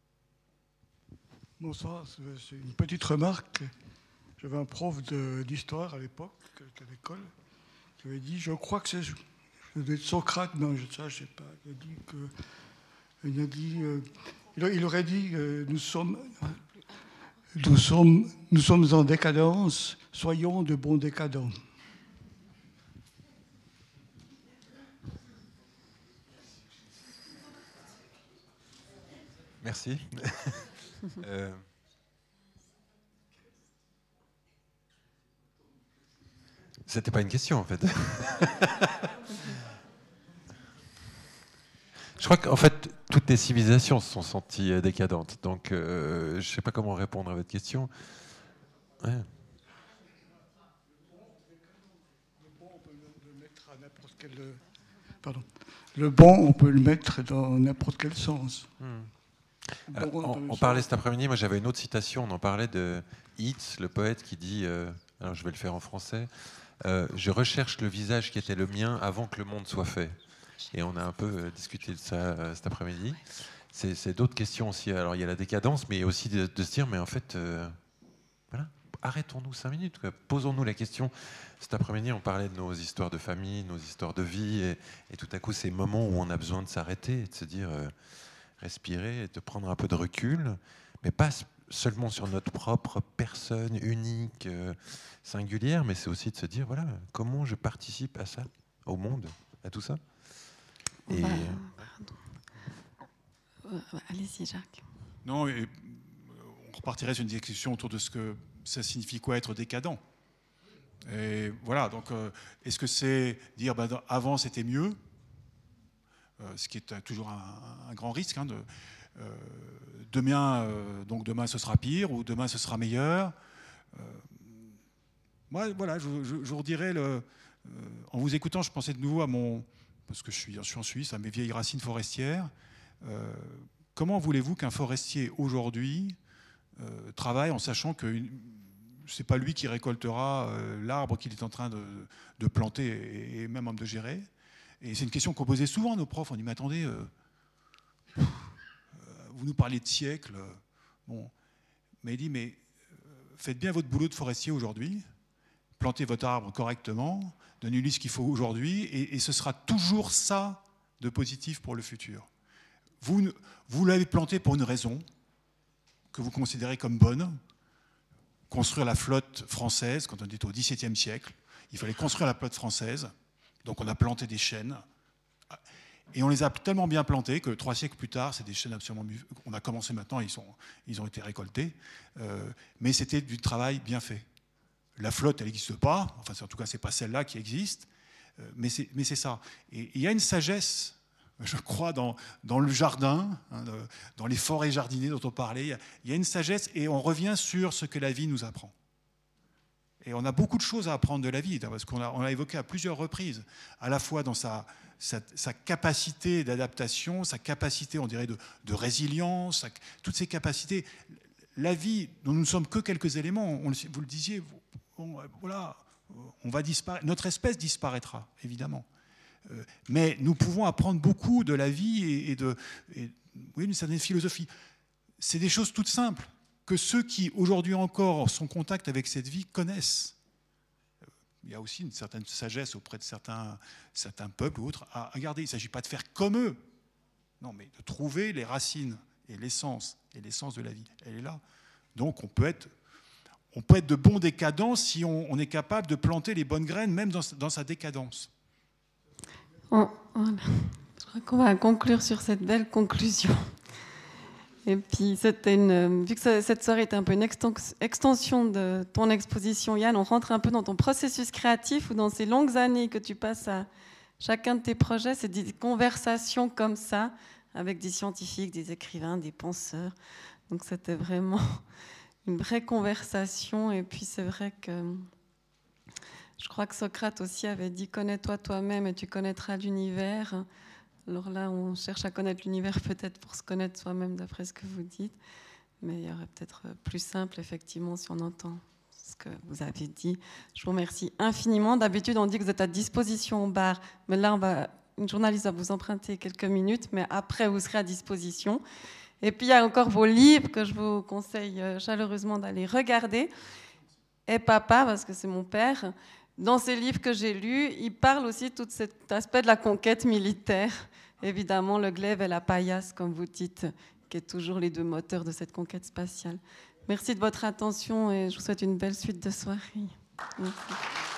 Bonsoir, c'est une petite remarque. J'avais un prof d'histoire à l'époque, à l'école, qui avait dit, je crois que ça doit être Socrate, non, ça je ne sais pas, il aurait dit, nous sommes en décadence, soyons de bons décadents. Merci. C'était pas une question en fait. Je crois qu'en fait toutes les civilisations se sont senties décadentes. Donc je ne sais pas comment répondre à votre question. Ouais. Le bon, on peut le mettre dans n'importe quel sens. On parlait cet après-midi, moi j'avais une autre citation, on en parlait de Yeats, le poète qui dit, alors je vais le faire en français, je recherche le visage qui était le mien avant que le monde soit fait. Et on a un peu discuté de ça cet après-midi. C'est d'autres questions aussi. Alors il y a la décadence, mais aussi de se dire, mais en fait, voilà, arrêtons-nous 5 minutes. Posons-nous la question. Cet après-midi, on parlait de nos histoires de famille, nos histoires de vie, et tout à coup, ces moments où on a besoin de s'arrêter et de se dire, respirer, et de prendre un peu de recul, mais pas seulement sur notre propre personne unique, singulière, mais c'est aussi de se dire, voilà, comment je participe à ça, au monde, à tout ça. Et... Allez-y, Jacques. Non, on repartirait sur une discussion autour de ce que ça signifie quoi être décadent. Et voilà, donc est-ce que c'est dire avant c'était mieux, ce qui est toujours un grand risque, hein, demain ce sera pire ou demain ce sera meilleur. Moi, voilà, je vous redirais, en vous écoutant, je pensais de nouveau parce que je suis en Suisse, à mes vieilles racines forestières. Comment voulez-vous qu'un forestier aujourd'hui travaille en sachant que c'est pas lui qui récoltera l'arbre qu'il est en train de planter et même de gérer? Et c'est une question qu'on posait souvent à nos profs. On dit, mais attendez, vous nous parlez de siècles. Bon. Mais il dit, mais faites bien votre boulot de forestier aujourd'hui, plantez votre arbre correctement, donnez-lui ce qu'il faut aujourd'hui, et ce sera toujours ça de positif pour le futur. Vous l'avez planté pour une raison que vous considérez comme bonne. Construire la flotte française, quand on est au XVIIe siècle, il fallait construire la flotte française. Donc on a planté des chênes. Et on les a tellement bien plantés que 3 siècles plus tard, c'est des chênes absolument... On a commencé maintenant, ils ont été récoltés. Mais c'était du travail bien fait. La flotte, elle n'existe pas. Enfin, en tout cas, ce n'est pas celle-là qui existe. Mais c'est ça. Et il y a une sagesse, je crois, dans le jardin, hein, dans les forêts jardinées dont on parlait. Il y a une sagesse et on revient sur ce que la vie nous apprend. Et on a beaucoup de choses à apprendre de la vie, parce qu'on l'a évoqué à plusieurs reprises, à la fois dans sa capacité d'adaptation, sa capacité, on dirait, de résilience, toutes ces capacités. La vie, dont nous ne sommes que quelques éléments, vous le disiez, voilà, on va disparaître, notre espèce disparaîtra, évidemment. Mais nous pouvons apprendre beaucoup de la vie et oui, d'une certaine philosophie. C'est des choses toutes simples que ceux qui, aujourd'hui encore, sont en contact avec cette vie, connaissent. Il y a aussi une certaine sagesse auprès de certains peuples ou autres à garder. Il ne s'agit pas de faire comme eux, non, mais de trouver les racines et l'essence de la vie. Elle est là. Donc on peut on peut être de bons décadents si on est capable de planter les bonnes graines, même dans sa décadence. Voilà. Je crois qu'on va conclure sur cette belle conclusion. Et puis, vu que cette soirée était un peu une extension de ton exposition, Yann, on rentre un peu dans ton processus créatif ou dans ces longues années que tu passes à chacun de tes projets. C'est des conversations comme ça, avec des scientifiques, des écrivains, des penseurs. Donc, c'était vraiment une vraie conversation. Et puis, c'est vrai que je crois que Socrate aussi avait dit « Connais-toi toi-même et tu connaîtras l'univers ». Alors là, on cherche à connaître l'univers peut-être pour se connaître soi-même, d'après ce que vous dites. Mais il y aurait peut-être plus simple, effectivement, si on entend ce que vous avez dit. Je vous remercie infiniment. D'habitude, on dit que vous êtes à disposition au bar. Mais là, une journaliste va vous emprunter quelques minutes, mais après, vous serez à disposition. Et puis, il y a encore vos livres que je vous conseille chaleureusement d'aller regarder. Et papa, parce que c'est mon père, dans ces livres que j'ai lus, il parle aussi de tout cet aspect de la conquête militaire. Évidemment, le glaive et la paillasse, comme vous dites, qui est toujours les deux moteurs de cette conquête spatiale. Merci de votre attention et je vous souhaite une belle suite de soirée. Merci.